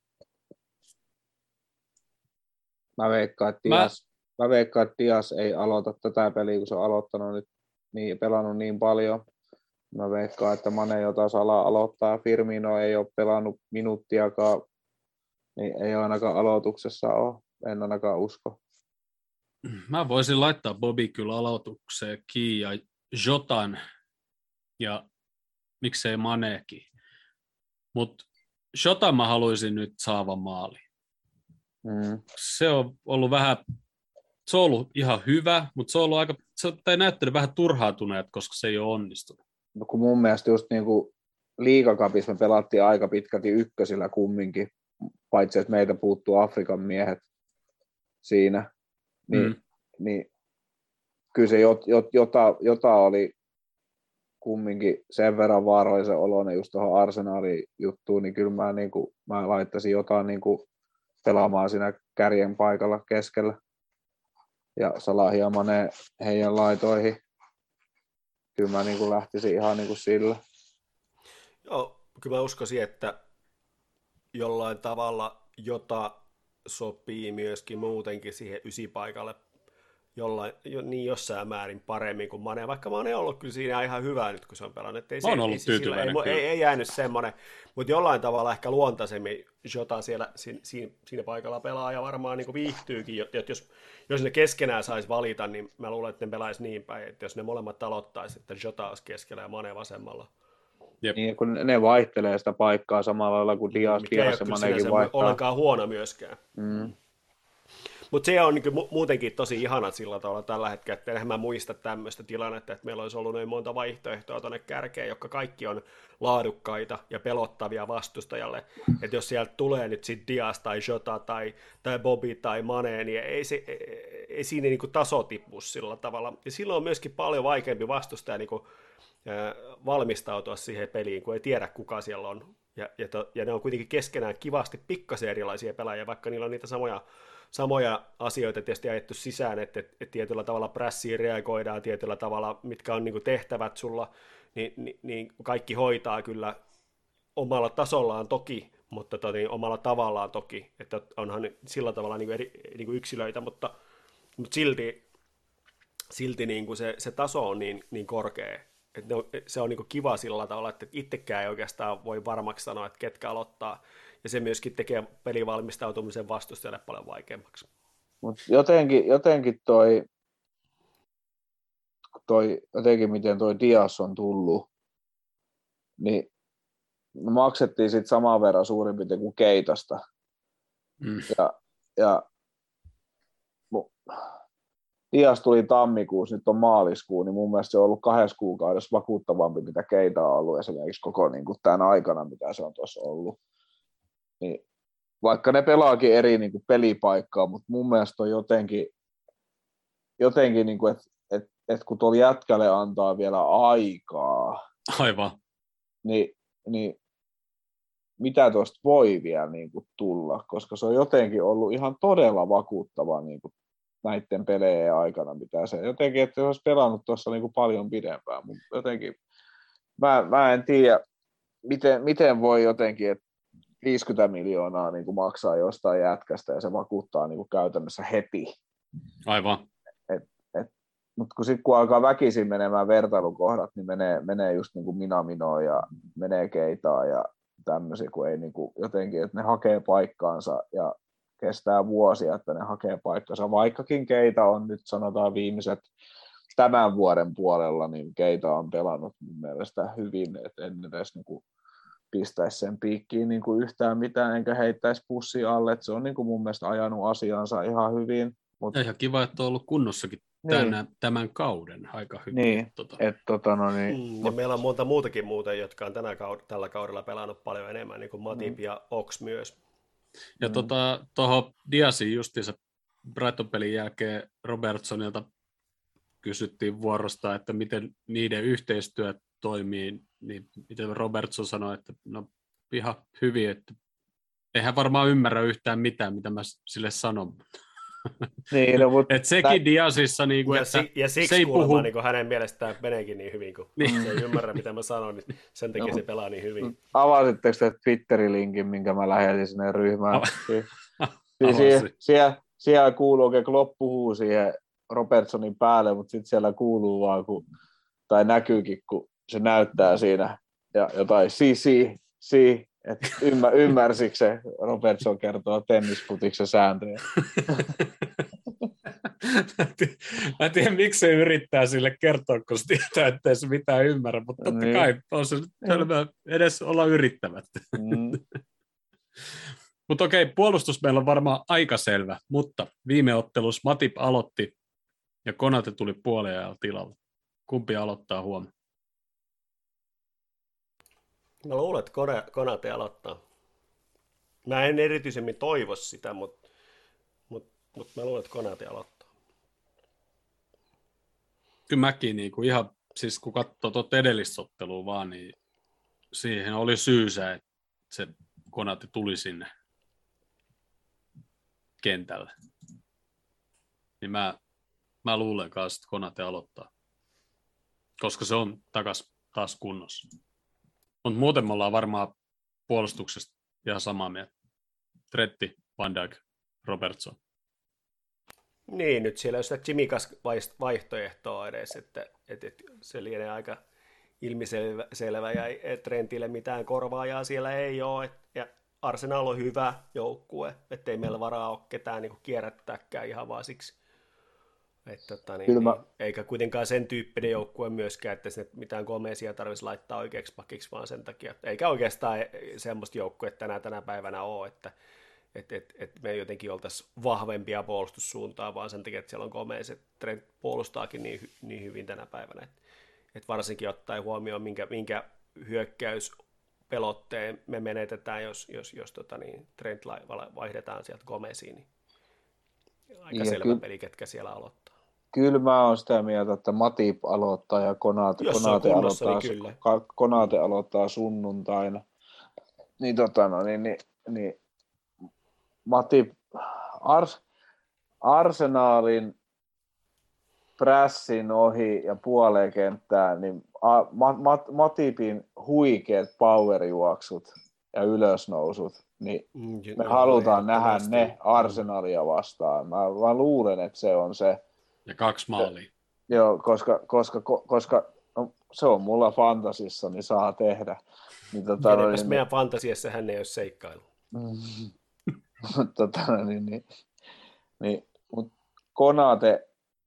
Mä veikkaan, että Dias, mä... mä veikkaan, että Dias ei aloita tätä peliä, kun se on aloittanut nyt, niin, pelannut niin paljon. Mä veikkaan, että Mane jota Salah aloittaa. Firmino ei ole pelannut minuuttiakaan, niin ei ainakaan aloituksessa ole. En ainakaan usko.
Mä voisin laittaa Bobby kyllä aloitukseen kiinni ja Jotan ja miksei Maneekin. Mutta Jotan mä haluaisin nyt saavan maali. Mm. Se on ollut vähän, se on ollut ihan hyvä, mutta se on ollut aika, se on näyttänyt vähän turhautuneet, koska se ei ole onnistunut.
No kun mun mielestä just niin kuin Liigacupissa me pelattiin aika pitkälti ykkösillä kumminkin, paitsi että meitä puuttuu Afrikan miehet siinä. Niin, mm. niin kyllä se jot, jot, jota, jota oli kumminkin sen verran vaarallisen oloinen just tuohon Arsenalin juttuun, niin kyllä mä, niin kuin, mä laittaisin jotain niin kuin pelaamaan siinä kärjen paikalla keskellä. Ja Salah ja Mane heidän laitoihin. Kyllä mä niin kuin lähtisin ihan niin kuin sillä.
Joo, kyllä mä uskoisin, että jollain tavalla jota sopii myöskin muutenkin siihen ysipaikalle jollain, jo, niin jossain määrin paremmin kuin Mane, vaikka Mane on ollut kyllä siinä ihan hyvä nyt, kun se on pelannut. Ei se,
on ollut
ei,
tyytyväinen.
Ei, ei, ei jäänyt semmoinen, mutta jollain tavalla ehkä luontaisemmin Jota siellä siinä, siinä paikalla pelaa ja varmaan niin kuin viihtyykin, että jos, jos ne keskenään saisi valita, niin mä luulen, että ne pelaisi niin päin, että jos ne molemmat aloittaisi, että Jota olisi keskellä ja Mane vasemmalla.
Jep. Niin, kun ne vaihtelee sitä paikkaa samalla lailla kuin Dias, Dias ja Manekin vaihtaa.
Ollenkaan huono myöskään. Mm. Mutta se on niin kuin, muutenkin tosi ihana sillä tavalla tällä hetkellä, että enhän mä muista tämmöistä tilannetta, että meillä olisi ollut noin monta vaihtoehtoa tuonne kärkeen, jotka kaikki on laadukkaita ja pelottavia vastustajalle. Että jos sieltä tulee nyt sitten Diaz tai Jota tai, tai Bobby tai Mane, niin ei, se, ei, ei siinä niin kuin taso tipu sillä tavalla. Ja silloin on myöskin paljon vaikeampi vastustaja niin kuin, äh, valmistautua siihen peliin, kun ei tiedä kuka siellä on. Ja, ja, to, ja ne on kuitenkin keskenään kivasti pikkasen erilaisia pelaajia, vaikka niillä on niitä samoja, samoja asioita tietysti ajettu sisään, että, että, että tietyllä tavalla prässiin reagoidaan, tietyllä tavalla, mitkä on niin kuin tehtävät sulla, niin, niin, niin kaikki hoitaa kyllä omalla tasollaan toki, mutta to, niin omalla tavallaan toki, että onhan sillä tavalla niin kuin eri, niin kuin yksilöitä, mutta, mutta silti, silti niin kuin se, se taso on niin, niin korkea. Että se on niin kuin kiva sillä tavalla, että itsekään ei oikeastaan voi varmaksi sanoa, että ketkä aloittaa. Ja se myöskin tekee pelivalmistautumisen vastustajalle paljon vaikeammaksi.
Mut jotenkin, jotenkin toi, toi, jotenkin miten toi Diaz on tullut, niin me maksettiin sit saman verran suurin piirtein kuin Keitasta. Mm. Ja, ja Diaz tuli tammikuussa, nyt on maaliskuu, niin mun mielestä se on ollut kahdessa kuukaudessa vakuuttavampi, mitä Keita on ollut esimerkiksi koko niin kuin tämän aikana, mitä se on tuossa ollut. Niin, vaikka ne pelaakin eri niin kuin pelipaikkaa, mutta mun mielestä on jotenkin, jotenkin niin kuin, että et, et kun tuolla jätkälle antaa vielä aikaa,
aivan,
niin, niin mitä tuosta voi vielä niin kuin tulla, koska se on jotenkin ollut ihan todella vakuuttava niin kuin näiden pelejen aikana, mitä se jotenkin, että se olisi pelannut tuossa niin kuin paljon pidempään, mutta jotenkin mä, mä en tiedä, miten, miten voi jotenkin, että viisikymmentä miljoonaa niin kuin maksaa jostain jätkästä ja se vakuuttaa niin kuin käytännössä heti.
Aivan.
Et, et, mutta kun sitten kun alkaa väkisin menemään vertailukohdat, niin menee, menee just niin kuin Minaminoa ja menee Keitaa ja tämmöisiä, kun ei niin kuin jotenkin, että ne hakee paikkaansa ja kestää vuosia, että ne hakee paikkansa. Vaikkakin Keita on nyt sanotaan viimeiset tämän vuoden puolella, niin Keita on pelannut mun mielestä hyvin, että en edes niin kuin pistäisi sen piikkiin niin kuin yhtään mitään, enkä heittäisi pussia alle, että se on niin kuin mun mielestä ajanut asiansa ihan hyvin.
Mutta ihan kiva, että on ollut kunnossakin niin. tämän, tämän kauden aika hyvin.
Niin, tota. Et, tota, no niin.
Mm, ja meillä on monta muutakin muuten, jotka on tänä kaud- tällä kaudella pelannut paljon enemmän, niin kuin Matip mm. ja Ox myös.
Ja mm. tuohon tota, Diaziin justiinsa Brighton-pelin jälkeen Robertsonilta kysyttiin vuorosta, että miten niiden yhteistyö toimii, niin miten Robertson sanoi, että no ihan hyvin, että eihän varmaan ymmärrä yhtään mitään, mitä mä sille sanon.
Niin, no, mutta
et sekin Diazissa, niin kuin,
ja,
että
si- ja siksi
se ei puhu.
Niin hänen mielestään meneekin niin hyvin, kun niin. se ei ymmärrä, mitä mä sanon, niin sen takia no, se pelaa niin hyvin.
Avasitteko te Twitter-linkin, minkä mä lähetin sinne ryhmään? Sie- sie- siellä, siellä kuuluu oikein Klopp puhuu siihen Robertsonin päälle, mutta sitten siellä kuuluu vaan, kun, tai näkyykin, kun se näyttää siinä ja jotain si, si, si, että ymmär, ymmärsikö se Robertson kertoo tennisputiksen sääntöjä.
Mä en tiedä, miksi se yrittää sille kertoa, kun se tietää, ettei se mitään ymmärrä, mutta totta niin. kai on se hölmöä edes olla yrittämättä. Mm. Mutta okei, puolustus meillä on varmaan aika selvä, mutta viime ottelussa Matip aloitti ja Konate tuli puoliajalla tilalle. Kumpi aloittaa huomenna?
Mä luulen, että Konate aloittaa. Mä en erityisemmin toivo sitä, mutta, mutta, mutta mä luulen, että Konate aloittaa.
Kyllä mäkin niin kuin ihan, siis kun katsoo tuota edellistä ottelua vaan, niin siihen oli syysä, että se Konate tuli sinne kentälle. Niin mä, mä luulen kanssa, että Konate aloittaa. Koska se on takas taas kunnossa. Mutta muuten me ollaan varmaan puolustuksesta ihan samaa mieltä. Tretti, Van Dijk, Robertson.
Niin, nyt siellä on sitä Tsimikas vaihtoehtoa edes, että, että, että se lienee aika ilmiselvä selvä ja Trentille mitään korvaajaa siellä ei ole. Et, ja Arsenal on hyvä joukkue, ettei meillä varaa ole ketään niin kuin kierrättääkään ihan vaan siksi. Että, tota, niin, mä... niin, eikä kuitenkaan sen tyyppinen joukkue myöskään, että sinne mitään Gomezia tarvitsisi laittaa oikeaksi pakiksi, vaan sen takia. Eikä oikeastaan semmoista joukkuetta tänä, tänä päivänä ole, että, että et, et me jotenkin oltaisiin vahvempia puolustussuuntaan, vaan sen takia, että siellä on komea se Trent puolustaakin niin, hy, niin hyvin tänä päivänä. Että et varsinkin ottaen huomioon, minkä, minkä hyökkäyspelotteen me menetetään, jos, jos, jos tota, niin Trent vaihdetaan sieltä komeisiin, niin aika ja selvä ky- peli, ketkä siellä aloittaa.
Kyllä mä oon sitä mieltä, että Matip aloittaa ja Konate, Konate,
kunnossa,
aloittaa,
niin
Konate aloittaa sunnuntaina. Niin, tota, no, niin, niin, niin Matip, Ars, Arsenaalin prässin ohi ja puoleen kenttään, niin Mat, Mat, Matipin huikeat powerjuoksut ja ylösnousut, niin mm, me no, halutaan nähdä ne Arsenaalia vastaan. Mä, mä luulen, että se on se.
Ja kaksi maalia.
Joo, koska, koska, koska no, se on mulla fantasissa, niin saa tehdä. Niin, tota,
Kenepäs niin, meidän fantasiassa hän ei ole seikkailu.
tota, niin, niin, niin, mutta Konate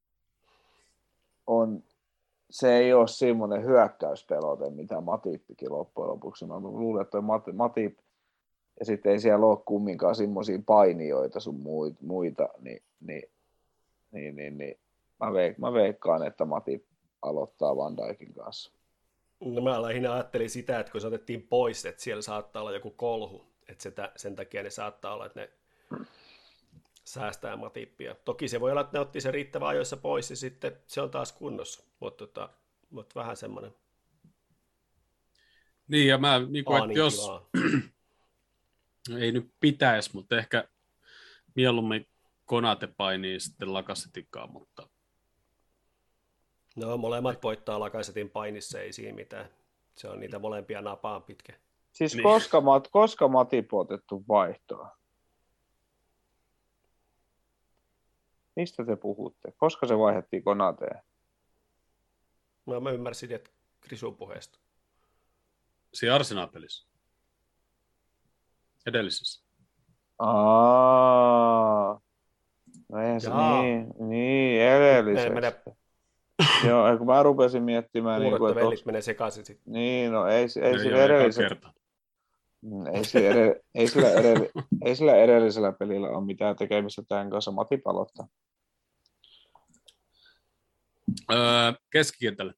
on, se ei ole semmoinen hyökkäyspelote, mitä Matippikin loppujen lopuksi. Mä luulen, että Matip, ja sitten ei siellä ole kumminkaan semmoisia painijoita sun muita, niin, niin, niin, niin, niin mä, veik- mä veikkaan, että Matip aloittaa Van Dijkin kanssa.
No mä lähinnä ajattelin sitä, että kun se otettiin pois, että siellä saattaa olla joku kolhu, että sitä, sen takia ne saattaa olla, että ne säästää Matippia. Toki se voi olla, että ne otti sen riittävän ajoissa pois ja sitten se on taas kunnossa, mutta, tota, mutta vähän semmoinen.
Niin ja mä, niin kuin, että jos ei nyt pitäisi, mutta ehkä mieluummin Konate painii sitten Lakasetinkaan, mutta
no molemmat voittaa Lakasetin painissa, ei siinä mitään. Se on niitä molempia napaan pitkä.
Siis niin. koska, koska Matip on otettu vaihtoon? Mistä te puhutte? Koska se vaihdettiin Konateen?
No mä ymmärsin, että Krisun puheesta.
Siinä Arsenal-pelissä. Edellisessä.
Aa. No eihän se niin, niin edellisessä. Joo, kun mä rupesin miettimään...
Kuulet
niin
vellit menee sekaisin sitten.
Niin, no ei, ei sillä edellisellä... Ei sillä, edell... ei, sillä edell... ei sillä edellisellä pelillä ole mitään tekemistä tämän kanssa. Matip aloittaa.
Öö, keskikentälle.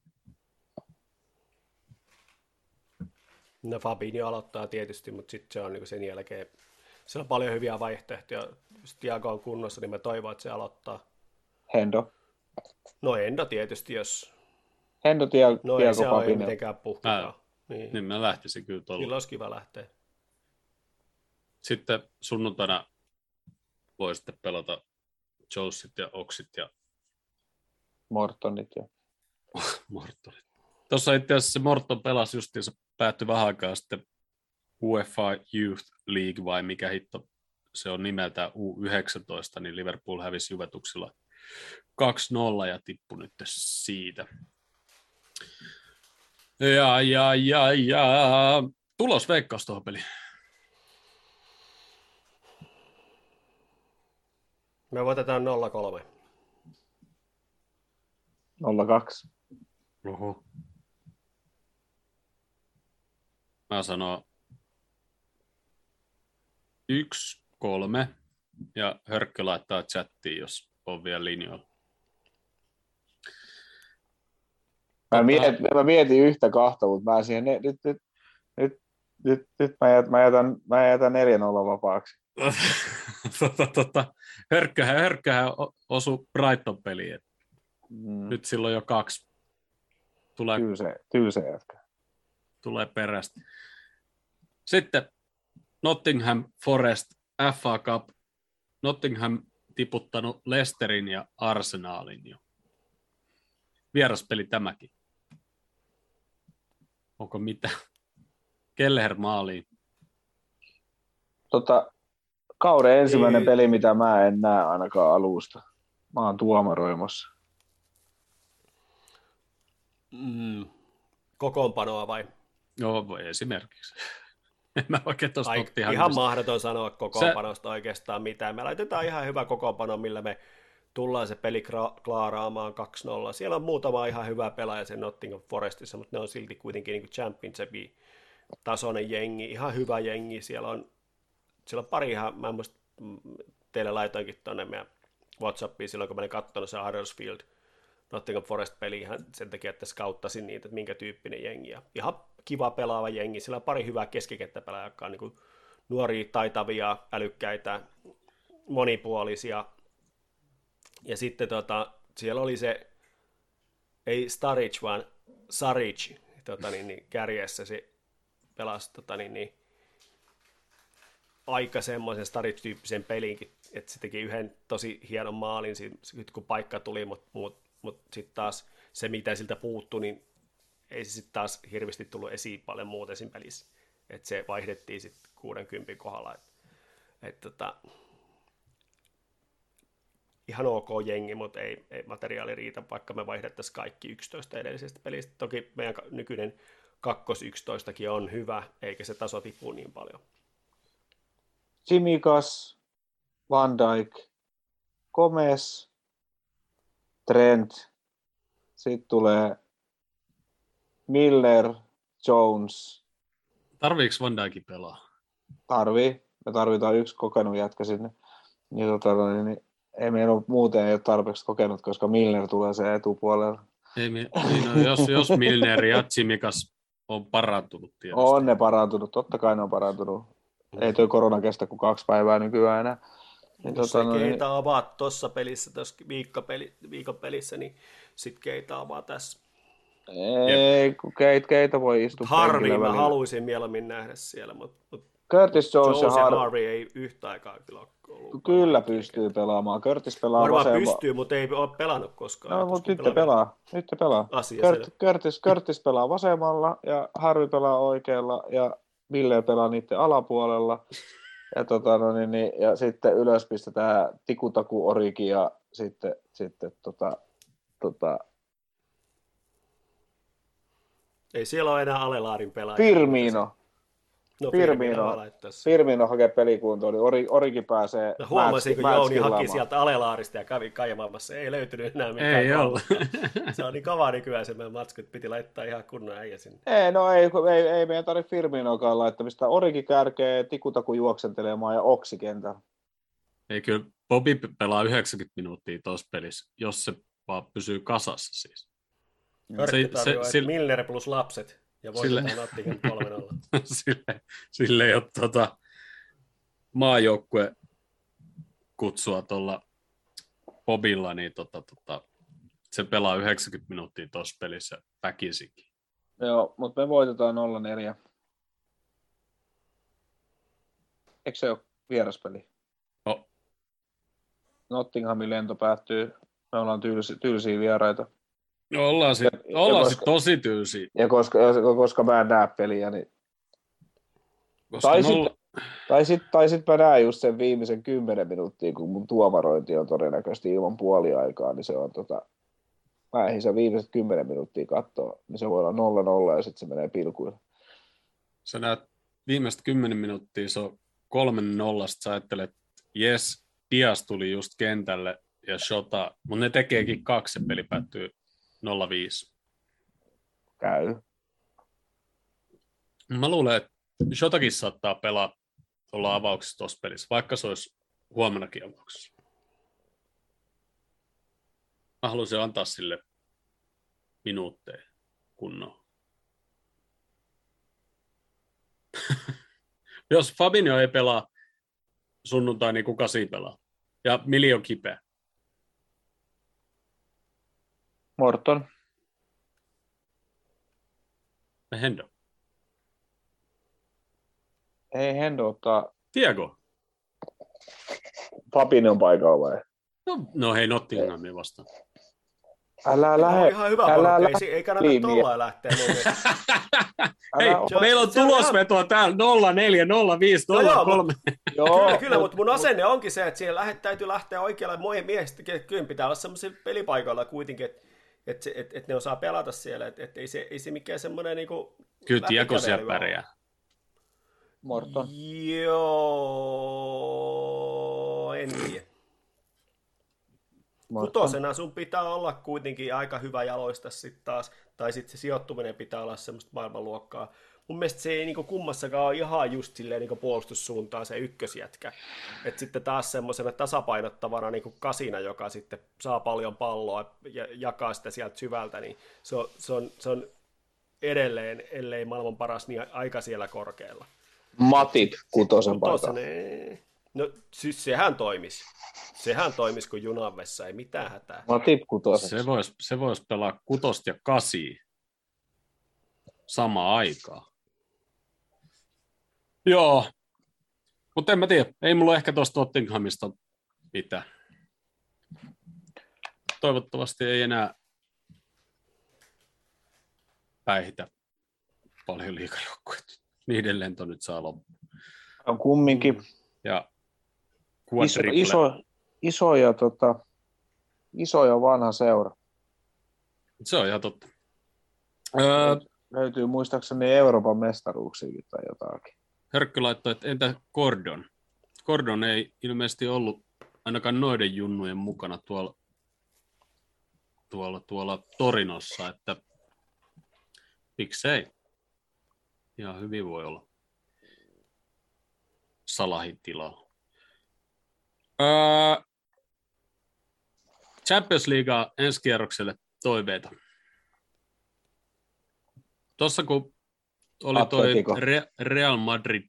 No Fabinho aloittaa tietysti, mutta sitten se on niin sen jälkeen... Siellä on paljon hyviä vaihtoehtoja. Jos Thiago on kunnossa, niin mä toivon, että se aloittaa.
Hendo.
No Endo tietysti, jos...
Hendo, Thiago,
no ei se ole mitenkään puhkutaan.
Niin. niin mä lähtisin kyllä tuolla.
Kyllä olisi kiva lähteä.
Sitten sunnuntaina voi sitten pelata Jonesit ja Oxit ja
Mortonit. Ja...
Mortonit. Tuossa itse asiassa se Morton pelasi justiinsa, päättyi vähän aikaa sitten U E F A Youth League vai mikä hitto se on nimeltään U yhdeksäntoista, niin Liverpool hävisi Juventuksilla kaksi nolla ja tippui nyt siitä. Ja, ja, ja, ja. Tulos veikkaus tuohon peliin.
Me voitetaan nolla kolme.
nolla kaksi.
Oho. Mä sanon yksi kolme ja Hörkkö laittaa chattiin, jos on vielä linjoilla.
Mä mietin, mä mietin yhtä kahta, mutta mä siihen, nyt, nyt, nyt, nyt, nyt, nyt mä, jätän, mä, jätän, mä jätän neljä nolla vapaaksi.
tota, tota, hörkköhän, hörkköhän osui Brighton-peliin. Mm. Nyt silloin jo kaksi. Tulee,
tylsä, tylsä jätkä.
Tulee perästä. Sitten Nottingham Forest F A Cup. Nottingham tiputtanut Leicesterin ja Arsenalin jo. Vieraspeli tämäkin. Onko mitään? Kelleher maaliin.
Tota, kauden ensimmäinen Ei. peli, mitä mä en näe ainakaan alusta. Mä oon tuomaroimassa.
Mm. Kokoonpanoa vai?
Joo, voi esimerkiksi. En mä oikein tosta
Ai, ihan ihan mahdoton sanoa kokoonpanosta Se... oikeastaan mitään. Me laitetaan ihan hyvä kokoonpano, millä me tullaan se peli klaaraamaan kaksi nolla. Siellä on muutama ihan hyvä pelaaja sen Nottingham Forestissa, mutta ne on silti kuitenkin niin kuin championshipin tasoinen jengi, ihan hyvä jengi. Siellä on sillä on pari ihan, mä en muista, teille laitoinkin tuonne meidän WhatsAppiin silloin, kun mä olin katsonut se Huddersfield Nottingham Forest-peli ihan sen takia, että skauttasin niitä, että minkä tyyppinen jengi. Ja ihan kiva pelaava jengi, sillä on pari hyvää keskikenttäpelaajaa, jotka on niin kuin nuoria, taitavia, älykkäitä, monipuolisia. Ja sitten tota, siellä oli se, ei Sturridge, vaan Saric tota, niin, niin, kärjessä, se pelasi tota, niin, niin, aika semmoisen Sturridge-tyyppisen pelinkin, että se teki yhden tosi hienon maalin, sit, kun paikka tuli, mutta mut, mut sitten taas se, mitä siltä puuttui, niin ei se sitten taas hirveästi tullut esiin paljon muuten siinä pelissä. Että se vaihdettiin sitten kuudenkymmenen kohdalla. Et, et, tota, ihan ok jengi, mutta ei, ei materiaali riitä, vaikka me vaihdettaisiin kaikki yksitoista edellisestä pelistä. Toki meidän nykyinen kakkos yksitoistakin on hyvä, eikä se taso tipu niin paljon.
Tsimikas, Van Dijk, Gomez, Trent, sitten tulee Milner, Jones.
Tarviiko Van Dijkin pelaa?
Tarvii. Me tarvitaan yksi kokenut jätkä sinne. Niin, tota, niin, niin, ei meillä ole muuten ei ole tarpeeksi kokenut, koska Milner tulee se etupuolella.
Ei, niin, no, jos, jos Milner ja Tsimikas on parantunut tietysti.
On ne parantunut, totta kai ne on parantunut. Ei tuo korona kestä kuin kaksi päivää nykyään enää.
Niin, jos tota, se no, Keita niin... avaa tuossa pelissä, tuossa viikkopeli, viikon pelissä, niin sitten Keita avaa tässä.
Ei, kun Keita, Keita voi istua
Harvey mä
välillä.
Haluaisin mieluummin nähdä siellä, mutta mut
Curtis Jones,
Jones ja
Har...
Harvey ei yhtä aikaa kyllä ollut.
Kyllä pystyy pelaamaan. Curtis pelaa
varmaan
vasemmalla.
pystyy, mutta ei ole pelannut koskaan.
No, mutta nyt te pelaa. Nyt te pelaa. Kurt, Curtis, Curtis pelaa vasemmalla ja Harvey pelaa oikealla ja Miller pelaa niiden alapuolella. Ja, tota, no, niin, niin, ja sitten ylös pistetään Tikutaku Origi ja sitten, sitten tota, tota...
ei siellä ole enää Alelaarin pelaajia.
Firmino.
No,
Firmino. Firmino hakee pelikuntoon, niin Ori, Origi pääsee.
No, huomasin, kun Jouni haki sieltä Alelaarista ja kävi kaivamassa. Ei löytynyt enää mitään.
Ei ollut.
Se on niin kavaa nykyään se meidän matsku, että piti laittaa ihan kunnon äijä sinne.
Ei, no ei, ei, ei meidän tarvitse Firminokaan laittamista. Origi kärkee, Tikutaku juoksentelemaan ja Oksi kentällä.
Ei kyllä, Bobby pelaa yhdeksänkymmentä minuuttia tuossa pelissä, jos se vaan pysyy kasassa siis.
Körtti tarjoaa, se, että Milner plus lapset ja voitetaan Nottingham kolme nolla.
sille, sille ei ole tuota maajoukkue kutsua tuolla Bobilla, niin tota, tota, se pelaa yhdeksänkymmentä minuuttia tuossa pelissä väkisinkin.
Joo, mutta me voitetaan nolla neljä. Eikö se ole vieraspeli?
No.
Nottinghamin lento päättyy. Me ollaan tylsi, tylsiä vieraita.
No, ollaan sitten sit tosi tylsiä.
Ja koska, ja koska mä en näe peliä, niin... Koska tai nolla... sitten tai sit, tai sit mä näen just sen viimeisen kymmenen minuuttia, kun mun tuomarointi on todennäköisesti ilman puoliaikaa, niin se on tota... Mä ehdin sen viimeiset kymmenen minuuttia katsoa, niin se voi olla nolla nolla ja sitten se menee pilkuille.
Sä näet viimeiset kymmenen minuuttia, se on kolme nolla, sä ajattelet, että jes, Dias tuli just kentälle ja Shota, mutta ne tekeekin kaksi, se peli päättyy nolla viisi.
Käy.
Mä luulen, että Shotakin saattaa pelaa olla avauksessa tuossa pelissä, vaikka se olisi huomennakin avauksessa. Mä haluaisin antaa sille minuutteja kunnolla. Jos Fabinho ei pelaa sunnuntai, niin kuka siinä pelaa? Ja Miljo kipeä.
Morton.
Ja Hendo.
Ei Hendo ottaa...
Thiago.
Fabinhon paikalla vai?
No, no hei, Nottinghamia vastaan.
Älä lähde.
Ihan hyvä porukka, ei, ei kannata tollain lähteä.
Hei,
ota...
meillä on tulosvetoa täällä nolla neljä, nolla viisi, nolla kolme.
Joo, kyllä, kyllä, mutta mun asenne onkin se, että siihen lähdet, täytyy lähteä oikealle miehistä. Kyllä pitää olla semmoisilla pelipaikoilla kuitenkin, että et, et, et ne osaa pelata siellä. Että et ei, se, ei se mikään semmoinen niinku...
Kyllä Tiago siellä pärjää.
Morton.
Joo, en tiedä. kutosena sun pitää olla kuitenkin aika hyvä jaloista sitten taas, tai sitten se sijoittuminen pitää olla semmoista maailmanluokkaa. Mun mielestä se ei niinku kummassakaan ole ihan just silleen niinku puolustussuuntaan se ykkösjätkä. Että sitten taas semmoisena tasapainottavana niinku kasina, joka sitten saa paljon palloa ja jakaa sitä sieltä syvältä, niin se on, se on, se on edelleen, ellei maailman paras, niin aika siellä korkealla.
Matip kutosen
paikalla. No siis sehän toimisi. Sehän toimisi kuin junavessa, ei mitään hätää.
Matip kutosen.
Se voisi se vois pelaa kutosta ja kasia samaan aikaan. Joo, mutta en mä tiedä. Ei mulla ehkä tuosta Nottinghamista mitään. Toivottavasti ei enää päihitä paljon liigajoukkueita. Niiden lento nyt saa loppuun.
On kumminkin
ja
iso, iso, iso, ja tota, iso ja vanha seura.
Se on ihan totta. Öö,
Löytyy muistaakseni Euroopan mestaruuksiakin tai jotakin.
Hörkkö laittoi, että entä Gordon? Gordon ei ilmeisesti ollut ainakaan noiden junnujen mukana tuolla, tuolla, tuolla Torinossa, että miksei. Ihan hyvin voi olla Salahin tilalla. Öö, Champions Leaguea ensi kierrokselle toiveita. Tuossa kun oli toi Real Madrid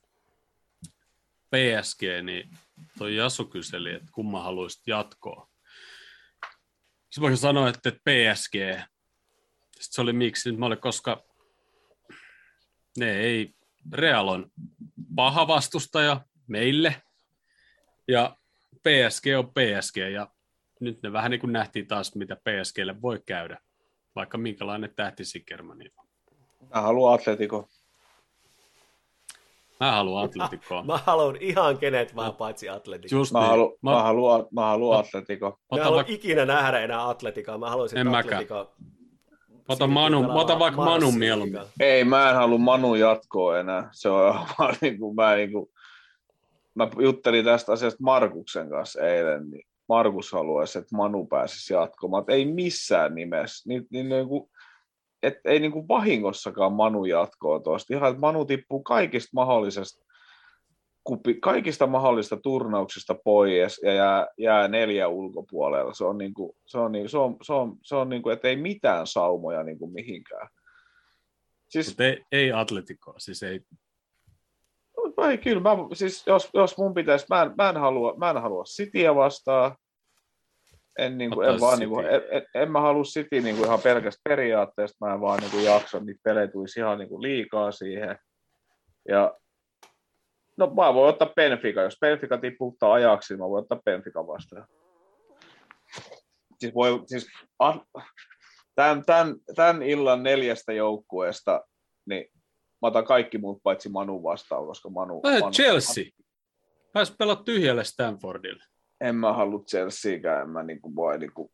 P S G, niin toi Jasu kyseli, että kumman haluaisit jatkoa. Sitten mä sanoin, että P S G. Sitten se oli miksi, mä olin, koska ne ei, Real on paha vastustaja meille, ja P S G on P S G, ja nyt ne vähän niin kuin nähtiin taas, mitä P S G:lle voi käydä, vaikka minkälainen tähtisikerma niin on.
Mä haluan Atletico.
Mä haluan Atleticoa.
Mä haluan ihan kenet vaan paitsi Atletico.
Just
mä,
niin.
halu,
mä...
mä haluan, mä haluan Atletico.
Mä haluan va... ikinä nähdä enää Atleticoa. Mä haluaisin
en
Atleticoa.
Mä otan, Manu, mä otan vaikka Manun mieluummin.
Ei, mä en halua Manun jatkoa enää. Se on vaan niin kuin, mä, niin kuin, mä juttelin tästä asiasta Markuksen kanssa eilen, niin Markus haluaisi, että Manu pääsisi jatkomaan. Ei missään nimessä. Niin, niin, niin kuin, et ei niin kuin vahingossakaan Manu jatkoa tuosta. Ihan, että Manu tippuu kaikista mahdollisesta, kaikista mahdollisista turnauksista pois ja jää, jää neljä ulkopuolella. Se on niin kuin, se on niin, se on, se on, se on niin kuin, että ei mitään saumoja niin kuin mihinkään.
Siis, ei, ei Atleticoa, siis ei.
Ei, kyllä, mä, siis jos, jos mun pitäisi, mä en, mä en halua, mä en halua Cityä vastaan. En, niin kuin, en, vaan, niin kuin, en, en, en mä halua City niin kuin ihan pelkästä periaatteesta, mä en vaan niin kuin jaksa, niitä pelejä tulisi ihan niin kuin liikaa siihen. Ja no mä voin ottaa Benfica, jos Benfica tipputtaa ajaksi, mä voin ottaa Benfica vastaan. Siis voi, siis tämän, tämän, tämän illan neljästä joukkueesta, niin mä otan kaikki muut paitsi Manu vastaan, koska Manu...
Äh,
Manu
Chelsea. Pääsi pelaa tyhjälle Stanfordille.
En mä halua Chelseakään, en mä niinku voi niinku...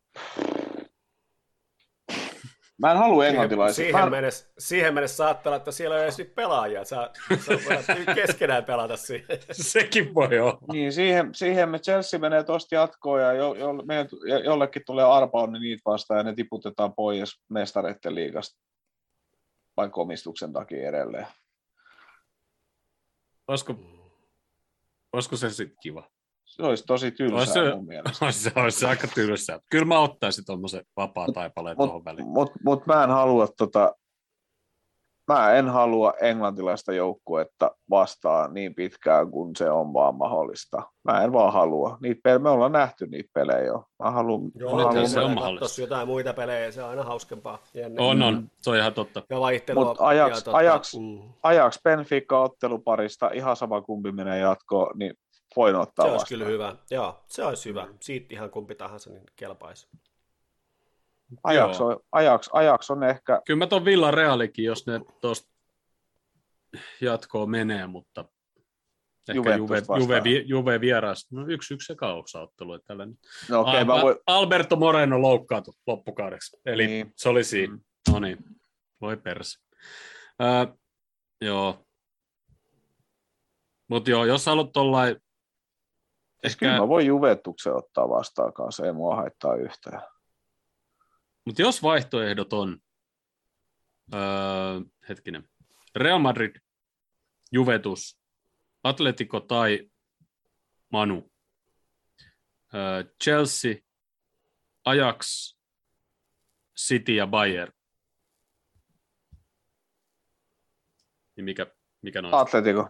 Mä en halua englantilaisia.
Siihen,
mä...
mennessä, siihen mennessä saattaa olla, että siellä ei edes nyt pelaajia. Sä, sä voit keskenään pelata siihen.
Sekin voi olla.
Niin, siihen, siihen me Chelsea menee tosta jatkoon ja jo, jo, meidän, jollekin tulee arpaun niin niitä vastaan ja ne tiputetaan pois mestareiden liigasta. Vain komistuksen takia edelleen.
Olisiko, olisiko se sitten kiva?
Se olisi tosi tylsää
olisi,
mun mielestä.
Olisi, olisi aika tylsää. Kyllä mä ottaisin tuommoisen vapaa-taipaleen tuohon väliin.
Mutta mut mä en halua tota, mä en halua englantilaista joukkuetta vastaan niin pitkään kuin se on vaan mahdollista. Mä en vaan halua. Niitä pelejä, me ollaan nähty niitä pelejä jo. Mä haluan,
Joo,
mä haluan
se on mahdollista.
Jotain muita pelejä, se on aina hauskempaa. Jännä.
On, on. Se on ihan totta.
Ja vaihtelua.
Mutta Ajax,
tota,
Ajax,
mm.
Ajax Benfica otteluparista, ihan sama kumpi menee jatkoon, niin voin ottaa
se
vastaan.
olisi kyllä hyvä. Joo, se olisi hyvä. Siitä ihan kumpi tahansa niin kelpaisi.
Ajax on, Ajax, Ajax on ehkä...
Kyllä mä ton Villarealikin, jos ne tuosta jatkoon menee, mutta ehkä Juve, Juve, Juve vieras. No yksi yksi sekauksauttelu.
No, okay,
Al-
mä voin...
Alberto Moreno loukkaantui loppukaudeksi. Eli
niin.
se oli siinä. Mm. No niin, voi perse. Äh, joo. Mutta joo, jos haluat tollain
Ehkä... Kyllä mä voin Juventuksen ottaa vastaan kanssa, ei mua haittaa yhtään.
Mutta jos vaihtoehdot on, öö, hetkinen, Real Madrid, Juventus, Atletico tai Manu, öö, Chelsea, Ajax, City ja Bayern, niin mikä, mikä noista?
Atletico.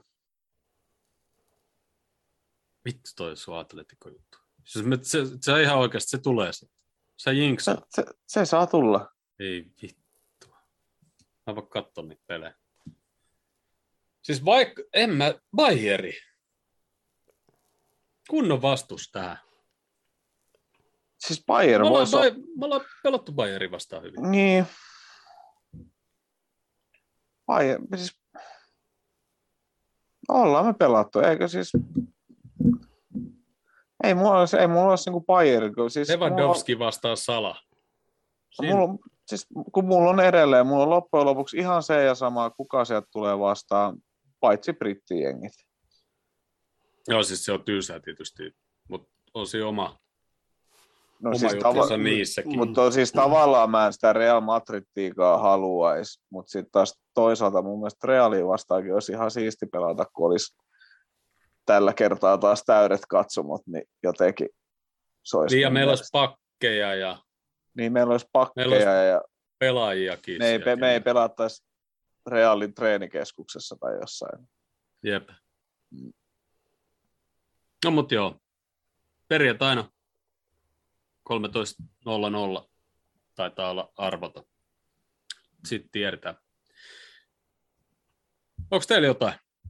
Vittu toi sun Atletico-juttu. Se, se, se ihan oikeasti, se tulee se. Sä jinksaa.
Se, se, se saa tulla.
Ei vittu. Mä voin katsoa niitä pelejä. Siis vaikka, en mä, Bayeri. Kunnon vastus tähän.
Siis Bayern
me
voisi...
Ollaan, me ollaan pelattu Bayerin vastaan hyvin.
Niin. Bayern, siis... Ollaan me pelattu, eikö siis... Ei mulla olisi, ei mulla olisi niin Bayern. Siis
Lewandowski mulla... vastaa Sala.
Mulla, siis, kun mulla on edelleen, mulla on loppujen lopuksi ihan se ja sama, kuka sieltä tulee vastaan, paitsi brittijengit.
Joo, siis se on tyysää tietysti, mutta on se oma,
no,
oma
siis
juttunsa
tava-
niissäkin.
Mutta siis tavallaan mä en sitä Real Madridiikaan haluaisi, mutta sitten taas toisaalta mun mielestä Realia vastaankin olisi ihan siisti pelata, kun olisi tällä kertaa taas täydet katsomot, niin jotenkin se olisi...
Niin ja meillä olisi pakkeja ja...
Niin meillä olisi pakkeja
meillä olisi
ja...
pelaajiakin.
Me ei, me ei pelattaisi Realin treenikeskuksessa tai jossain.
Jep. No mut joo. Perjantaina kolmetoista nolla nolla taitaa olla arvota. Sitten tiedetään. Onko teillä jotain?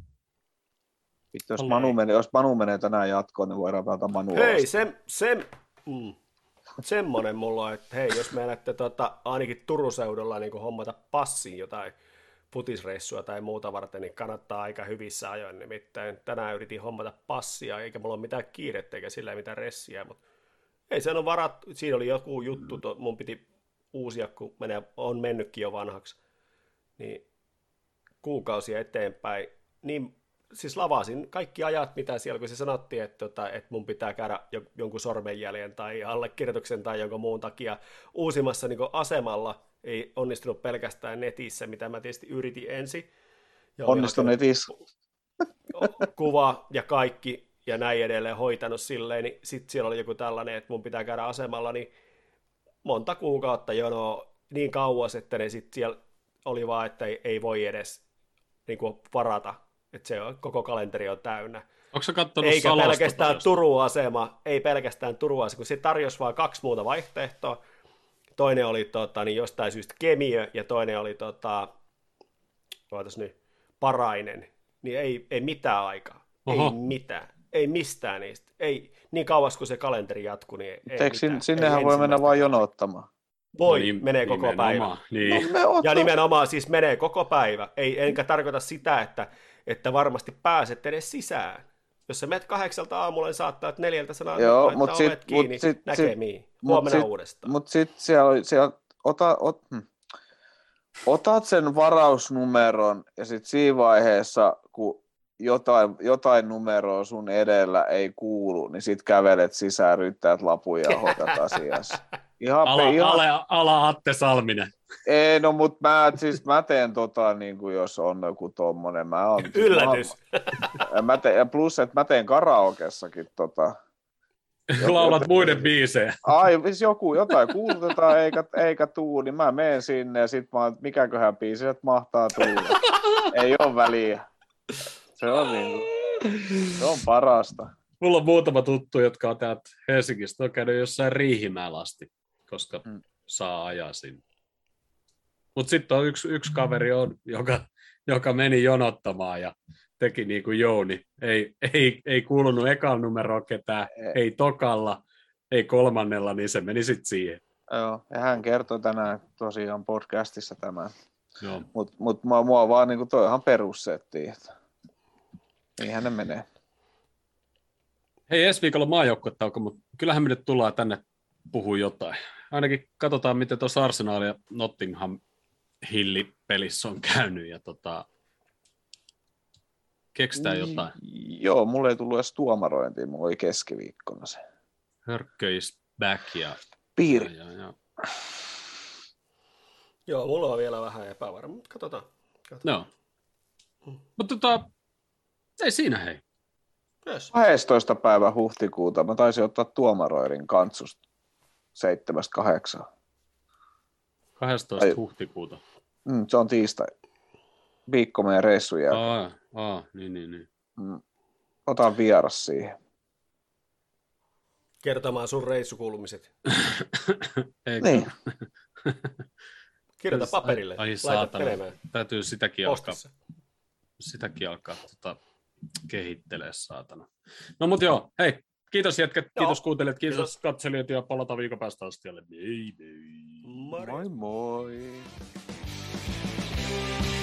Vittu, jos Manu, menee, jos Manu menee tänään jatkoon, niin voidaan pelata Manua.
Hei, se, se, mm, semmoinen mulla on, että hei, jos menette tota, ainakin Turun seudulla niin hommata passin jotain futisreissua tai muuta varten, niin kannattaa aika hyvissä ajoin. Nimittäin tänään yritin hommata passia, eikä mulla ole mitään kiirettä eikä sillä mitään ressiä, mutta ei sen on varattu. Siinä oli joku juttu, to, mun piti uusia, kun menee, on mennytkin jo vanhaksi, niin kuukausia eteenpäin, niin siis lavasin kaikki ajat, mitä siellä, kun se sanottiin, että, että, että mun pitää käydä jonkun sormenjäljen tai allekirjoituksen tai jonkun muun takia uusimassa niin asemalla, ei onnistunut pelkästään netissä, mitä mä tietysti yritin ensin.
Onnistu netissä.
Kuva ja kaikki ja näin edelleen hoitanut silleen, niin sitten siellä oli joku tällainen, että mun pitää käydä asemalla, niin monta kuukautta jonoa niin kauas, että ne sitten siellä oli vaan, että ei, ei voi edes niin kuin varata. Että se on, koko kalenteri on täynnä.
Onko sä kattonut
Eikä
Salasta
pelkästään Turun asema, ei pelkästään Turun asema, kun se tarjosi vain kaksi muuta vaihtoehtoa. Toinen oli tota, niin jostain syystä Kemiö ja toinen oli tota, nyt, Parainen. Niin ei, ei mitään aikaa. Oho. Ei mitään. Ei mistään niistä. Ei, niin kauas kuin se kalenteri jatkuu, niin ei
Eikö mitään. Sinnehän ei voi mennä vain jonottamaan?
Voi, no niin, menee koko päivä.
Niin.
No, ja nimenomaan siis menee koko päivä. Ei, enkä tarkoita sitä, että että varmasti pääset edes sisään. Jos sä menet kahdeksalta aamulla, niin saattaa, että neljältä sanaa,
joo,
että ovet sit, kiinni, mut sit, näkemiin. Sit, Huomenna
mut
uudestaan.
Mutta sitten siellä, siellä ota, ot, hm. otat sen varausnumeron ja sitten siinä vaiheessa, kun jotain, jotain numeroa sun edellä ei kuulu, niin sitten kävelet sisään, ryttäät lapun ja hoidat asiassa.
Ihan, ala, ihan... ala, ala Atte Salminen.
Ei, no mut mä, siis mä teen tota, niin kuin jos on joku tommonen. Mä on,
yllätys.
Mä, mä teen, ja plus, että mä teen karaokessakin tota.
Laulat joten, muiden biisejä.
Ai, siis joku, jotain kuulutetaan eikä, eikä tuu, niin mä menen sinne ja sit mä oon, mikäköhän biisi, että mahtaa tulla. Ei oo väliä. Se on niin kuin, se on parasta.
Mulla on muutama tuttu, jotka on täältä Helsingistä, on käynyt jossain Riihimäellä asti, koska hmm. saa ajaa sinne. Mutta sitten on yksi, yksi kaveri, on, joka, joka meni jonottamaan ja teki niin kuin Jouni. Ei, ei, ei kuulunut ekalla numeroa ketään, ei. ei tokalla, ei kolmannella, niin se meni sitten siihen.
Joo, ja hän kertoi tänään tosiaan podcastissa tämän. Mutta mut mua, mua vaan niin kuin toi ihan perussettiin, että niinhän ne menee.
Hei, ensi viikolla maajoukkuetauko, mutta kyllähän me nyt tullaan tänne puhua jotain. Ainakin katsotaan, miten tuossa Arsenal ja Nottingham Hilli-pelissä on käynyt. Ja tota, keksitään jotain.
Joo, mulla ei tullut edes tuomarointiin, mulla oli keskiviikkona se.
Hörkkö is back ja...
Piiri.
Ja, ja, ja.
Joo, mulla on vielä vähän epävarma, mutta katsotaan. katsotaan.
No. Mm. Mutta tota, ei siinä hei.
Yes.
kahdestoista päivä huhtikuuta mä taisin ottaa tuomaroirin kantsusta seitsemästä kahdeksaan.
kahdestoista huhtikuuta.
Mm, se on tiistai. Viikko meidän reissun jälkeen.
Aa, aa, niin, niin, niin.
Mm. Otan vieras siihen.
Kertomaan sun reissukuulumiset.
Niin.
Kirjoita paperille.
Ai, ai
Laita
saatana.
menemään.
Täytyy sitäkin
Postissa.
alkaa, sitäkin alkaa tota, kehittelee, saatana. No mut joo, hei, kiitos jätkät, kiitos kuuntelijat, kiitos, kiitos katselijat ja palataan viikon päästä astialle. Moi moi.
Moi moi.